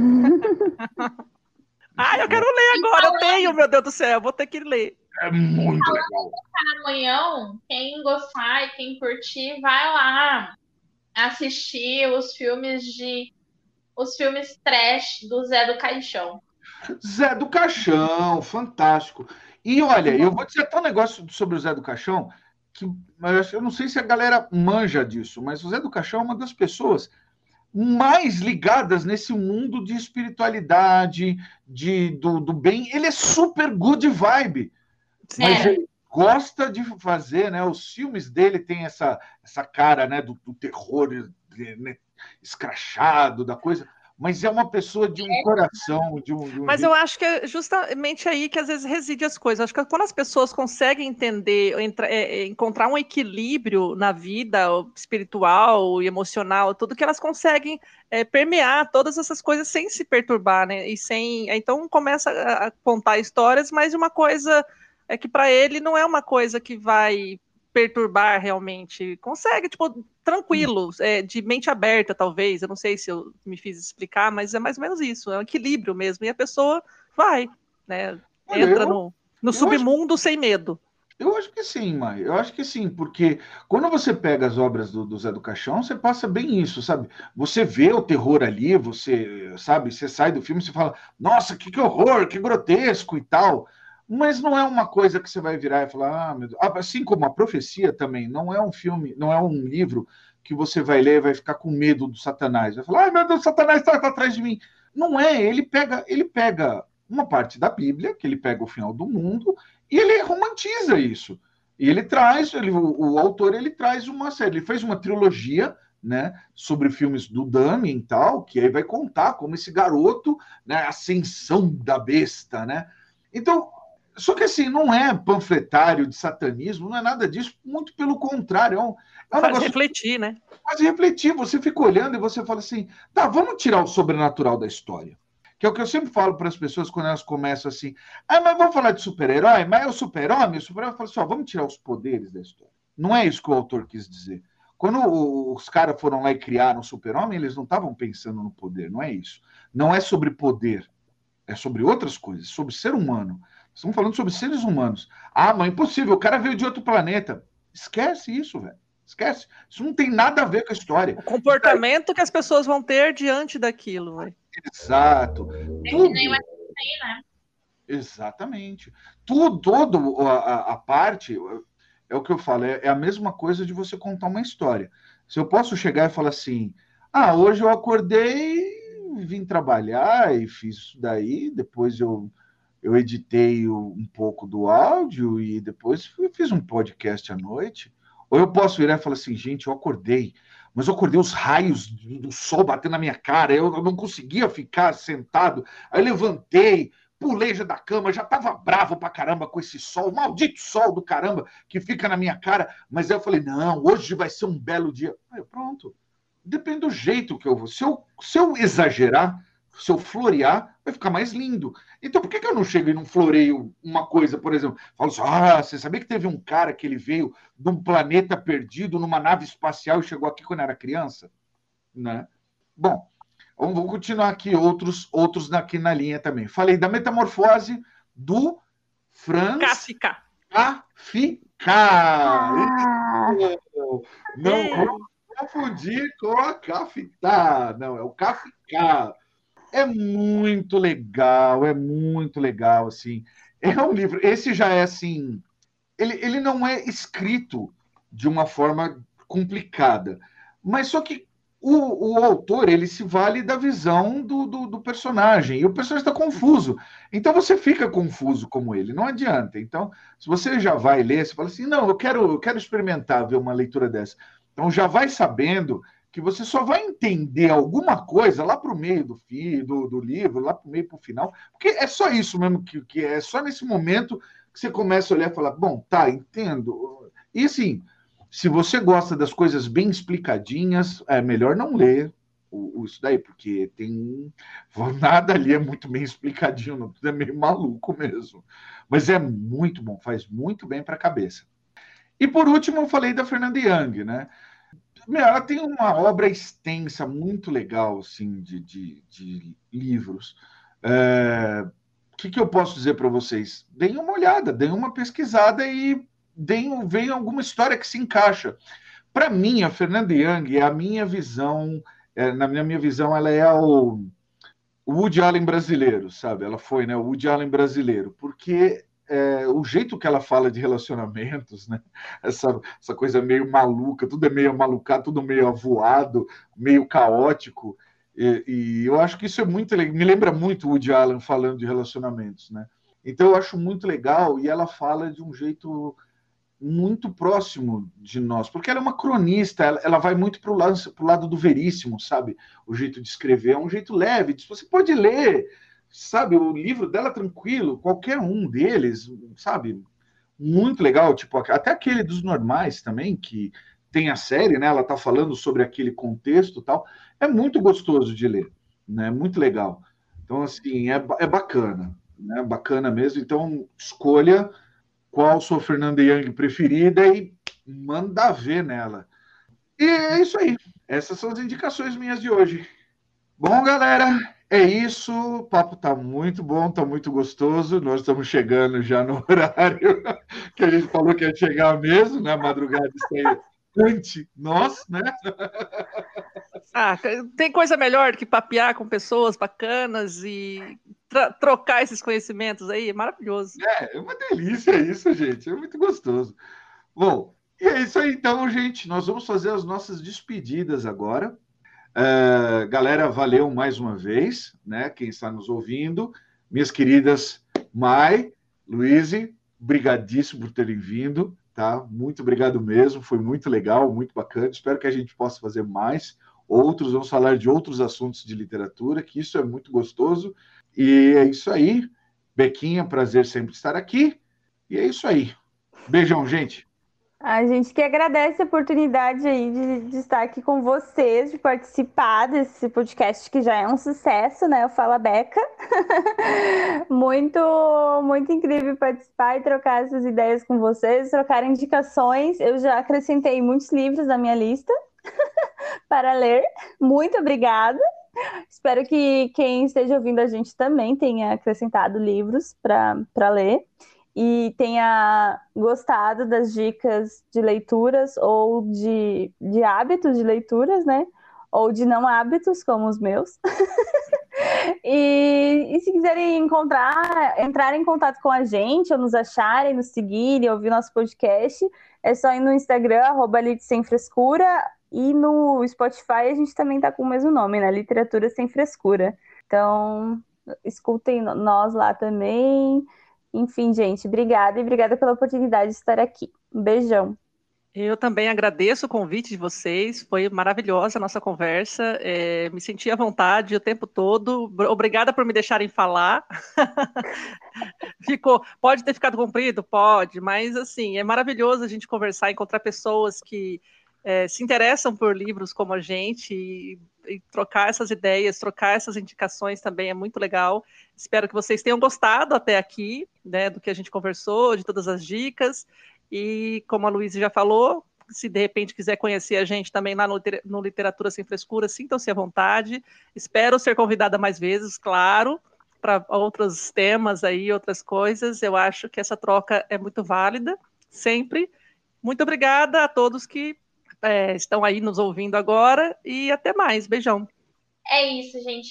Eu quero ler agora, eu tenho, meu Deus do céu, vou ter que ler. É muito legal. Amanhã, quem gostar e quem curtir, vai lá assistir os filmes trash do Zé do Caixão. Zé do Caixão, fantástico. E olha, eu vou dizer até um negócio sobre o Zé do Caixão, que eu não sei se a galera manja disso, mas o Zé do Caixão é uma das pessoas mais ligadas nesse mundo de espiritualidade, do bem. Ele é super good vibe, mas ele gosta de fazer, né? Os filmes dele têm essa cara, né, do terror, né, escrachado, da coisa. Mas é uma pessoa de um coração, Mas eu acho que é justamente aí que às vezes reside as coisas. Acho que quando as pessoas conseguem entender, encontrar um equilíbrio na vida espiritual e emocional, tudo que elas conseguem permear todas essas coisas sem se perturbar, né? Então começa a contar histórias, mas uma coisa é que para ele não é uma coisa que vai perturbar realmente. Consegue, tipo, tranquilo, de mente aberta, talvez. Eu não sei se eu me fiz explicar, mas é mais ou menos isso. É um equilíbrio mesmo. E a pessoa vai, né? Entra no submundo sem medo. Eu acho que sim, Mai. Eu acho que sim, porque quando você pega as obras do Zé do Caixão, você passa bem isso, sabe? Você vê o terror ali, você sai do filme e você fala, nossa, que horror, que grotesco e tal. Mas não é uma coisa que você vai virar e falar, meu Deus. Assim como A Profecia também, não é um filme, não é um livro que você vai ler e vai ficar com medo do Satanás. Vai falar, meu Deus, o Satanás está atrás de mim. Não é, ele pega uma parte da Bíblia, que ele pega o final do mundo, e ele romantiza isso. E ele traz, o autor, ele traz uma série, ele fez uma trilogia, né, sobre filmes do Damien e tal, que aí vai contar como esse garoto, né, a ascensão da besta, né? Então, só que assim, não é panfletário de satanismo, não é nada disso, muito pelo contrário, é um negócio refletir, né? Faz refletir, você fica olhando e você fala assim, tá, vamos tirar o sobrenatural da história. Que é o que eu sempre falo para as pessoas quando elas começam assim, mas vamos falar de super-herói, mas é o super-homem, eu falo assim, vamos tirar os poderes da história. Não é isso que o autor quis dizer. Quando os caras foram lá e criaram o super-homem, eles não estavam pensando no poder, não é isso. Não é sobre poder, é sobre outras coisas, sobre ser humano. Estamos falando sobre seres humanos. Mas impossível, o cara veio de outro planeta. Esquece isso, velho. Esquece. Isso não tem nada a ver com a história. O comportamento que as pessoas vão ter diante daquilo, velho. Exato. Tudo. Nem vai ter, né? Exatamente. Toda a parte, é o que eu falo, é a mesma coisa de você contar uma história. Se eu posso chegar e falar assim, hoje eu acordei, vim trabalhar e fiz isso daí, depois eu editei um pouco do áudio e depois fiz um podcast à noite. Ou eu posso virar e falar assim, gente, eu acordei, mas eu acordei os raios do sol batendo na minha cara, eu não conseguia ficar sentado, aí eu levantei, pulei já da cama, já estava bravo pra caramba com esse sol, maldito sol do caramba que fica na minha cara, mas aí eu falei, não, hoje vai ser um belo dia. Aí, pronto, depende do jeito que eu vou. Se eu exagerar, se eu florear, vai ficar mais lindo. Então, por que eu não chego e não floreio uma coisa, por exemplo? Falo assim, você sabia que teve um cara que ele veio de um planeta perdido, numa nave espacial, e chegou aqui quando era criança? Né? Bom, vamos continuar aqui, outros aqui na linha também. Falei da metamorfose do Franz Kafka. Não confundir com a Kafka. Não, é o Kafka. É muito legal, assim. É um livro, esse já é assim, ele não é escrito de uma forma complicada, mas só que o autor, ele se vale da visão do personagem, e o personagem está confuso, então você fica confuso como ele, não adianta. Então, se você já vai ler, você fala assim, não, eu quero experimentar ver uma leitura dessa. Então, já vai sabendo que você só vai entender alguma coisa lá para o meio do livro, lá para o meio, para o final, porque é só isso mesmo, que é só nesse momento que você começa a olhar e falar, bom, tá, entendo. E assim, se você gosta das coisas bem explicadinhas, é melhor não ler isso daí, porque tem nada ali é muito bem explicadinho, não, tudo é meio maluco mesmo. Mas é muito bom, faz muito bem para a cabeça. E por último, eu falei da Fernanda Young, né? Ela tem uma obra extensa, muito legal, assim, de livros. O que eu posso dizer para vocês? Deem uma olhada, deem uma pesquisada e venham alguma história que se encaixa. Para mim, a Fernanda Young é a minha visão, na minha visão, ela é o Woody Allen brasileiro, sabe? Ela foi, né, o Woody Allen brasileiro, porque o jeito que ela fala de relacionamentos, né? Essa coisa meio maluca, tudo é meio malucado, tudo meio avoado, meio caótico, e eu acho que isso é muito legal, me lembra muito o Woody Allen falando de relacionamentos, né? Então eu acho muito legal, e ela fala de um jeito muito próximo de nós, porque ela é uma cronista, ela vai muito para o lado do veríssimo, sabe? O jeito de escrever é um jeito leve, você pode ler, sabe, o livro dela tranquilo, qualquer um deles, sabe? Muito legal, tipo, até aquele dos normais também, que tem a série, né? Ela tá falando sobre aquele contexto e tal, é muito gostoso de ler, né? Muito legal. Então, assim, é bacana, né? Bacana mesmo. Então, escolha qual sua Fernanda Young preferida e manda ver nela. E é isso aí. Essas são as indicações minhas de hoje. Bom, galera, é isso. O papo tá muito bom, tá muito gostoso. Nós estamos chegando já no horário que a gente falou que ia chegar mesmo, né? Madrugada está ante nós, né? Tem coisa melhor do que papear com pessoas bacanas e trocar esses conhecimentos aí, é maravilhoso. É uma delícia isso, gente, é muito gostoso. Bom, e é isso aí então, gente, nós vamos fazer as nossas despedidas agora. Galera, valeu mais uma vez, né? Quem está nos ouvindo, minhas queridas Mai, Luíse, brigadíssimo por terem vindo, tá? Muito obrigado mesmo, foi muito legal, muito bacana. Espero que a gente possa fazer mais. Vamos falar de outros assuntos de literatura, que isso é muito gostoso. E é isso aí. Bequinha, prazer sempre estar aqui. E é isso aí. Beijão, gente. A gente que agradece a oportunidade aí de estar aqui com vocês, de participar desse podcast que já é um sucesso, né? O Fala Beca. Muito, muito incrível participar e trocar essas ideias com vocês, trocar indicações. Eu já acrescentei muitos livros na minha lista para ler. Muito obrigada. Espero que quem esteja ouvindo a gente também tenha acrescentado livros para ler e tenha gostado das dicas de leituras ou de hábitos de leituras, né? Ou de não hábitos, como os meus. E se quiserem entrar em contato com a gente, ou nos acharem, nos seguirem, ouvir nosso podcast, é só ir no Instagram, @LitSemFrescura, e no Spotify a gente também tá com o mesmo nome, né? Literatura Sem Frescura. Então, escutem nós lá também. Enfim, gente, obrigada e obrigada pela oportunidade de estar aqui. Um beijão. Eu também agradeço o convite de vocês, foi maravilhosa a nossa conversa, me senti à vontade o tempo todo, obrigada por me deixarem falar. Pode ter ficado comprido? Pode, mas assim, é maravilhoso a gente conversar, encontrar pessoas que se interessam por livros como a gente e trocar essas ideias, trocar essas indicações também é muito legal. Espero que vocês tenham gostado até aqui, né, do que a gente conversou, de todas as dicas. E como a Luísa já falou, se de repente quiser conhecer a gente também lá no Literatura Sem Frescura, sintam-se à vontade. Espero ser convidada mais vezes, claro, para outros temas aí, outras coisas. Eu acho que essa troca é muito válida, sempre. Muito obrigada a todos que estão aí nos ouvindo agora e até mais. Beijão. É isso, gente.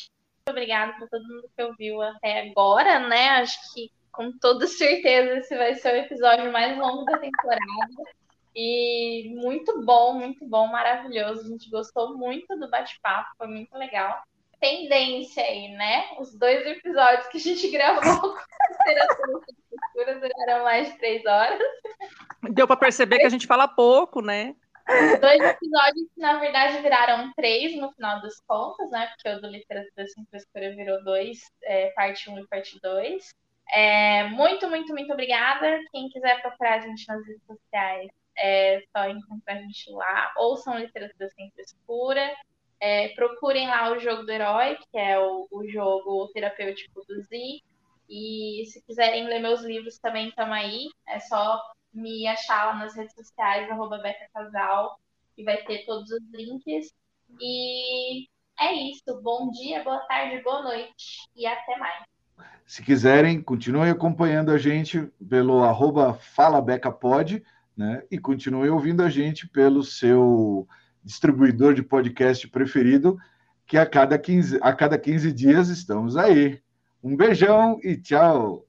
obrigada para todo mundo que ouviu até agora, né? Acho que com toda certeza esse vai ser o episódio mais longo da temporada. E muito bom, maravilhoso. A gente gostou muito do bate-papo, foi muito legal. Tendência aí, né? Os 2 episódios que a gente gravou com literatura duraram mais de 3 horas. Deu para perceber que a gente fala pouco, né? 2 episódios que, na verdade, viraram 3 no final das contas, né? Porque o do Literatura Sem Frescura virou 2, parte 1 e parte 2. Muito obrigada. Quem quiser procurar a gente nas redes sociais, é só encontrar a gente lá. Ouçam Literatura Sem Frescura. Procurem lá o Jogo do Herói, que é o jogo terapêutico do Z. E se quiserem ler meus livros também, estão aí. É só me achar lá nas redes sociais, @BecaCasal, e vai ter todos os links. E é isso. Bom dia, boa tarde, boa noite e até mais. Se quiserem, continuem acompanhando a gente pelo @FalaBecaPod, né? E continuem ouvindo a gente pelo seu distribuidor de podcast preferido, que a cada 15 dias estamos aí. Um beijão e tchau!